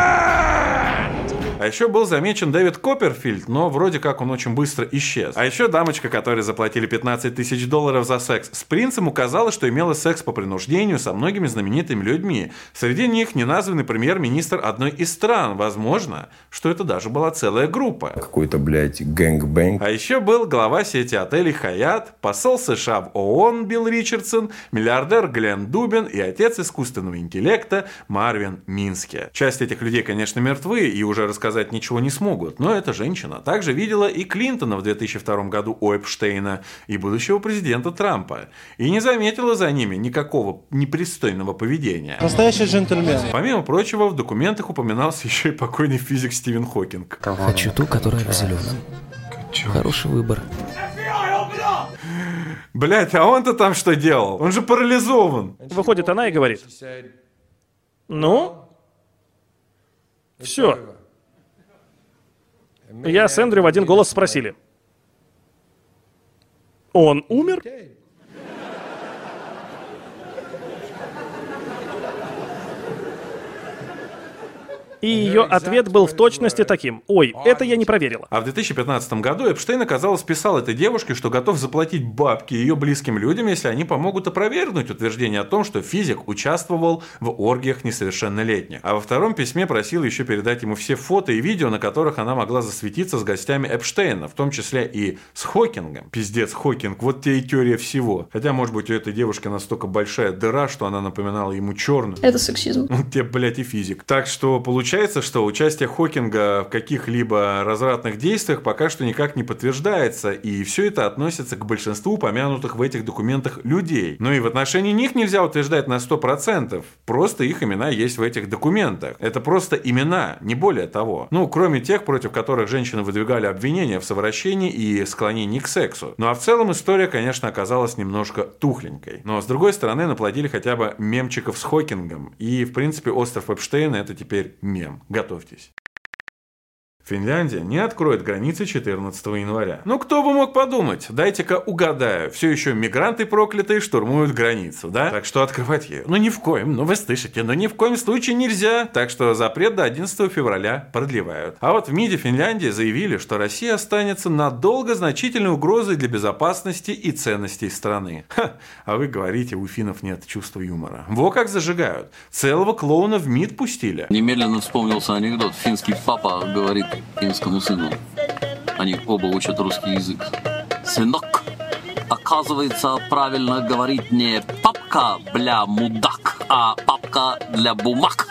А еще был замечен Дэвид Копперфильд, но вроде как он очень быстро исчез. А еще дамочка, которой заплатили пятнадцать тысяч долларов за секс с принцем, указала, что имела секс по принуждению со многими знаменитыми людьми. Среди них неназванный премьер-министр одной из стран. Возможно, что это даже была целая группа. Какой-то, блядь, гэнг-бэнг. А еще был глава сети отелей «Хаят», посол США в ООН Билл Ричардсон, миллиардер Глен Дубин и отец искусственного интеллекта Марвин Мински. Часть этих людей, конечно, мертвы и уже рассказали ничего не смогут, но эта женщина также видела и Клинтона в две тысячи втором году у Эпштейна, и будущего президента Трампа, и не заметила за ними никакого непристойного поведения. Настоящий джентльмен. Помимо прочего, в документах упоминался еще и покойный физик Стивен Хокинг. Хочу ту, которая в зеленом. Хороший выбор. Блять, а он-то там что делал? Он же парализован. Выходит она и говорит: ну, все. Я с Эндрю в один голос спросили: он умер? И ее ответ был в точности таким: ой, это я не проверила. А в две тысячи пятнадцатом году Эпштейн, оказалось, писал этой девушке, что готов заплатить бабки ее близким людям, если они помогут опровергнуть утверждение о том, что физик участвовал в оргиях несовершеннолетних. А во втором письме просил еще передать ему все фото и видео, на которых она могла засветиться с гостями Эпштейна, в том числе и с Хокингом. Пиздец, Хокинг, вот тебе и теория всего. Хотя, может быть, у этой девушки настолько большая дыра, что она напоминала ему черную. Это сексизм. Вот тебе, блядь, и физик. Так что получается, Получается, что участие Хокинга в каких-либо развратных действиях пока что никак не подтверждается, и все это относится к большинству упомянутых в этих документах людей. Ну и в отношении них нельзя утверждать на сто процентов, просто их имена есть в этих документах. Это просто имена, не более того. Ну, кроме тех, против которых женщины выдвигали обвинения в совращении и склонении к сексу. Ну а в целом история, конечно, оказалась немножко тухленькой. Но с другой стороны, наплодили хотя бы мемчиков с Хокингом, и в принципе остров Эпштейна это теперь мем. Готовьтесь. Финляндия не откроет границы четырнадцатого января. Ну, кто бы мог подумать? Дайте-ка угадаю. Все еще мигранты проклятые штурмуют границу, да? Так что открывать ее, ну ни в коем, ну вы слышите, ну ни в коем случае нельзя. Так что запрет до одиннадцатого февраля продлевают. А вот в МИДе Финляндии заявили, что Россия останется надолго значительной угрозой для безопасности и ценностей страны. Ха, а вы говорите, у финнов нет чувства юмора. Во как зажигают. Целого клоуна в МИД пустили. Немедленно вспомнился анекдот. Финский папа говорит финскому сыну. Они оба учат русский язык. Сынок, оказывается, правильно говорить не папка, бля, мудак, а папка для бумаг.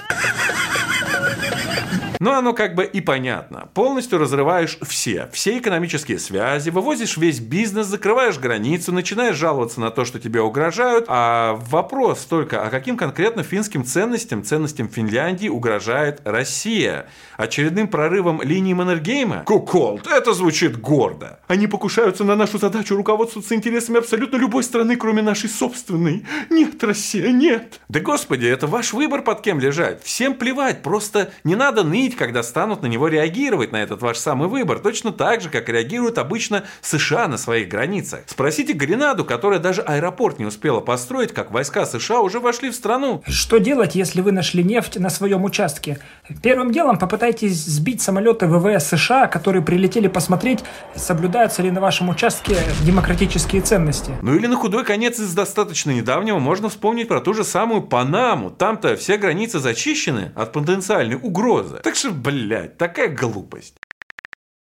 Ну, оно как бы и понятно. Полностью разрываешь все, все экономические связи, вывозишь весь бизнес, закрываешь границу, начинаешь жаловаться на то, что тебе угрожают. А вопрос только, а каким конкретно финским ценностям, ценностям Финляндии угрожает Россия? Очередным прорывом линии Маннергейма? Куколд, это звучит гордо. Они покушаются на нашу задачу руководствоваться интересами абсолютно любой страны, кроме нашей собственной. Нет, Россия, нет. Да господи, это ваш выбор, под кем лежать. Всем плевать, просто не надо ныть, когда станут на него реагировать, на этот ваш самый выбор, точно так же, как реагируют обычно США на своих границах. Спросите Гренаду, которая даже аэропорт не успела построить, как войска США уже вошли в страну. Что делать, если вы нашли нефть на своем участке? Первым делом попытайтесь сбить самолеты ВВС США, которые прилетели посмотреть, соблюдаются ли на вашем участке демократические ценности. Ну или на худой конец из достаточно недавнего можно вспомнить про ту же самую Панаму. Там-то все границы зачищены от потенциальной угрозы. Так что, блядь, такая глупость.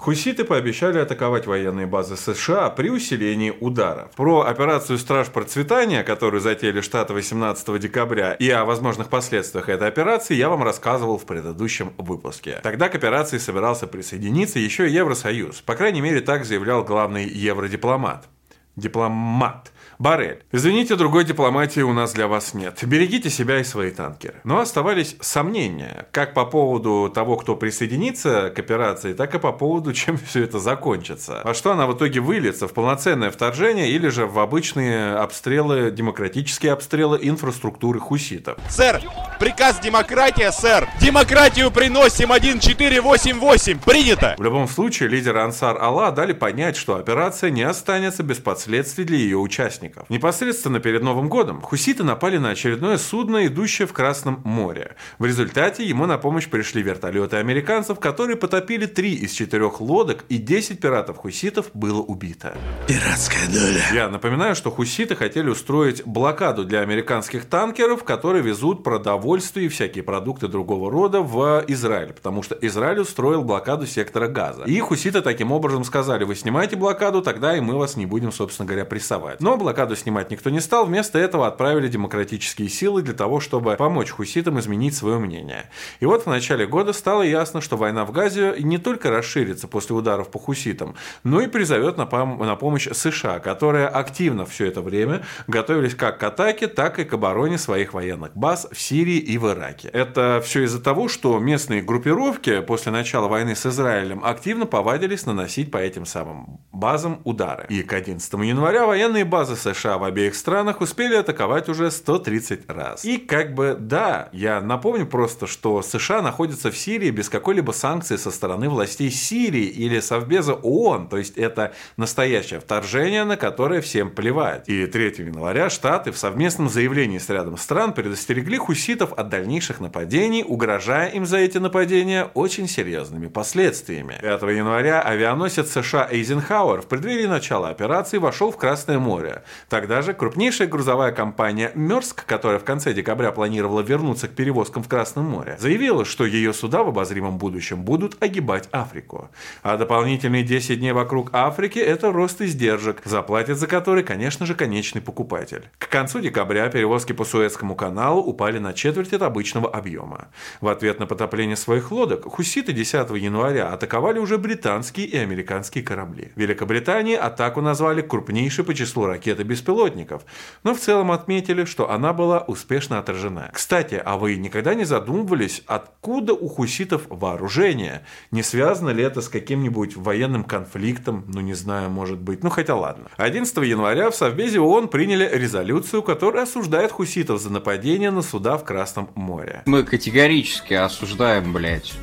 Хуситы пообещали атаковать военные базы США при усилении ударов. Про операцию «Страж процветания», которую затеяли Штаты восемнадцатого декабря, и о возможных последствиях этой операции я вам рассказывал в предыдущем выпуске. Тогда к операции собирался присоединиться еще и Евросоюз. По крайней мере, так заявлял главный евродипломат. Дипломат. Боррель. Извините, другой дипломатии у нас для вас нет. Берегите себя и свои танкеры. Но оставались сомнения, как по поводу того, кто присоединится к операции, так и по поводу, чем все это закончится. Во что она в итоге выльется? В полноценное вторжение или же в обычные обстрелы, демократические обстрелы инфраструктуры хуситов? Сэр, приказ демократия, сэр. Демократию приносим один четыре восемь восемь. Принято! В любом случае, лидеры Ансар Аллах дали понять, что операция не останется без последствий для ее участников. Непосредственно перед Новым годом хуситы напали на очередное судно, идущее в Красном море. В результате ему на помощь пришли вертолеты американцев, которые потопили три из четырех лодок, и десять пиратов-хуситов было убито. Пиратская доля. Я напоминаю, что хуситы хотели устроить блокаду для американских танкеров, которые везут продовольствие и всякие продукты другого рода в Израиль, потому что Израиль устроил блокаду сектора Газа. И хуситы таким образом сказали: вы снимаете блокаду, тогда и мы вас не будем, собственно говоря, прессовать. Но блокаду снимать никто не стал, вместо этого отправили демократические силы для того, чтобы помочь хуситам изменить свое мнение. И вот в начале года стало ясно, что война в Газе не только расширится после ударов по хуситам, но и призовет на, пом- на помощь США, которые активно все это время готовились как к атаке, так и к обороне своих военных баз в Сирии и в Ираке. Это все из-за того, что местные группировки после начала войны с Израилем активно повадились наносить по этим самым базам удары. И к одиннадцатому января военные базы США в обеих странах успели атаковать уже сто тридцать раз. И как бы да, я напомню просто, что США находятся в Сирии без какой-либо санкции со стороны властей Сирии или Совбеза ООН, то есть это настоящее вторжение, на которое всем плевать. И третьего января Штаты в совместном заявлении с рядом стран предостерегли хуситов от дальнейших нападений, угрожая им за эти нападения очень серьезными последствиями. пятого января авианосец США Эйзенхауэр в преддверии начала операции вошел в Красное море. Тогда же крупнейшая грузовая компания Мёрск, которая в конце декабря планировала вернуться к перевозкам в Красном море, заявила, что ее суда в обозримом будущем будут огибать Африку. А дополнительные десять дней вокруг Африки – это рост издержек, заплатит за который, конечно же, конечный покупатель. К концу декабря перевозки по Суэцкому каналу упали на четверть от обычного объема. В ответ на потопление своих лодок хуситы десятого января атаковали уже британские и американские корабли. В Великобритании атаку назвали крупнейшей по числу ракеты беспилотников, но в целом отметили, что она была успешно отражена. Кстати, а вы никогда не задумывались, откуда у хуситов вооружение? Не связано ли это с каким-нибудь военным конфликтом? Ну, не знаю, может быть. Ну, хотя ладно. одиннадцатого января в Совбезе ООН приняли резолюцию, которая осуждает хуситов за нападение на суда в Красном море. Мы категорически осуждаем, блядь,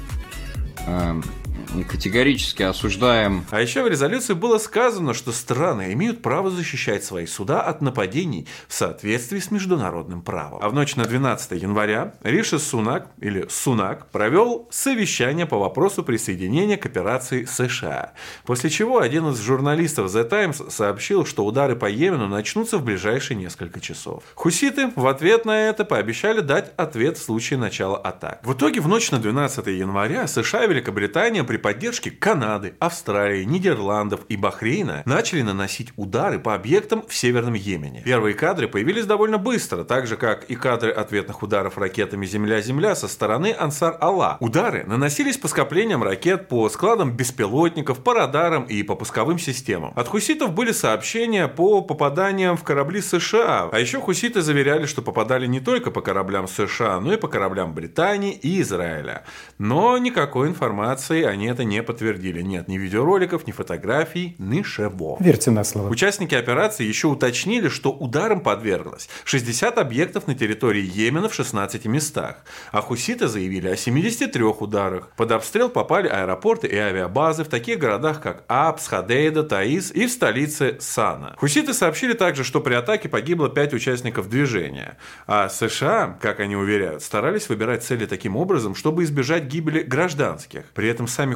эм... категорически осуждаем. А еще в резолюции было сказано, что страны имеют право защищать свои суда от нападений в соответствии с международным правом. А в ночь на двенадцатого января Риши Сунак, или Сунак, провел совещание по вопросу присоединения к операции США. После чего один из журналистов The Times сообщил, что удары по Йемену начнутся в ближайшие несколько часов. Хуситы в ответ на это пообещали дать ответ в случае начала атак. В итоге в ночь на двенадцатого января США и Великобритания при поддержке Канады, Австралии, Нидерландов и Бахрейна начали наносить удары по объектам в Северном Йемене. Первые кадры появились довольно быстро, так же как и кадры ответных ударов ракетами «Земля-Земля» со стороны Ансар Аллах. Удары наносились по скоплениям ракет, по складам беспилотников, по радарам и по пусковым системам. От хуситов были сообщения по попаданиям в корабли США, а еще хуситы заверяли, что попадали не только по кораблям США, но и по кораблям Британии и Израиля. Но никакой информации они это не подтвердили. Нет ни видеороликов, ни фотографий, ничего. Верьте на слово. Участники операции еще уточнили, что ударом подверглось шестьдесят объектов на территории Йемена в шестнадцати местах, а хуситы заявили о семидесяти трёх ударах. Под обстрел попали аэропорты и авиабазы в таких городах, как Абс, Ходейда, Таиз и в столице Сана. Хуситы сообщили также, что при атаке погибло пять участников движения, а США, как они уверяют, старались выбирать цели таким образом, чтобы избежать гибели гражданских. При этом сами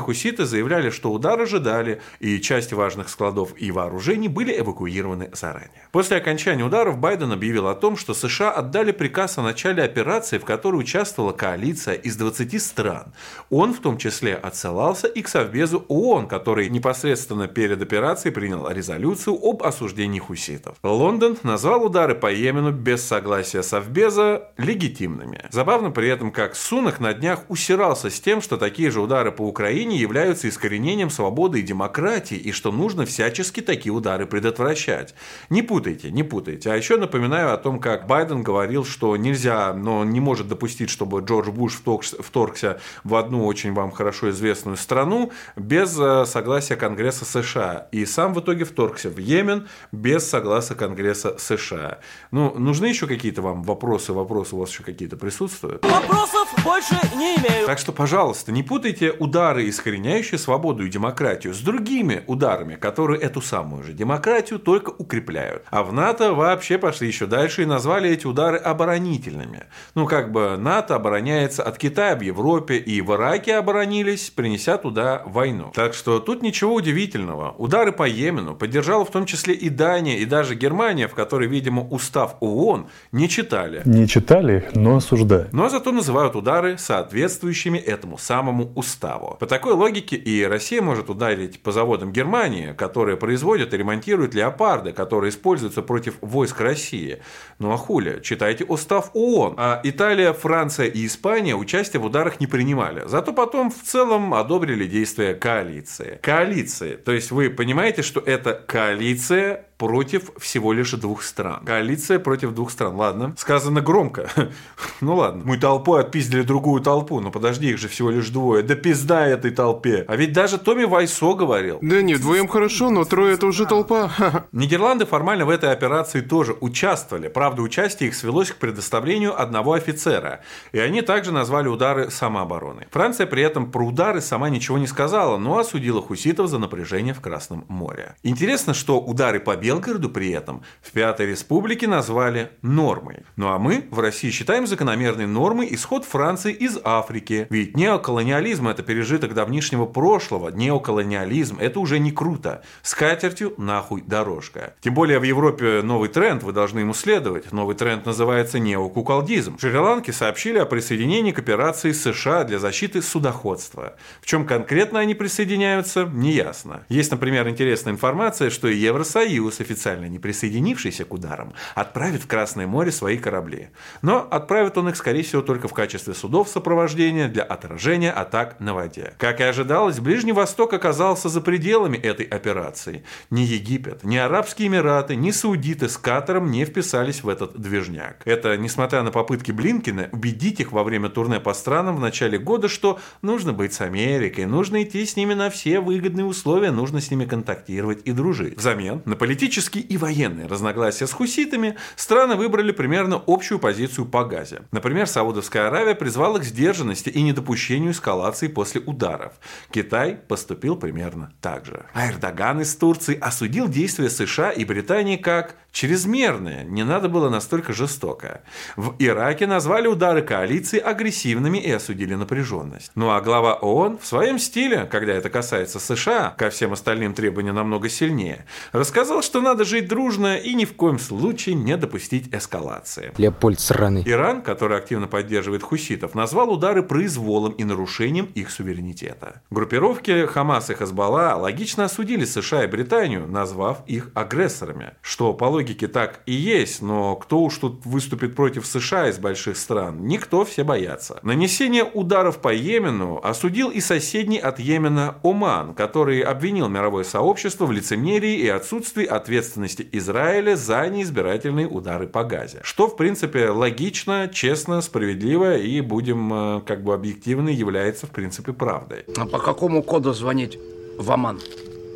хуситы заявляли, что удар ожидали, и часть важных складов и вооружений были эвакуированы заранее. После окончания ударов Байден объявил о том, что США отдали приказ о начале операции, в которой участвовала коалиция из двадцати стран. Он в том числе отсылался и к Совбезу ООН, который непосредственно перед операцией принял резолюцию об осуждении хуситов. Лондон назвал удары по Йемену без согласия Совбеза легитимными. Забавно при этом, как Сунак на днях усирался с тем, что такие же удары по Украине являются искоренением свободы и демократии, и что нужно всячески такие удары предотвращать. Не путайте, не путайте. А еще напоминаю о том, как Байден говорил, что нельзя, но он не может допустить, чтобы Джордж Буш вторгся в одну очень вам хорошо известную страну без согласия Конгресса США. И сам в итоге вторгся в Йемен без согласия Конгресса США. Ну, нужны еще какие-то вам вопросы? Вопросы у вас еще какие-то присутствуют? Вопросов больше не имею. Так что, пожалуйста, не путайте удары, искореняющие свободу и демократию, с другими ударами, которые эту самую же демократию только укрепляют. А в НАТО вообще пошли еще дальше и назвали эти удары оборонительными. Ну, как бы НАТО обороняется от Китая в Европе, и в Ираке оборонились, принеся туда войну. Так что тут ничего удивительного. Удары по Йемену поддержала в том числе и Дания, и даже Германия, в которой, видимо, устав ООН не читали. Не читали, но осуждают. Но зато называют удары соответствующими этому самому уставу. По такой логике и Россия может ударить по заводам Германии, которые производят и ремонтируют леопарды, которые используются против войск России. Ну а хули, читайте устав ООН. А Италия, Франция и Испания участие в ударах не принимали. Зато потом в целом одобрили действия коалиции. Коалиции. То есть вы понимаете, что это коалиция против всего лишь двух стран. Коалиция против двух стран. Ладно. Сказано громко. Ну ладно. Мы толпой отпиздили другую толпу. Но подожди, их же всего лишь двое. Да пизда этой толпе. А ведь даже Томми Вайсо говорил. Да не, вдвоем хорошо, но трое это уже толпа. Нидерланды формально в этой операции тоже участвовали. Правда, участие их свелось к предоставлению одного офицера. И они также назвали удары самообороной. Франция при этом про удары сама ничего не сказала, но осудила хуситов за напряжение в Красном море. Интересно, что удары по Белгороду при этом в Пятой Республике назвали нормой. Ну а мы в России считаем закономерной нормой исход Франции из Африки. Ведь неоколониализм – это пережиток давнишнего прошлого. Неоколониализм – это уже не круто. С катертью нахуй дорожка. Тем более в Европе новый тренд, вы должны ему следовать. Новый тренд называется неокуколдизм. В Шри-Ланке сообщили о присоединении к операции США для защиты судоходства. В чем конкретно они присоединяются, неясно. Есть, например, интересная информация, что и Евросоюз, официально не присоединившийся к ударам, отправит в Красное море свои корабли. Но отправит он их, скорее всего, только в качестве судов сопровождения для отражения атак на воде. Как и ожидалось, Ближний Восток оказался за пределами этой операции. Ни Египет, ни Арабские Эмираты, ни саудиты с Катаром не вписались в этот движняк. Это несмотря на попытки Блинкена убедить их во время турне по странам в начале года, что нужно быть с Америкой, нужно идти с ними на все выгодные условия, нужно с ними контактировать и дружить. Взамен на политические и военные разногласия с хуситами страны выбрали примерно общую позицию по Газе. Например, Саудовская Аравия призвала к сдержанности и недопущению эскалации после ударов. Китай поступил примерно так же. А Эрдоган из Турции осудил действия США и Британии как чрезмерные, не надо было настолько жестоко. В Ираке назвали удары коалиции агрессивными и осудили напряженность. Ну а глава ООН в своем стиле, когда это касается США, ко всем остальным требования намного сильнее, рассказал, что надо жить дружно и ни в коем случае не допустить эскалации. Леопольд сраный. Иран, который активно поддерживает хуситов, назвал удары произволом и нарушением их суверенитета. Группировки Хамас и Хезболла логично осудили США и Британию, назвав их агрессорами. Что по логике так и есть, но кто уж тут выступит против США из больших стран? Никто, все боятся. Нанесение ударов по Йемену осудил и соседний от Йемена Оман, который обвинил мировое сообщество в лицемерии и отсутствии ответственности Израиля за неизбирательные удары по Газе. Что, в принципе, логично, честно, справедливо и, будем как бы объективны, является, в принципе, правдой. А по какому коду звонить в Оман?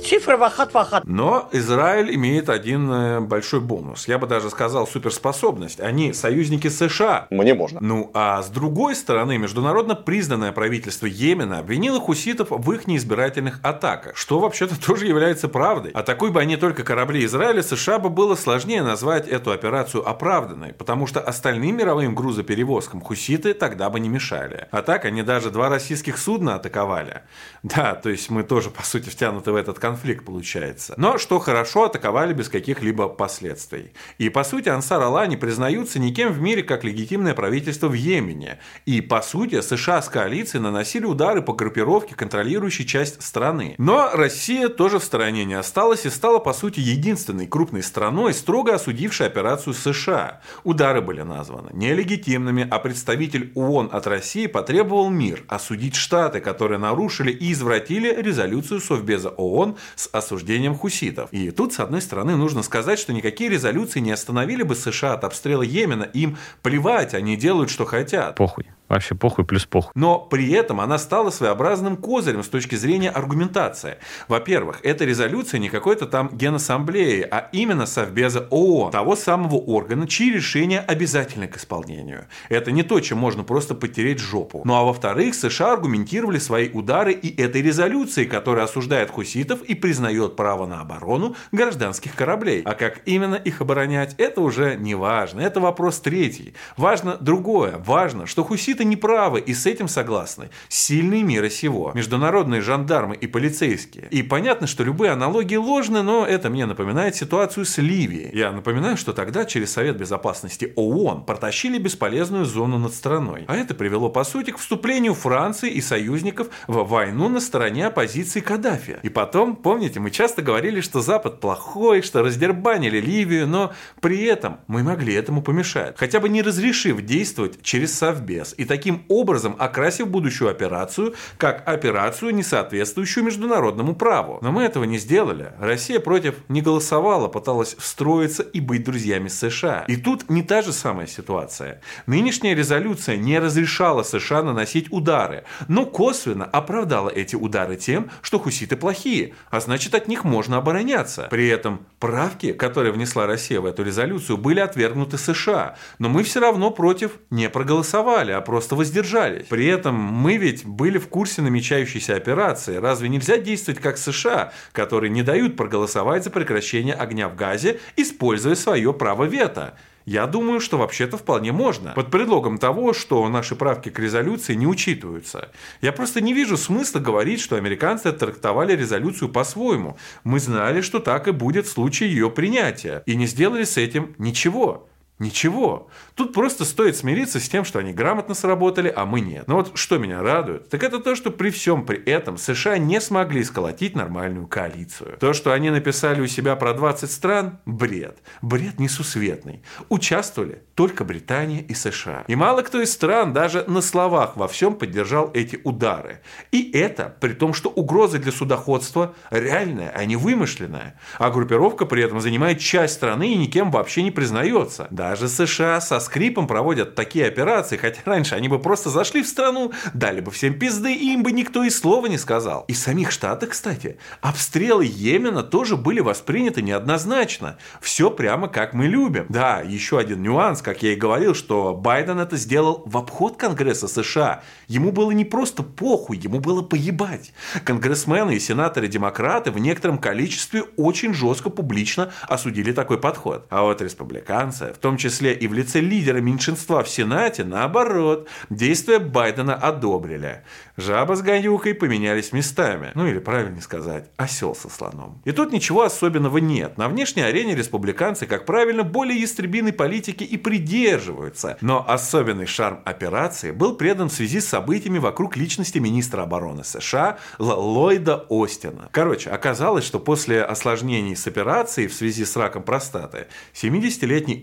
цифры вахат-вахат. Но Израиль имеет один большой бонус. Я бы даже сказал суперспособность. Они союзники США. Мне можно. Ну, а с другой стороны, международно признанное правительство Йемена обвинило хуситов в их неизбирательных атаках, что вообще-то тоже является правдой. Атакуй бы они только корабли Израиля, США бы было сложнее назвать эту операцию оправданной, потому что остальным мировым грузоперевозкам хуситы тогда бы не мешали. А так они даже два российских судна атаковали. Да, то есть мы тоже, по сути, втянуты в этот конфликт, получается. Но, что хорошо, атаковали без каких-либо последствий. И, по сути, Ансар Аллах не признаются никем в мире как легитимное правительство в Йемене. И, по сути, США с коалицией наносили удары по группировке, контролирующей часть страны. Но Россия тоже в стороне не осталась и стала, по сути, единственной крупной страной, строго осудившей операцию США. Удары были названы нелегитимными, а представитель ООН от России потребовал мир, осудить Штаты, которые нарушили и извратили резолюцию Совбеза ООН с осуждением хуситов. И тут, с одной стороны, нужно сказать, что никакие резолюции не остановили бы США от обстрела Йемена, им плевать, они делают, что хотят. Похуй. Вообще похуй плюс похуй. Но при этом она стала своеобразным козырем с точки зрения аргументации. Во-первых, эта резолюция не какой-то там Генассамблеи, а именно Совбеза ООН, того самого органа, чьи решения обязательны к исполнению. Это не то, чем можно просто потереть жопу. Ну а во-вторых, США аргументировали свои удары и этой резолюцией, которая осуждает хуситов и признает право на оборону гражданских кораблей. А как именно их оборонять, это уже не важно. Это вопрос третий. Важно другое. Важно, что хуситы не правы и с этим согласны сильные мира сего, международные жандармы и полицейские. И понятно, что любые аналогии ложны, но это мне напоминает ситуацию с Ливией. Я напоминаю, что тогда через Совет Безопасности ООН протащили бесполезную зону над страной. А это привело, по сути, к вступлению Франции и союзников в войну на стороне оппозиции Каддафи. И потом, помните, мы часто говорили, что Запад плохой, что раздербанили Ливию, но при этом мы могли этому помешать, хотя бы не разрешив действовать через Совбез и таким образом окрасив будущую операцию как операцию, не соответствующую международному праву. Но мы этого не сделали. Россия против не голосовала, пыталась встроиться и быть друзьями с США. И тут не та же самая ситуация. Нынешняя резолюция не разрешала США наносить удары, но косвенно оправдала эти удары тем, что хуситы плохие, а значит, от них можно обороняться. При этом правки, которые внесла Россия в эту резолюцию, были отвергнуты США, но мы все равно против не проголосовали, а просто воздержались. При этом мы ведь были в курсе намечающейся операции. Разве нельзя действовать как США, которые не дают проголосовать за прекращение огня в Газе, используя свое право вето? Я думаю, что вообще-то вполне можно. Под предлогом того, что наши правки к резолюции не учитываются. Я просто не вижу смысла говорить, что американцы трактовали резолюцию по-своему. Мы знали, что так и будет в случае ее принятия. И не сделали с этим ничего. Ничего. Тут просто стоит смириться с тем, что они грамотно сработали, а мы нет. Но вот что меня радует, так это то, что при всем при этом США не смогли сколотить нормальную коалицию. То, что они написали у себя про двадцать стран – бред. Бред несусветный. Участвовали только Британия и США. И мало кто из стран даже на словах во всем поддержал эти удары. И это при том, что угроза для судоходства реальная, а не вымышленная. А группировка при этом занимает часть страны и никем вообще не признается. Даже США со скрипом проводят такие операции, хотя раньше они бы просто зашли в страну, дали бы всем пизды, и им бы никто и слова не сказал. И в самих Штатах, кстати, обстрелы Йемена тоже были восприняты неоднозначно. Все прямо как мы любим. Да, еще один нюанс, как я и говорил, что Байден это сделал в обход Конгресса США. Ему было не просто похуй, ему было поебать. Конгрессмены и сенаторы-демократы в некотором количестве очень жестко публично осудили такой подход. А вот республиканцы, в том числе и в лице лидера меньшинства в Сенате, наоборот, действия Байдена одобрили. Жаба с гадюкой поменялись местами. Ну или правильнее сказать, осел со слоном. И тут ничего особенного нет. На внешней арене республиканцы, как правильно, более ястребиной политики и придерживаются. Но особенный шарм операции был предан в связи с событиями вокруг личности министра обороны США Ллойда Остина. Короче, оказалось, что после осложнений с операцией в связи с раком простаты семидесятилетний Остин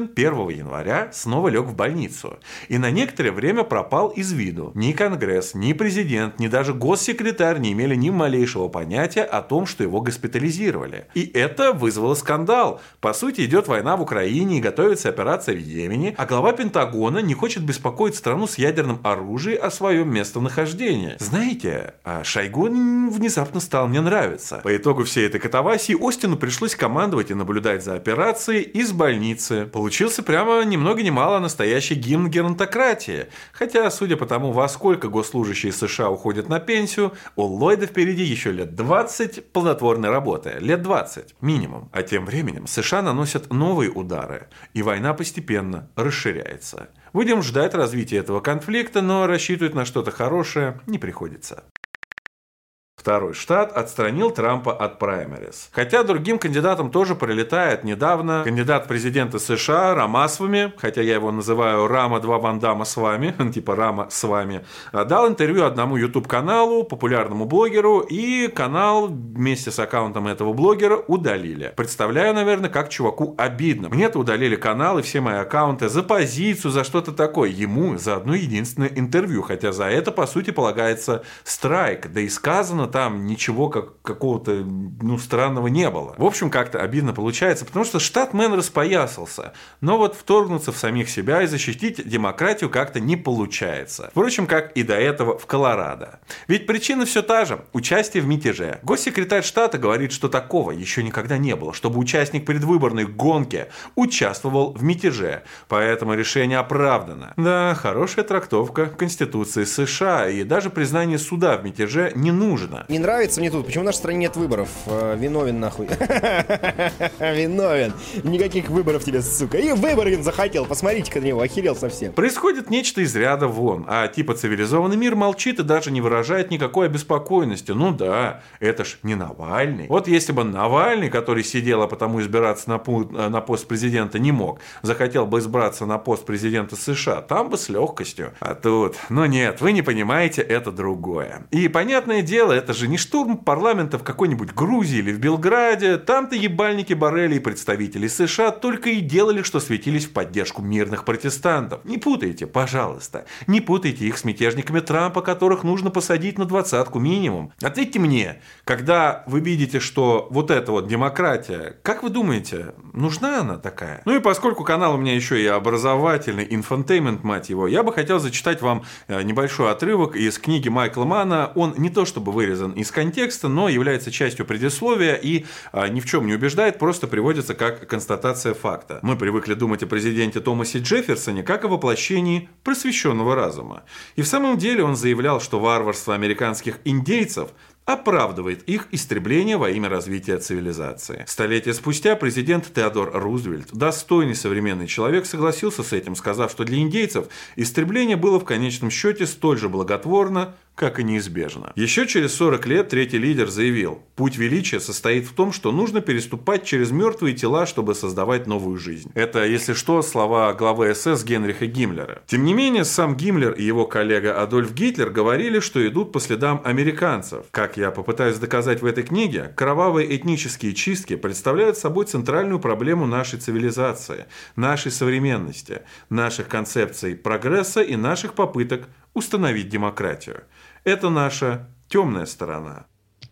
Путин первого января снова лег в больницу и на некоторое время пропал из виду. Ни Конгресс, ни президент, ни даже госсекретарь не имели ни малейшего понятия о том, что его госпитализировали. И это вызвало скандал. По сути, идет война в Украине и готовится операция в Йемене, а глава Пентагона не хочет беспокоить страну с ядерным оружием о своем местонахождении. Знаете, Шойгу внезапно стал мне нравиться. По итогу всей этой катавасии Остину пришлось командовать и наблюдать за операцией из больницы. Получился прямо ни много ни мало настоящий гимн геронтократии. Хотя, судя по тому, во сколько госслужащие США уходят на пенсию, у Ллойда впереди еще лет двадцать плодотворной работы. Лет двадцать минимум. А тем временем США наносят новые удары, и война постепенно расширяется. Будем ждать развития этого конфликта, но рассчитывать на что-то хорошее не приходится. Второй штат отстранил Трампа от праймерис. Хотя другим кандидатам тоже прилетает. Недавно кандидат в президенты США Рамасвами, хотя я его называю Рама два Ван Дамма с вами, типа Рама с вами, дал интервью одному YouTube-каналу, популярному блогеру, и канал вместе с аккаунтом этого блогера удалили. Представляю, наверное, как чуваку обидно. Мне-то удалили канал и все мои аккаунты за позицию, за что-то такое. Ему за одно единственное интервью, хотя за это, по сути, полагается страйк. Да и сказано там ничего как, какого-то ну, странного не было. В общем, как-то обидно получается, потому что штат-мен распоясался. Но вот вторгнуться в самих себя и защитить демократию как-то не получается. Впрочем, как и до этого в Колорадо. Ведь причина все та же – участие в мятеже. Госсекретарь штата говорит, что такого еще никогда не было, чтобы участник предвыборной гонки участвовал в мятеже. Поэтому решение оправдано. Да, хорошая трактовка Конституции США, и даже признание суда в мятеже не нужно. Не нравится мне тут, почему в нашей стране нет выборов? Виновен нахуй. Виновен. Никаких выборов тебе, сука. И выборы захотел, посмотрите-ка на него, охерел совсем. Происходит нечто из ряда вон, а типа цивилизованный мир молчит и даже не выражает никакой обеспокоенности. Ну да, это ж не Навальный. Вот если бы Навальный, который сидел, а потому избираться на, пу- на пост президента не мог, захотел бы избраться на пост президента США, там бы с легкостью. А тут, ну нет, вы не понимаете, это другое. И понятное дело, это же не штурм парламента в какой-нибудь Грузии или в Белграде. Там-то ебальники Боррелли и представители США только и делали, что светились в поддержку мирных протестантов. Не путайте, пожалуйста. Не путайте их с мятежниками Трампа, которых нужно посадить на двадцатку минимум. Ответьте мне, когда вы видите, что вот эта вот демократия, как вы думаете, нужна она такая? Ну и поскольку канал у меня еще и образовательный, инфонтеймент, мать его, я бы хотел зачитать вам небольшой отрывок из книги Майкла Манна. Он не то чтобы вырезан из контекста, но является частью предисловия и а, ни в чем не убеждает, просто приводится как констатация факта. Мы привыкли думать о президенте Томасе Джефферсоне как о воплощении просвещенного разума. И в самом деле он заявлял, что варварство американских индейцев оправдывает их истребление во имя развития цивилизации. Столетия спустя президент Теодор Рузвельт, достойный современный человек, согласился с этим, сказав, что для индейцев истребление было в конечном счете столь же благотворно, как и неизбежно. Еще через сорок лет третий лидер заявил: путь величия состоит в том, что нужно переступать через мертвые тела, чтобы создавать новую жизнь. Это, если что, слова главы СС Генриха Гиммлера. Тем не менее, сам Гиммлер и его коллега Адольф Гитлер говорили, что идут по следам американцев. Как я попытаюсь доказать в этой книге, кровавые этнические чистки представляют собой центральную проблему нашей цивилизации, нашей современности, наших концепций прогресса и наших попыток установить демократию. Это наша темная сторона.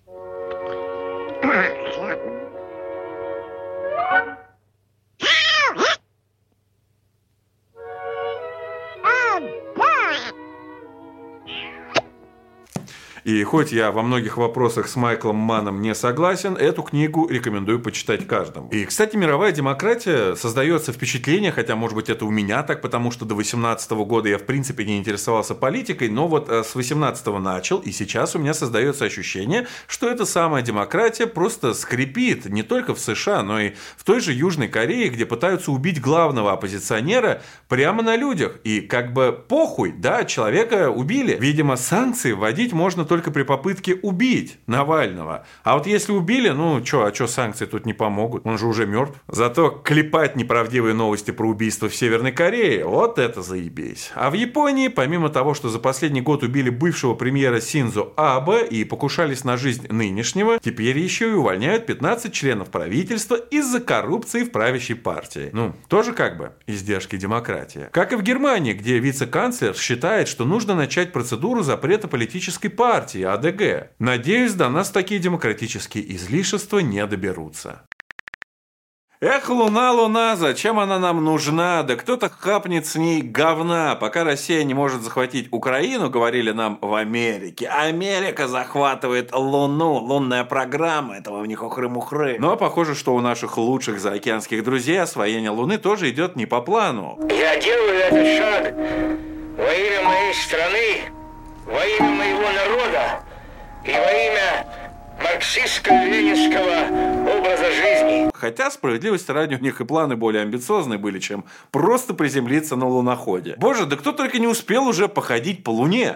И хоть я во многих вопросах с Майклом Манном не согласен, эту книгу рекомендую почитать каждому. И, кстати, мировая демократия создается впечатление, хотя, может быть, это у меня так, потому что до восемнадцатого года я, в принципе, не интересовался политикой, но вот с восемнадцатого начал, и сейчас у меня создается ощущение, что эта самая демократия просто скрипит не только в США, но и в той же Южной Корее, где пытаются убить главного оппозиционера прямо на людях. И как бы похуй, да, человека убили. Видимо, санкции вводить можно только только при попытке убить Навального. А вот если убили, ну чё, а чё санкции тут не помогут? Он же уже мертв. Зато клепать неправдивые новости про убийство в Северной Корее, вот это заебись. А в Японии, помимо того, что за последний год убили бывшего премьера Синдзо Абе и покушались на жизнь нынешнего, теперь еще и увольняют пятнадцать членов правительства из-за коррупции в правящей партии. Ну, тоже как бы издержки демократии. Как и в Германии, где вице-канцлер считает, что нужно начать процедуру запрета политической партии А Д Г. Надеюсь, до нас такие демократические излишества не доберутся. Эх, Луна, Луна, зачем она нам нужна? Да кто-то хапнет с ней говна. Пока Россия не может захватить Украину, говорили нам в Америке. Америка захватывает Луну. Лунная программа, этого в них ухры-мухры. Но похоже, что у наших лучших заокеанских друзей освоение Луны тоже идет не по плану. Я делаю этот шаг во имя моей страны, во имя моего народа и во имя марксистско-ленинского образа жизни. Хотя, справедливости ради, у них и планы более амбициозные были, чем просто приземлиться на луноходе. Боже, да кто только не успел уже походить по Луне.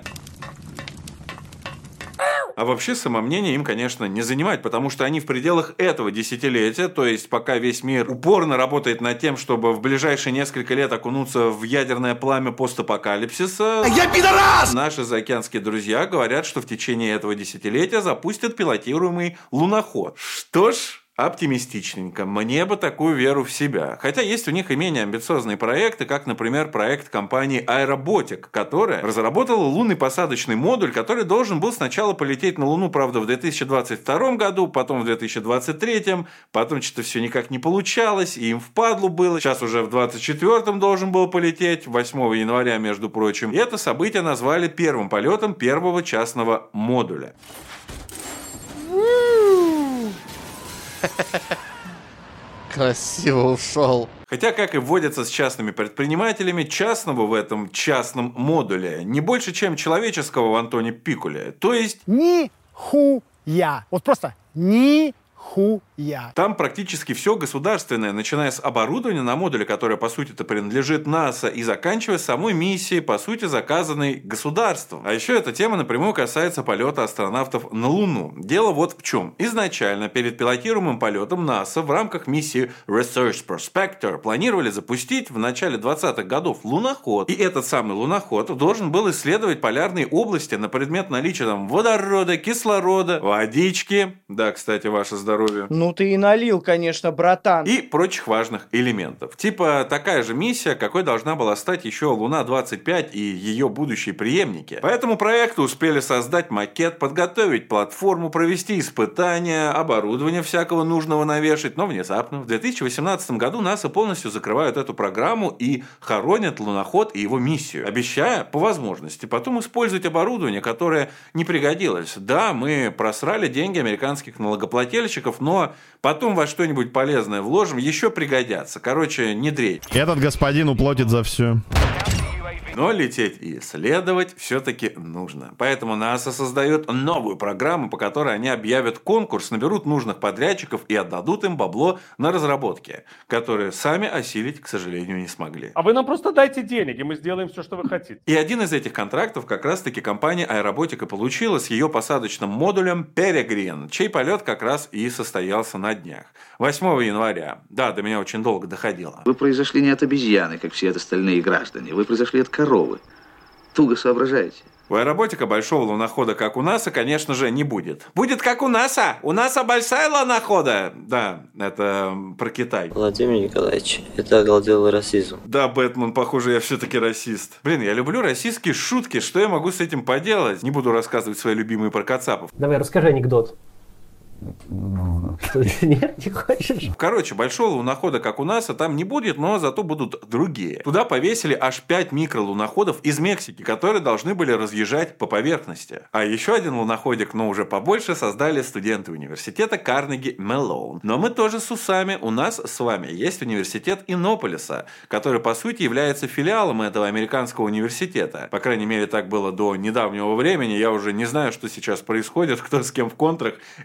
А вообще, самомнение им, конечно, не занимать, потому что они в пределах этого десятилетия, то есть пока весь мир упорно работает над тем, чтобы в ближайшие несколько лет окунуться в ядерное пламя постапокалипсиса, я пидорас! Наши заокеанские друзья говорят, что в течение этого десятилетия запустят пилотируемый луноход. Что ж... оптимистичненько. Мне бы такую веру в себя. Хотя есть у них и менее амбициозные проекты, как, например, проект компании Aerobotic, которая разработала лунный посадочный модуль, который должен был сначала полететь на Луну, правда, в две тысячи двадцать втором году, потом в две тысячи двадцать третьем, потом что-то все никак не получалось, и им впадлу было. Сейчас уже в двадцать четвёртом должен был полететь, восьмого января, между прочим. И это событие назвали первым полетом первого частного модуля. Красиво ушел. Хотя, как и вводится с частными предпринимателями, частного в этом частном модуле не больше, чем человеческого в Антоне Пикуле. То есть... Ни-ху-я. Вот просто ни Хуя. Там практически все государственное, начиная с оборудования на модуле, которое по сути-то принадлежит НАСА, и заканчивая самой миссией, по сути, заказанной государством. А еще эта тема напрямую касается полета астронавтов на Луну. Дело вот в чем. Изначально перед пилотируемым полетом НАСА в рамках миссии Research Prospector планировали запустить в начале двадцатых годов луноход. И этот самый луноход должен был исследовать полярные области на предмет наличия там водорода, кислорода, водички. Да, кстати, ваше здоровье. Ну ты и налил, конечно, братан. И прочих важных элементов. Типа такая же миссия, какой должна была стать еще Луна двадцать пять и ее будущие преемники. По этому проекту успели создать макет, подготовить платформу, провести испытания, оборудование всякого нужного навешать. Но внезапно в две тысячи восемнадцатом году НАСА полностью закрывают эту программу и хоронят луноход и его миссию, обещая по возможности потом использовать оборудование, которое не пригодилось. Да, мы просрали деньги американских налогоплательщиков, но потом во что-нибудь полезное вложим, еще пригодятся. Короче, не дрейф. Этот господин уплатит за все. Но лететь и исследовать все-таки нужно. Поэтому НАСА создает новую программу, по которой они объявят конкурс, наберут нужных подрядчиков и отдадут им бабло на разработки, которые сами осилить, к сожалению, не смогли. А вы нам просто дайте денег, и мы сделаем все, что вы хотите. И один из этих контрактов как раз-таки компания Aerobotic получила с ее посадочным модулем Peregrine, чей полет как раз и состоялся на днях. восьмого января. Да, до меня очень долго доходило. Вы произошли не от обезьяны, как все остальные граждане. Вы произошли от коровы. Туго соображаете. У Aerobotic большого лунохода, как у НАСА, конечно же, не будет. Будет как у НАСА! У НАСА большая лунохода! Да, это про Китай. Владимир Николаевич, это оголделый расизм. Да, Бэтмен, похоже, я все-таки расист. Блин, я люблю российские шутки, что я могу с этим поделать? Не буду рассказывать свои любимые про кацапов. Давай, расскажи анекдот. Нет, не хочешь? Короче, большого лунохода, как у НАСА, там не будет, но зато будут другие. Туда повесили аж пять микролуноходов из Мексики, которые должны были разъезжать по поверхности. А еще один луноходик, но уже побольше, создали студенты университета Карнеги Меллоун. Но мы тоже с усами. У нас с вами есть университет Иннополиса, который, по сути, является филиалом этого американского университета. По крайней мере, так было до недавнего времени. Я уже не знаю, что сейчас происходит, кто с кем в контрах. Это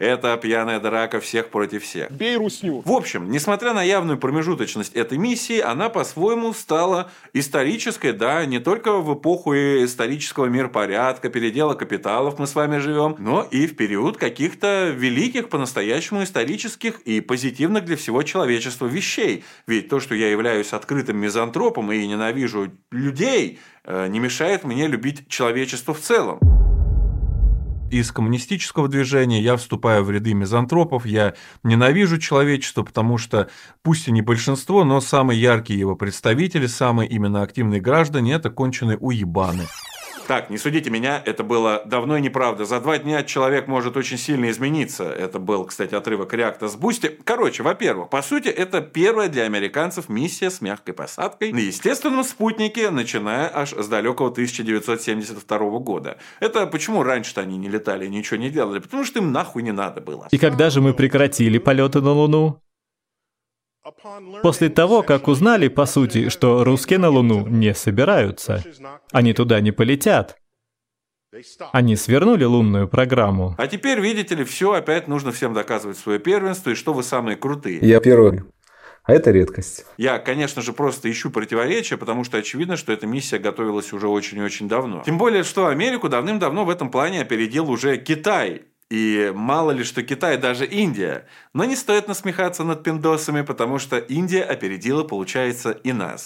пьяная драка всех против всех. Бей русню. В общем, несмотря на явную промежуточность этой миссии, она по-своему стала исторической, да, не только в эпоху исторического миропорядка, передела капиталов мы с вами живем, но и в период каких-то великих, по-настоящему исторических и позитивных для всего человечества вещей. Ведь то, что я являюсь открытым мизантропом и ненавижу людей, не мешает мне любить человечество в целом. Из коммунистического движения я вступаю в ряды мизантропов, я ненавижу человечество, потому что, пусть и не большинство, но самые яркие его представители, самые именно активные граждане – это конченые уебаны. Так, не судите меня, это было давно и неправда. За два дня человек может очень сильно измениться. Это был, кстати, отрывок реакта с Бусти. Короче, во-первых, по сути, это первая для американцев миссия с мягкой посадкой на естественном спутнике, начиная аж с далекого тысяча девятьсот семьдесят второго года. Это почему раньше-то они не летали и ничего не делали? Потому что им нахуй не надо было. И когда же мы прекратили полеты на Луну? После того, как узнали, по сути, что русские на Луну не собираются. Они туда не полетят. Они свернули лунную программу. А теперь, видите ли, все опять нужно всем доказывать свое первенство и что вы самые крутые. Я первый. А это редкость. Я, конечно же, просто ищу противоречия, потому что очевидно, что эта миссия готовилась уже очень и очень давно. Тем более, что Америку давным-давно в этом плане опередил уже Китай. И мало ли, что Китай, даже Индия. Но не стоит насмехаться над пиндосами, потому что Индия опередила, получается, и нас.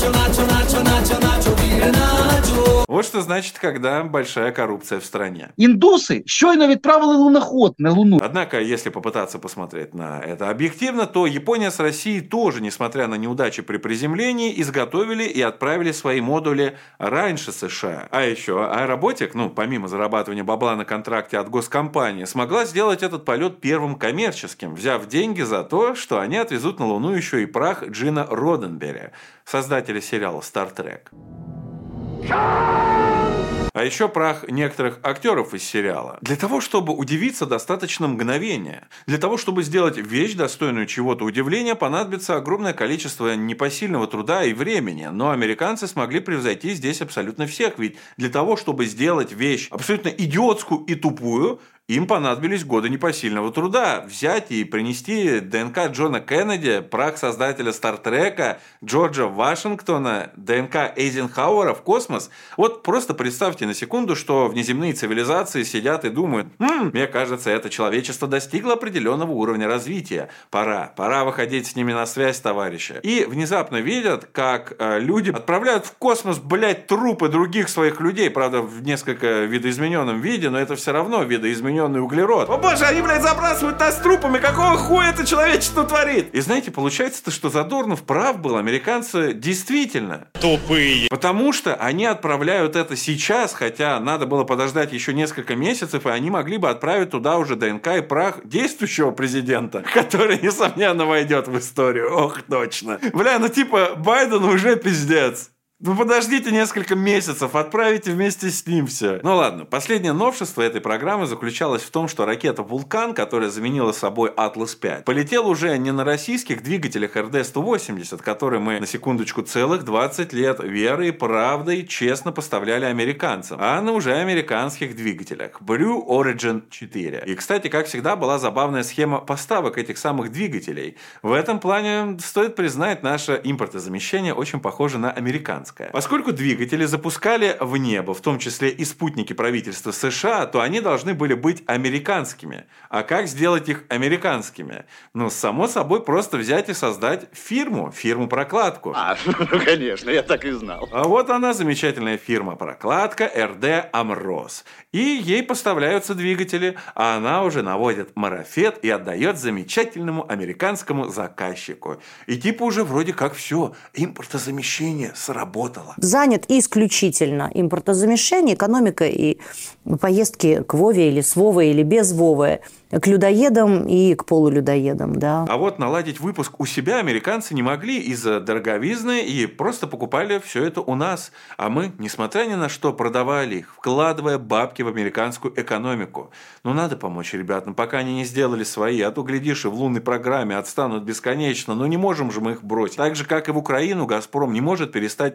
Вот что значит, когда большая коррупция в стране. Індуси щойно відправили луноход на Луну. Однако, если попытаться посмотреть на это объективно, то Япония с Россией тоже, несмотря на неудачи при приземлении, изготовили и отправили свои модули раньше США. А еще Аэроботик, ну, помимо зарабатывания бабла на контракте от госкомпании, смогла сделать этот полет первым коммерческим, взяв деньги за то, что они отвезут на Луну еще и прах Джина Роденберри, создателя сериала «Стар Трек». А еще прах некоторых актеров из сериала. Для того, чтобы удивиться, достаточно мгновения. Для того, чтобы сделать вещь, достойную чего-то удивления, понадобится огромное количество непосильного труда и времени. Но американцы смогли превзойти здесь абсолютно всех. Ведь для того, чтобы сделать вещь абсолютно идиотскую и тупую, им понадобились годы непосильного труда. Взять и принести ДНК Джона Кеннеди, прах создателя Стартрека, Джорджа Вашингтона, ДНК Эйзенхауэра в космос. Вот просто представьте на секунду, что внеземные цивилизации сидят и думают: «Хм, мне кажется, это человечество достигло определенного уровня развития. Пора, пора выходить с ними на связь, товарищи». И внезапно видят, как э, люди отправляют в космос, блядь, трупы других своих людей. Правда, в несколько видоизмененном виде, но это все равно видоизмененный углерод. О боже, они, блядь, забрасывают нас трупами, какого хуя это человечество творит? И знаете, получается-то, что Задорнов прав был, американцы действительно тупые. Потому что они отправляют это сейчас, хотя надо было подождать еще несколько месяцев, и они могли бы отправить туда уже ДНК и прах действующего президента, который, несомненно, войдет в историю. Ох, точно. Бля, ну типа, Байден уже пиздец. Ну подождите несколько месяцев, отправите вместе с ним все. Ну ладно, последнее новшество этой программы заключалось в том, что ракета «Вулкан», которая заменила собой Атлас пять, полетела уже не на российских двигателях эр дэ сто восемьдесят, которые мы, на секундочку, целых двадцать лет верой и правдой честно поставляли американцам, а на уже американских двигателях Blue Origin четыре. И, кстати, как всегда, была забавная схема поставок этих самых двигателей. В этом плане, стоит признать, наше импортозамещение очень похоже на американское. Поскольку двигатели запускали в небо, в том числе и спутники правительства США, то они должны были быть американскими. А как сделать их американскими? Ну, само собой, просто взять и создать фирму, фирму-прокладку. А, ну, конечно, я так и знал. А вот она, замечательная фирма-прокладка эр дэ Амрос. И ей поставляются двигатели, а она уже наводит марафет и отдает замечательному американскому заказчику. И типа уже вроде как все, импортозамещение сработало. Занят исключительно импортозамещение, экономика и поездки к Вове или с Вовой или без Вовы, к людоедам и к полулюдоедам, да. А вот наладить выпуск у себя американцы не могли из-за дороговизны и просто покупали все это у нас. А мы, несмотря ни на что, продавали их, вкладывая бабки в американскую экономику. Ну, надо помочь ребятам, пока они не сделали свои, а то, глядишь, и в лунной программе отстанут бесконечно. Но не можем же мы их бросить. Так же, как и в Украину, «Газпром» не может перестать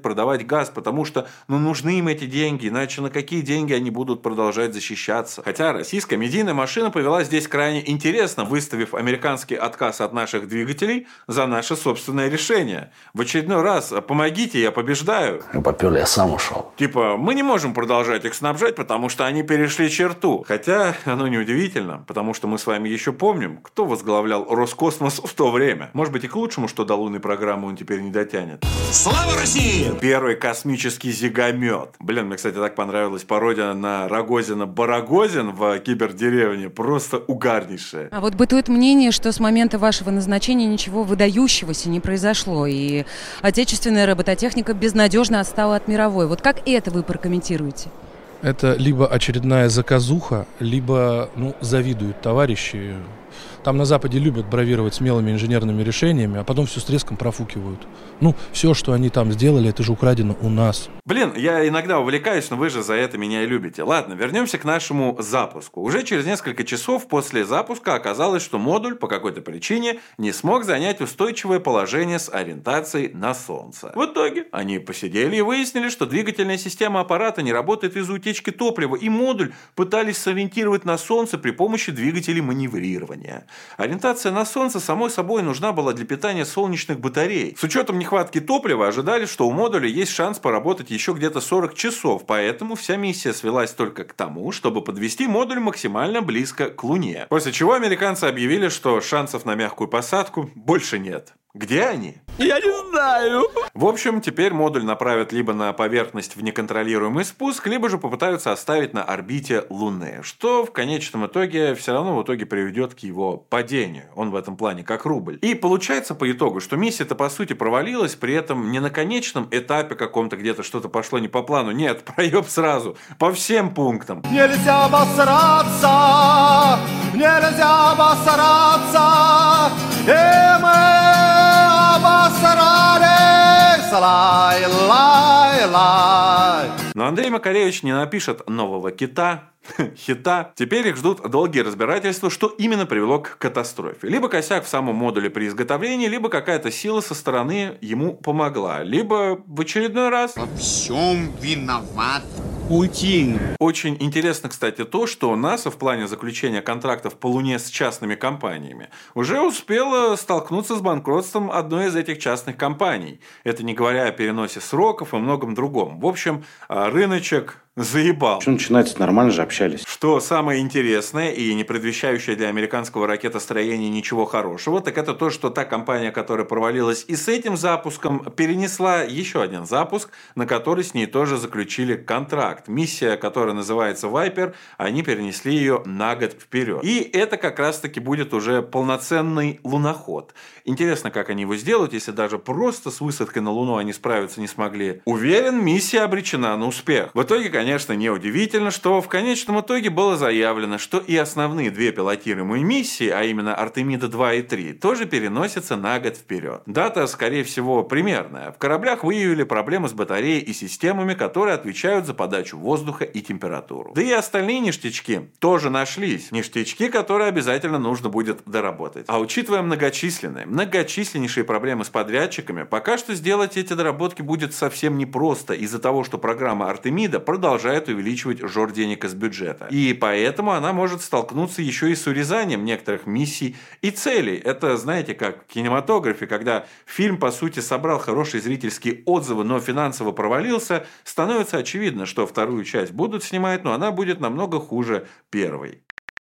продавать газ, потому что ну, нужны им эти деньги, иначе на какие деньги они будут продолжать защищаться. Хотя российская медийная машина повела здесь крайне интересно, выставив американский отказ от наших двигателей за наше собственное решение. В очередной раз «помогите, я побеждаю». Попёр, я сам ушел. Типа, мы не можем продолжать их снабжать, потому что они перешли черту. Хотя, оно неудивительно, потому что мы с вами еще помним, кто возглавлял Роскосмос в то время. Может быть и к лучшему, что до лунной программы он теперь не дотянет. Слава России! Первый космический зигомет. Блин, мне, кстати, так понравилась пародия на Рогозина-Барагозин в Кибердеревне. Просто угарнейшая. А вот бытует мнение, что с момента вашего назначения ничего выдающегося не произошло, и отечественная робототехника безнадежно отстала от мировой. Вот как это вы прокомментируете? Это либо очередная заказуха, либо, ну, завидуют товарищи. Там на Западе любят бравировать смелыми инженерными решениями, а потом все с треском профукивают. Ну, все, что они там сделали, это же украдено у нас. Блин, я иногда увлекаюсь, но вы же за это меня и любите. Ладно, вернемся к нашему запуску. Уже через несколько часов после запуска оказалось, что модуль по какой-то причине не смог занять устойчивое положение с ориентацией на Солнце. В итоге они посидели и выяснили, что двигательная система аппарата не работает из-за утечки топлива, и модуль пытались сориентировать на Солнце при помощи двигателей маневрирования. Ориентация на Солнце, самой собой, нужна была для питания солнечных батарей. С учетом нехватки топлива ожидали, что у модуля есть шанс поработать еще где-то сорок часов, поэтому вся миссия свелась только к тому, чтобы подвести модуль максимально близко к Луне. После чего американцы объявили, что шансов на мягкую посадку больше нет. Где они? Я не знаю. В общем, теперь модуль направят либо на поверхность в неконтролируемый спуск, либо же попытаются оставить на орбите Луны, что в конечном итоге все равно в итоге приведет к его падению. Он в этом плане как рубль. И получается по итогу, что миссия-то по сути провалилась, при этом не на конечном этапе каком-то где-то что-то пошло не по плану. Нет, проеб сразу. По всем пунктам. Нельзя обосраться, нельзя обосраться, и мы обосрались, лай, лай, лай. Но Андрей Макаревич не напишет нового кита, хита. Теперь их ждут долгие разбирательства, что именно привело к катастрофе. Либо косяк в самом модуле при изготовлении, либо какая-то сила со стороны ему помогла. Либо в очередной раз... Во всем виноват Путин. Очень интересно, кстати, то, что НАСА в плане заключения контрактов по Луне с частными компаниями уже успела столкнуться с банкротством одной из этих частных компаний. Это не говоря о переносе сроков и многом другом. В общем, рыночек заебал. Что начинается? Нормально же общались. Что самое интересное и не предвещающее для американского ракетостроения ничего хорошего, так это то, что та компания, которая провалилась и с этим запуском, перенесла еще один запуск, на который с ней тоже заключили контракт. Миссия, которая называется Вайпер, они перенесли ее на год вперед. И это как раз-таки будет уже полноценный луноход. Интересно, как они его сделают, если даже просто с высадкой на Луну они справиться не смогли. Уверен, миссия обречена на успех. В итоге, конечно, неудивительно, что в конечном итоге было заявлено, что и основные две пилотируемые миссии, а именно Артемида два и три, тоже переносятся на год вперед. Дата, скорее всего, примерная. В кораблях выявили проблемы с батареей и системами, которые отвечают за подачу воздуха и температуру. Да и остальные ништячки тоже нашлись. Ништячки, которые обязательно нужно будет доработать. А учитывая многочисленные, многочисленнейшие проблемы с подрядчиками, пока что сделать эти доработки будет совсем непросто из-за того, что программа Артемида продолжает увеличивать жор денег из бюджета. И поэтому она может столкнуться еще и с урезанием некоторых миссий и целей. Это, знаете, как в кинематографе, когда фильм, по сути, собрал хорошие зрительские отзывы, но финансово провалился, становится очевидно, что вторую часть будут снимать, но она будет намного хуже первой.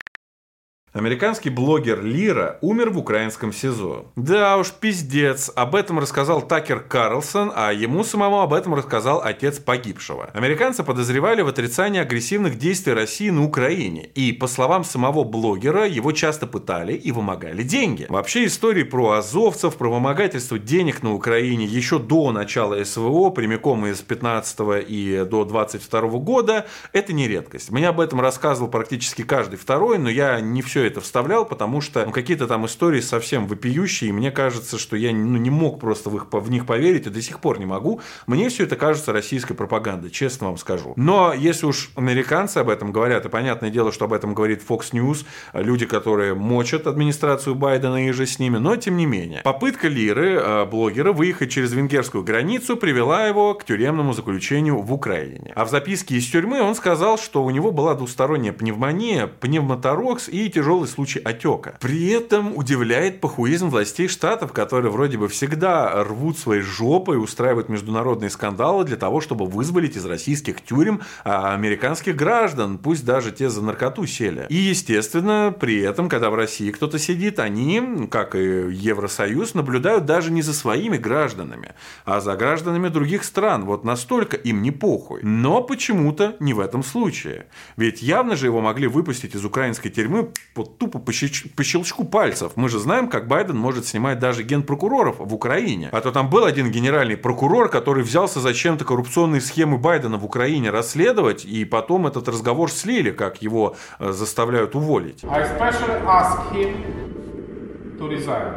Американский блогер Лира умер в украинском СИЗО. Да уж, пиздец. Об этом рассказал Такер Карлсон, а ему самому об этом рассказал отец погибшего. Американцы подозревали в отрицании агрессивных действий России на Украине. И, по словам самого блогера, его часто пытали и вымогали деньги. Вообще, истории про азовцев, про вымогательство денег на Украине еще до начала СВО, прямиком из пятнадцатого и до двадцать второго года, это не редкость. Мне об этом рассказывал практически каждый второй, но я не все все это вставлял, потому что ну, какие-то там истории совсем вопиющие, и мне кажется, что я ну, не мог просто в, их, в них поверить, и до сих пор не могу. Мне все это кажется российской пропагандой, честно вам скажу. Но если уж американцы об этом говорят, и понятное дело, что об этом говорит Fox News, люди, которые мочат администрацию Байдена и же с ними, но тем не менее. Попытка Лиры, блогера, выехать через венгерскую границу привела его к тюремному заключению в Украине. А в записке из тюрьмы он сказал, что у него была двусторонняя пневмония, пневмоторакс и тяжелый случай отека. При этом удивляет похуизм властей штатов, которые вроде бы всегда рвут свои жопы и устраивают международные скандалы для того, чтобы вызволить из российских тюрем американских граждан, пусть даже те за наркоту сели. И, естественно, при этом, когда в России кто-то сидит, они, как и Евросоюз, наблюдают даже не за своими гражданами, а за гражданами других стран. Вот настолько им не похуй. Но почему-то не в этом случае. Ведь явно же его могли выпустить из украинской тюрьмы вот тупо по, щелч... по щелчку пальцев. Мы же знаем, как Байден может снимать даже генпрокуроров в Украине. А то там был один генеральный прокурор, который взялся зачем-то коррупционные схемы Байдена в Украине расследовать, и потом этот разговор слили, как его заставляют уволить. I especially ask him to resign.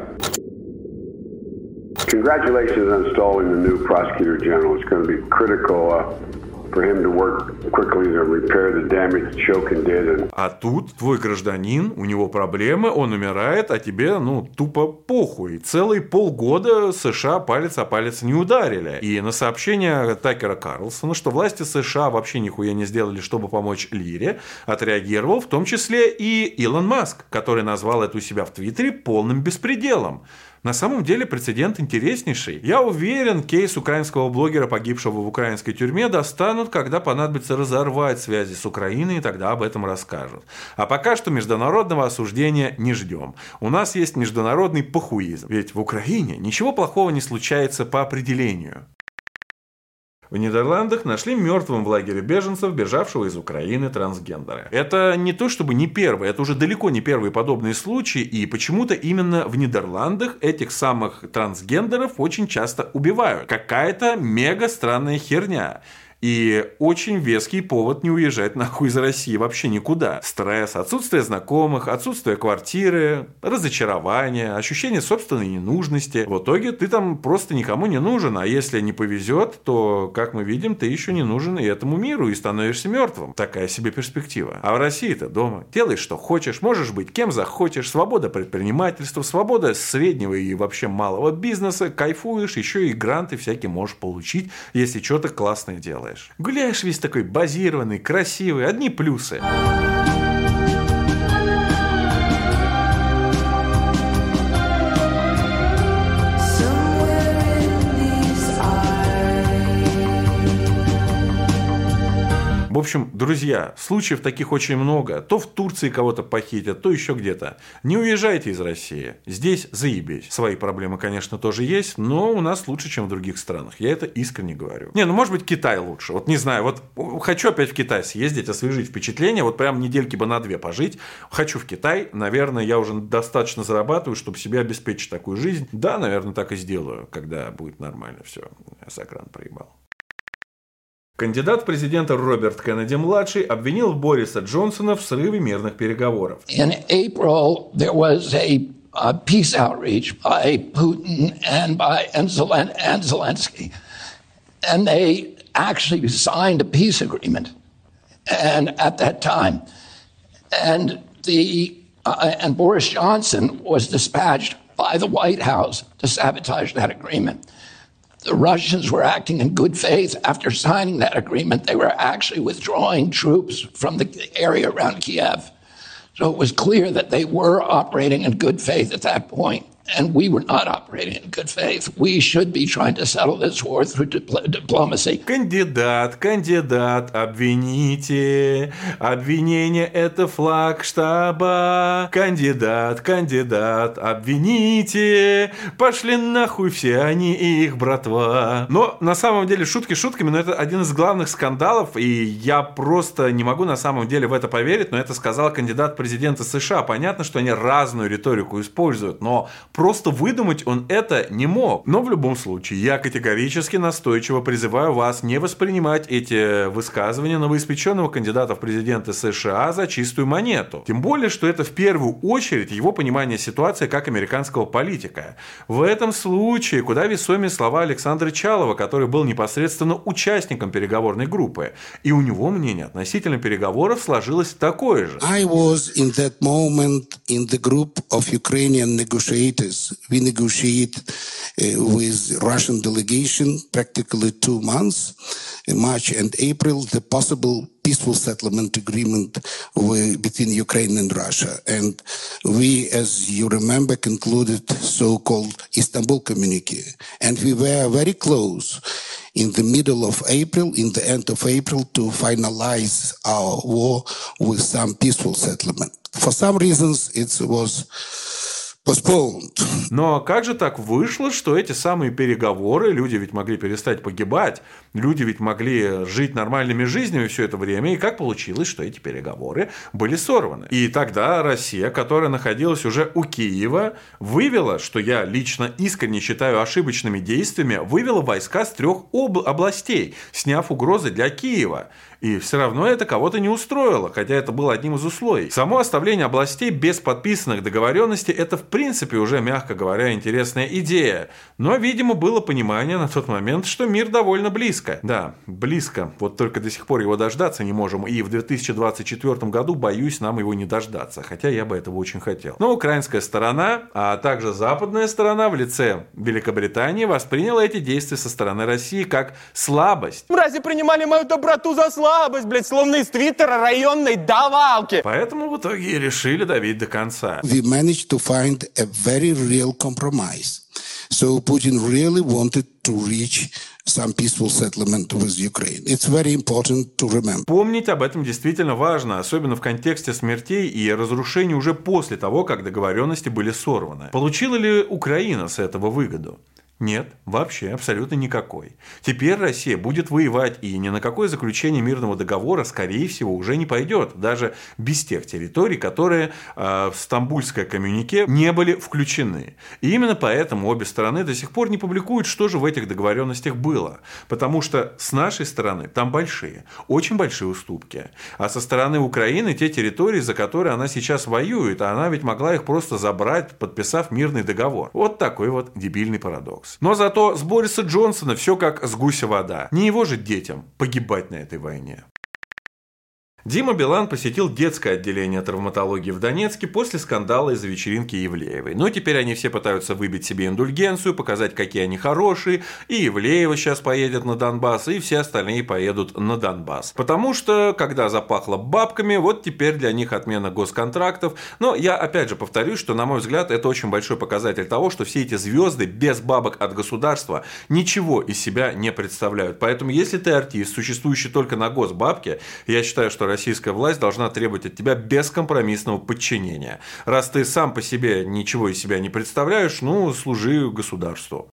Congratulations on installing the new prosecutor general. It's going to be critical uh, for him to work quickly to repair the damage Shokin did. And... А тут твой гражданин, у него проблемы, он умирает, а тебе, ну, тупо похуй. Целые полгода США палец о палец не ударили. И на сообщение Такера Карлсона, что власти США вообще нихуя не сделали, чтобы помочь Лире, отреагировал в том числе и Илон Маск, который назвал это у себя в Твиттере полным беспределом. На самом деле прецедент интереснейший. Я уверен, кейс украинского блогера, погибшего в украинской тюрьме, достанут, когда понадобится разорвать связи с Украиной, и тогда об этом расскажут. А пока что международного осуждения не ждем. У нас есть международный похуизм. Ведь в Украине ничего плохого не случается по определению. В Нидерландах нашли мертвым в лагере беженцев, бежавшего из Украины трансгендера. Это не то чтобы не первый, это уже далеко не первые подобные случаи, и почему-то именно в Нидерландах этих самых трансгендеров очень часто убивают. Какая-то мега странная херня. И очень веский повод не уезжать нахуй из России вообще никуда. Стресс, отсутствие знакомых, отсутствие квартиры, разочарование, ощущение собственной ненужности. В итоге ты там просто никому не нужен, а если не повезет, то, как мы видим, ты еще не нужен и этому миру, и становишься мертвым. Такая себе перспектива. А в России-то дома. Делай, что хочешь, можешь быть кем захочешь, свобода предпринимательства, свобода среднего и вообще малого бизнеса, кайфуешь, еще и гранты всякие можешь получить, если что-то классное делаешь. Гуляешь весь такой базированный, красивый, одни плюсы. В общем, друзья, случаев таких очень много. То в Турции кого-то похитят, то еще где-то. Не уезжайте из России. Здесь заебись. Свои проблемы, конечно, тоже есть, но у нас лучше, чем в других странах. Я это искренне говорю. Не, ну может быть Китай лучше. Вот не знаю, вот хочу опять в Китай съездить, освежить впечатление, вот прям недельки бы на две пожить. Хочу в Китай. Наверное, я уже достаточно зарабатываю, чтобы себе обеспечить такую жизнь. Да, наверное, так и сделаю, когда будет нормально все. Я за экран проебал. Кандидат в президенты Роберт Кеннеди-младший обвинил Бориса Джонсона в срыве мирных переговоров. In April, there was a, a peace outreach by Putin and by Zelensky. And they actually signed a peace agreement and at that time. And, the, uh, and Boris Johnson was dispatched by the White House to sabotage that agreement. The Russians were acting in good faith. After signing that agreement, they were actually withdrawing troops from the area around Kiev. So it was clear that they were operating in good faith at that point. And we were not operating in good faith. We should be trying to settle this war through dipl- diplomacy. Кандидат, кандидат, обвините. Обвинение – это флаг штаба. Кандидат, кандидат, обвините. Пошли нахуй все они и их братва. Но на самом деле шутки шутками, но это один из главных скандалов, и я просто не могу на самом деле в это поверить, но это сказал кандидат в президенты США. Понятно, что они разную риторику используют, но Просто выдумать он это не мог. Но в любом случае, я категорически настойчиво призываю вас не воспринимать эти высказывания новоиспеченного кандидата в президенты США за чистую монету. Тем более, что это в первую очередь его понимание ситуации как американского политика. В этом случае куда весомее слова Александра Чалова, который был непосредственно участником переговорной группы. И у него мнение относительно переговоров сложилось такое же. I was in that moment in the group of Ukrainian negotiators. We negotiated uh, with Russian delegation practically two months, in March and April, the possible peaceful settlement agreement with, between Ukraine and Russia. And we, as you remember, concluded so-called Istanbul communique. And we were very close in the middle of April, in the end of April, to finalize our war with some peaceful settlement. For some reasons, it was postponed. Но как же так вышло, что эти самые переговоры, люди ведь могли перестать погибать, люди ведь могли жить нормальными жизнями все это время, и как получилось, что эти переговоры были сорваны. И тогда Россия, которая находилась уже у Киева, вывела, что я лично искренне считаю ошибочными действиями, вывела войска с трех об- областей, сняв угрозы для Киева. И все равно это кого-то не устроило, хотя это было одним из условий. Само оставление областей без подписанных договоренностей – это в принципе уже, мягко говоря, интересная идея. Но, видимо, было понимание на тот момент, что мир довольно близко. Да, близко. Вот только до сих пор его дождаться не можем. И в две тысячи двадцать четвёртом году, боюсь, нам его не дождаться. Хотя я бы этого очень хотел. Но украинская сторона, а также западная сторона в лице Великобритании восприняла эти действия со стороны России как слабость. Мрази принимали мою доброту за слабость. Слабость, блядь, словно из твиттера районной давалки. Поэтому в итоге и решили давить до конца. We managed to find a very real compromise. So Putin really wanted to reach some peaceful settlement with Ukraine. It's very important to remember. Помнить об этом действительно важно, особенно в контексте смертей и разрушений уже после того, как договоренности были сорваны. Получила ли Украина с этого выгоду? Нет, вообще абсолютно никакой. Теперь Россия будет воевать, и ни на какое заключение мирного договора, скорее всего, уже не пойдет, даже без тех территорий, которые э, в Стамбульское коммюнике не были включены. И именно поэтому обе стороны до сих пор не публикуют, что же в этих договоренностях было. Потому что с нашей стороны там большие, очень большие уступки. А со стороны Украины те территории, за которые она сейчас воюет, а она ведь могла их просто забрать, подписав мирный договор. Вот такой вот дебильный парадокс. Но зато с Бориса Джонсона все как с гуся вода. Не его же детям погибать на этой войне. Дима Билан посетил детское отделение травматологии в Донецке после скандала из-за вечеринки Ивлеевой. Но теперь они все пытаются выбить себе индульгенцию, показать, какие они хорошие. И Ивлеева сейчас поедет на Донбасс, и все остальные поедут на Донбасс. Потому что, когда запахло бабками, вот теперь для них отмена госконтрактов. Но я опять же повторюсь, что, на мой взгляд, это очень большой показатель того, что все эти звезды без бабок от государства ничего из себя не представляют. Поэтому, если ты артист, существующий только на госбабке, я считаю, что российская власть должна требовать от тебя бескомпромиссного подчинения. Раз ты сам по себе ничего из себя не представляешь, ну, служи государству.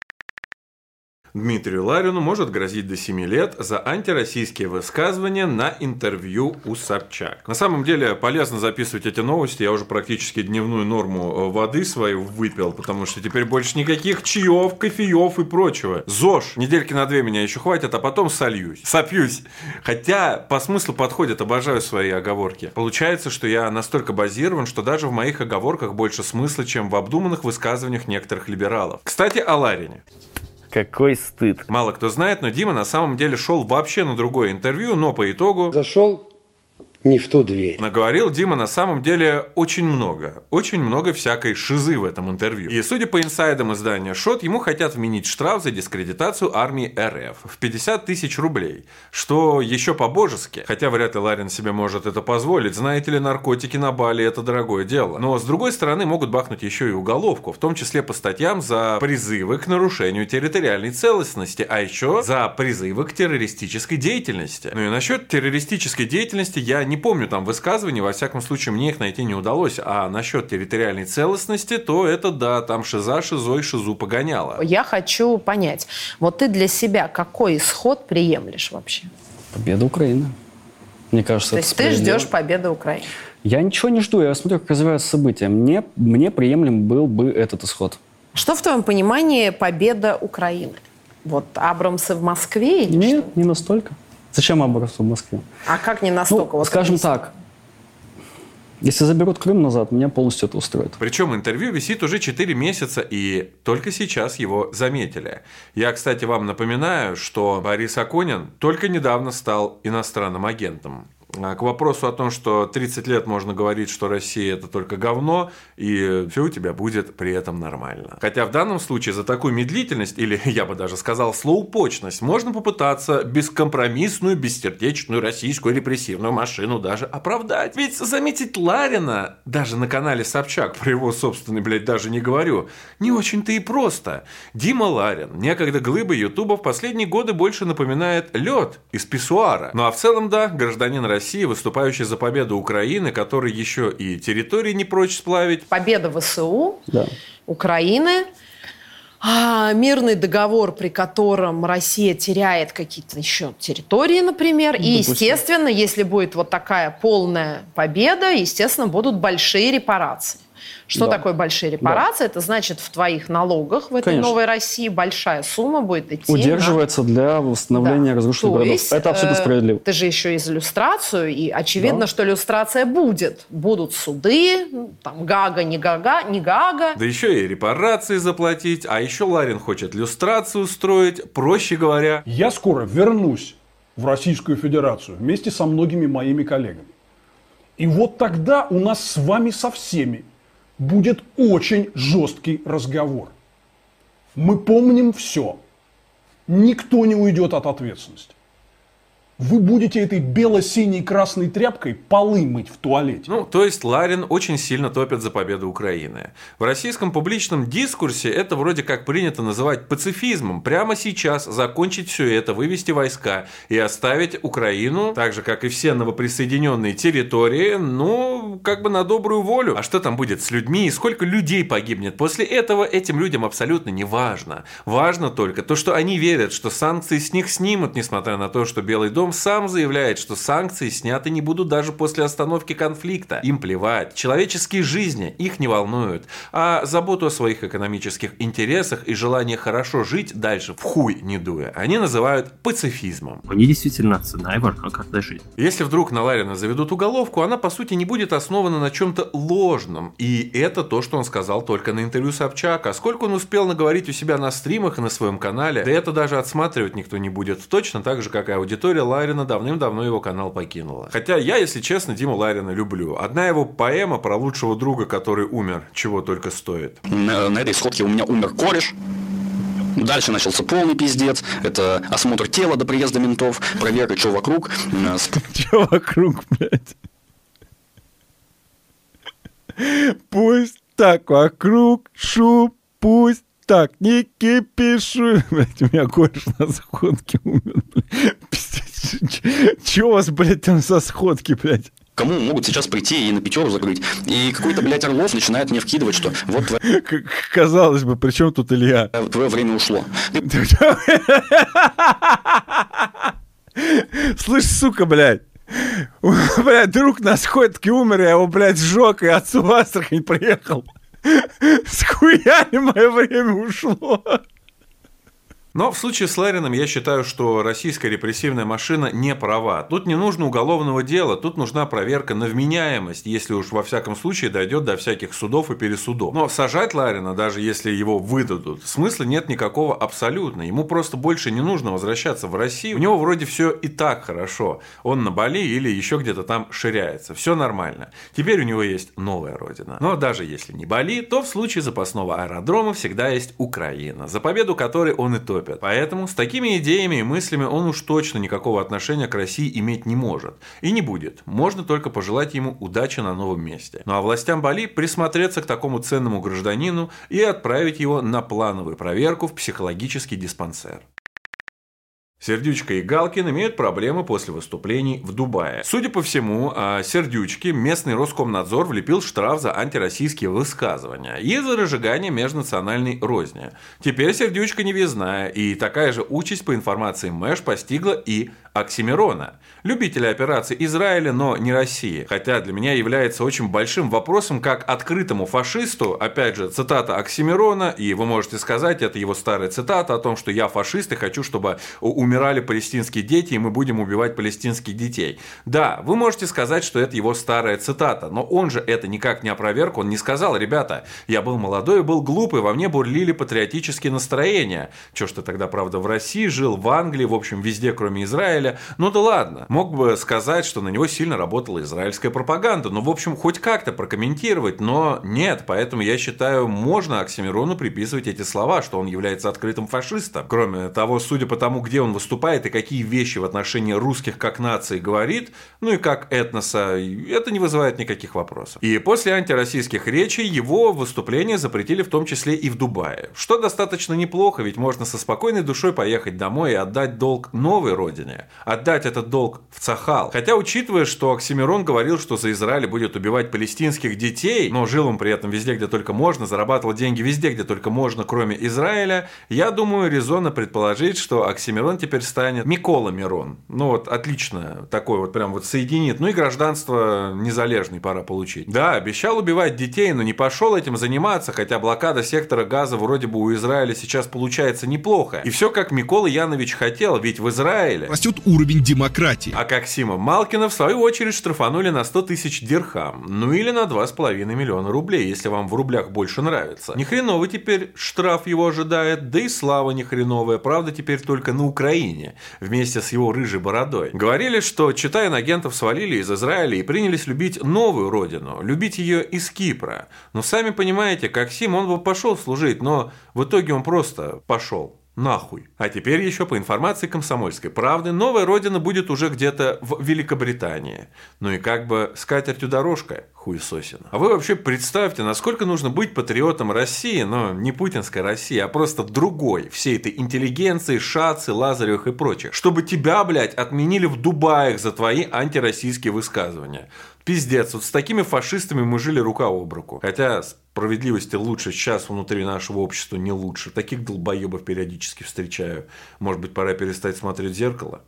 Дмитрию Ларину может грозить до семи лет за антироссийские высказывания на интервью у Собчак. На самом деле полезно записывать эти новости. Я уже практически дневную норму воды свою выпил, потому что теперь больше никаких чаев, кофеев и прочего. ЗОЖ. Недельки на две меня еще хватит, а потом сольюсь. Сопьюсь. Хотя по смыслу подходит, обожаю свои оговорки. Получается, что я настолько базирован, что даже в моих оговорках больше смысла, чем в обдуманных высказываниях некоторых либералов. Кстати, о Ларине. Какой стыд. Мало кто знает, но Дима на самом деле шел вообще на другое интервью, но по итогу... Зашел не в ту дверь. Наговорил Дима на самом деле очень много. Очень много всякой шизы в этом интервью. И судя по инсайдам издания «Шот», ему хотят вменить штраф за дискредитацию армии РФ в пятьдесят тысяч рублей. Что еще по-божески. Хотя вряд ли Ларин себе может это позволить. Знаете ли, наркотики на Бали – это дорогое дело. Но с другой стороны могут бахнуть еще и уголовку. В том числе по статьям за призывы к нарушению территориальной целостности. А еще за призывы к террористической деятельности. Ну и насчет террористической деятельности я не помню там высказываний, во всяком случае мне их найти не удалось. А насчет территориальной целостности, то это да, там шиза шизой шизу погоняла. Я хочу понять, вот ты для себя какой исход приемлешь вообще? Победа Украины. Мне кажется, То это есть ты ждешь победы Украины? Я ничего не жду, я смотрю, как развиваются события. Мне, мне приемлем был бы этот исход. Что в твоем понимании победа Украины? Вот Абрамсы в Москве? Или Нет, что? не настолько. Зачем Абрамсы в Москве? А как не настолько? Ну, вот скажем есть... так, если заберут Крым назад, меня полностью это устроит. Причем интервью висит уже четыре месяца, и только сейчас его заметили. Я, кстати, вам напоминаю, что Борис Акунин только недавно стал иностранным агентом. К вопросу о том, что тридцать лет можно говорить, что Россия – это только говно, и все у тебя будет при этом нормально. Хотя в данном случае за такую медлительность, или я бы даже сказал слоупочность, можно попытаться бескомпромиссную, бессердечную российскую репрессивную машину даже оправдать. Ведь заметить Ларина, даже на канале Собчак, про его собственный, блядь, даже не говорю, не очень-то и просто. Дима Ларин, некогда глыба Ютуба, в последние годы больше напоминает лед из писсуара. Ну а в целом, да, гражданин России, России, выступающий за победу Украины, который еще и территории не прочь сплавить. Победа ВСУ, да. Украины, а, мирный договор, при котором Россия теряет какие-то еще территории, например. И, естественно, если будет вот такая полная победа, естественно, будут большие репарации. Что да. такое большие репарации? Да. Это значит, в твоих налогах в этой Конечно. Новой России большая сумма будет идти. Удерживается на... для восстановления да. разрушенных городов. Есть, это абсолютно справедливо. Ты же еще из иллюстрацию, и очевидно, да. что иллюстрация будет. Будут суды, там Гага, не Гага, не Гага. Да еще и репарации заплатить, а еще Ларин хочет иллюстрацию устроить, проще говоря. Я скоро вернусь в Российскую Федерацию вместе со многими моими коллегами. И вот тогда у нас с вами со всеми будет очень жесткий разговор. Мы помним все. Никто не уйдет от ответственности. Вы будете этой бело-синей красной тряпкой полы мыть в туалете. Ну, то есть Ларин очень сильно топит за победу Украины. В российском публичном дискурсе это вроде как принято называть пацифизмом. Прямо сейчас закончить все это, вывести войска и оставить Украину, так же, как и все новоприсоединенные территории, ну, как бы на добрую волю. А что там будет с людьми и сколько людей погибнет? После этого этим людям абсолютно не важно. Важно только то, что они верят, что санкции с них снимут, несмотря на то, что Белый дом сам заявляет, что санкции сняты не будут даже после остановки конфликта. Им плевать. Человеческие жизни их не волнуют. А заботу о своих экономических интересах и желание хорошо жить дальше в хуй не дуя, они называют пацифизмом. Они действительно цена и важна каждая жизнь. Если вдруг на Ларина заведут уголовку, она по сути не будет основана на чем-то ложном. И это то, что он сказал только на интервью Собчак. А сколько он успел наговорить у себя на стримах и на своем канале, да это даже отсматривать никто не будет. Точно так же, как и аудитория Ларина давным-давно его канал покинула. Хотя я, если честно, Диму Ларина люблю. Одна его поэма про лучшего друга, который умер, чего только стоит. На, на этой сходке у меня умер кореш. Дальше начался полный пиздец. Это осмотр тела до приезда ментов, проверка, что вокруг. Что вокруг, блядь? Пусть так вокруг, шу, пусть так, не кипишу. Блядь, у меня кореш на сходке умер, блядь. Чё у вас, блядь, там со сходки, блядь? Кому могут сейчас прийти и на пятеру закрыть? И какой-то, блядь, Орлов начинает мне вкидывать, что вот... Твое... Казалось бы, при чем тут Илья? Твое время ушло. Слышь, сука, блядь. Блядь, друг на сходке умер, я его, блядь, сжег и отцу в Астрахань приехал. С хуями мое время ушло. Но в случае с Лариным я считаю, что российская репрессивная машина не права. Тут не нужно уголовного дела, тут нужна проверка на вменяемость, если уж во всяком случае дойдет до всяких судов и пересудов. Но сажать Ларина, даже если его выдадут, смысла нет никакого абсолютно. Ему просто больше не нужно возвращаться в Россию. У него вроде все и так хорошо. Он на Бали или еще где-то там ширяется. Все нормально. Теперь у него есть новая родина. Но даже если не Бали, то в случае запасного аэродрома всегда есть Украина, за победу которой он и топит. Поэтому с такими идеями и мыслями он уж точно никакого отношения к России иметь не может. И не будет. Можно только пожелать ему удачи на новом месте. Ну а властям Бали присмотреться к такому ценному гражданину и отправить его на плановую проверку в психологический диспансер. Сердючка и Галкин имеют проблемы после выступлений в Дубае. Судя по всему, Сердючке местный Роскомнадзор влепил штраф за антироссийские высказывания и за разжигание межнациональной розни. Теперь Сердючка не въездная, и такая же участь, по информации Мэш, постигла и Оксимирона, любителя операций Израиля, но не России. Хотя для меня является очень большим вопросом, как открытому фашисту, опять же, цитата Оксимирона, и вы можете сказать, это его старая цитата о том, что я фашист и хочу, чтобы умирали палестинские дети, и мы будем убивать палестинских детей. Да, вы можете сказать, что это его старая цитата, но он же это никак не опроверг, он не сказал: ребята, я был молодой и был глупый, во мне бурлили патриотические настроения. Чё ж ты тогда, правда, в России жил, в Англии, в общем, везде, кроме Израиля. Ну да ладно, мог бы сказать, что на него сильно работала израильская пропаганда, ну, в общем, хоть как-то прокомментировать, но нет, поэтому я считаю, можно Оксимирону приписывать эти слова, что он является открытым фашистом. Кроме того, судя по тому, где он выступает и какие вещи в отношении русских как нации говорит, ну и как этноса, это не вызывает никаких вопросов. И после антироссийских речей его выступления запретили в том числе и в Дубае, что достаточно неплохо, ведь можно со спокойной душой поехать домой и отдать долг новой родине. Отдать этот долг в Цахал. Хотя, учитывая, что Оксимирон говорил, что за Израиль будет убивать палестинских детей, но жил он при этом везде, где только можно, зарабатывал деньги везде, где только можно, кроме Израиля, я думаю, резонно предположить, что Оксимирон теперь станет Микола Мирон. Ну вот, отлично, такой вот прям вот соединит. Ну и гражданство незалежное пора получить. Да, обещал убивать детей, но не пошел этим заниматься, хотя блокада сектора Газа вроде бы у Израиля сейчас получается неплохо. И все как Микола Янович хотел, ведь в Израиле растет уровень демократии. А Касима Малкина, в свою очередь, штрафанули на сто тысяч дирхам. Ну или на два с половиной миллиона рублей, если вам в рублях больше нравится. Ни хреновый теперь штраф его ожидает, да и слава ни хреновая. Правда, теперь только на Украине, вместе с его рыжей бородой. Говорили, что чета инагентов свалили из Израиля и принялись любить новую родину, любить ее из Кипра. Но сами понимаете, Касим, он бы пошел служить, но в итоге он просто пошел. Нахуй. А теперь еще по информации «Комсомольской правды» новая родина будет уже где-то в Великобритании. Ну и как бы с катертью дорожка хуесосина. А вы вообще представьте, насколько нужно быть патриотом России, но не путинской России, а просто другой, всей этой интеллигенции, Шацы, Лазаревых и прочих, чтобы тебя, блядь, отменили в Дубаях за твои антироссийские высказывания. Пиздец, вот с такими фашистами мы жили рука об руку. Хотя справедливости лучше сейчас внутри нашего общества не лучше. Таких долбоебов периодически встречаю. Может быть, пора перестать смотреть в зеркало?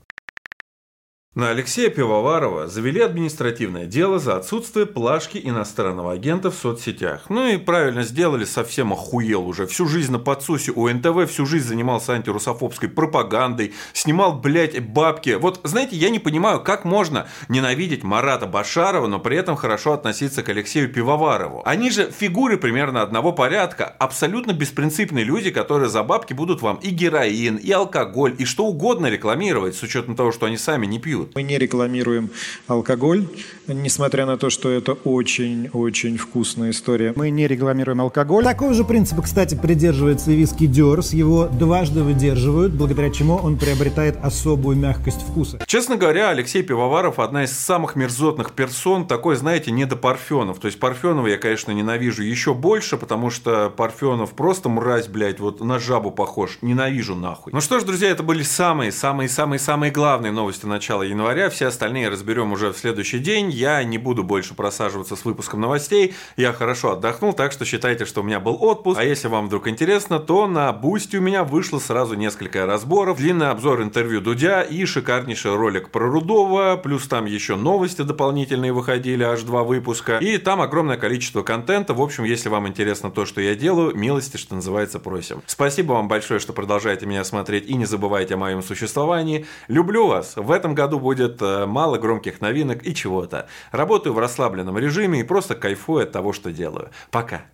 На Алексея Пивоварова завели административное дело за отсутствие плашки иностранного агента в соцсетях. Ну и правильно сделали, совсем охуел уже. Всю жизнь на подсусе у эн тэ вэ, всю жизнь занимался антирусофобской пропагандой, снимал, блядь, бабки. Вот, знаете, я не понимаю, как можно ненавидеть Марата Башарова, но при этом хорошо относиться к Алексею Пивоварову. Они же фигуры примерно одного порядка, абсолютно беспринципные люди, которые за бабки будут вам и героин, и алкоголь, и что угодно рекламировать, с учетом того, что они сами не пьют. Мы не рекламируем алкоголь, несмотря на то, что это очень-очень вкусная история. Мы не рекламируем алкоголь. Такого же принципа, кстати, придерживается и виски Дёрс. Его дважды выдерживают, благодаря чему он приобретает особую мягкость вкуса. Честно говоря, Алексей Пивоваров одна из самых мерзотных персон, такой, знаете, не до Парфенов. То есть Парфенова я, конечно, ненавижу еще больше, потому что Парфенов просто мразь, блядь, вот на жабу похож. Ненавижу нахуй. Ну что ж, друзья, это были самые-самые-самые-самые главные новости начала января, все остальные разберем уже в следующий день. Я не буду больше просаживаться с выпуском новостей. Я хорошо отдохнул, так что считайте, что у меня был отпуск. А если вам вдруг интересно, то на Бусти у меня вышло сразу несколько разборов, длинный обзор интервью Дудя и шикарнейший ролик про Рудова, плюс там еще новости дополнительные выходили, аж два выпуска. И там огромное количество контента. В общем, если вам интересно то, что я делаю, милости, что называется, просим. Спасибо вам большое, что продолжаете меня смотреть, и не забывайте о моем существовании. Люблю вас. В этом году будет мало громких новинок и чего-то. Работаю в расслабленном режиме и просто кайфую от того, что делаю. Пока.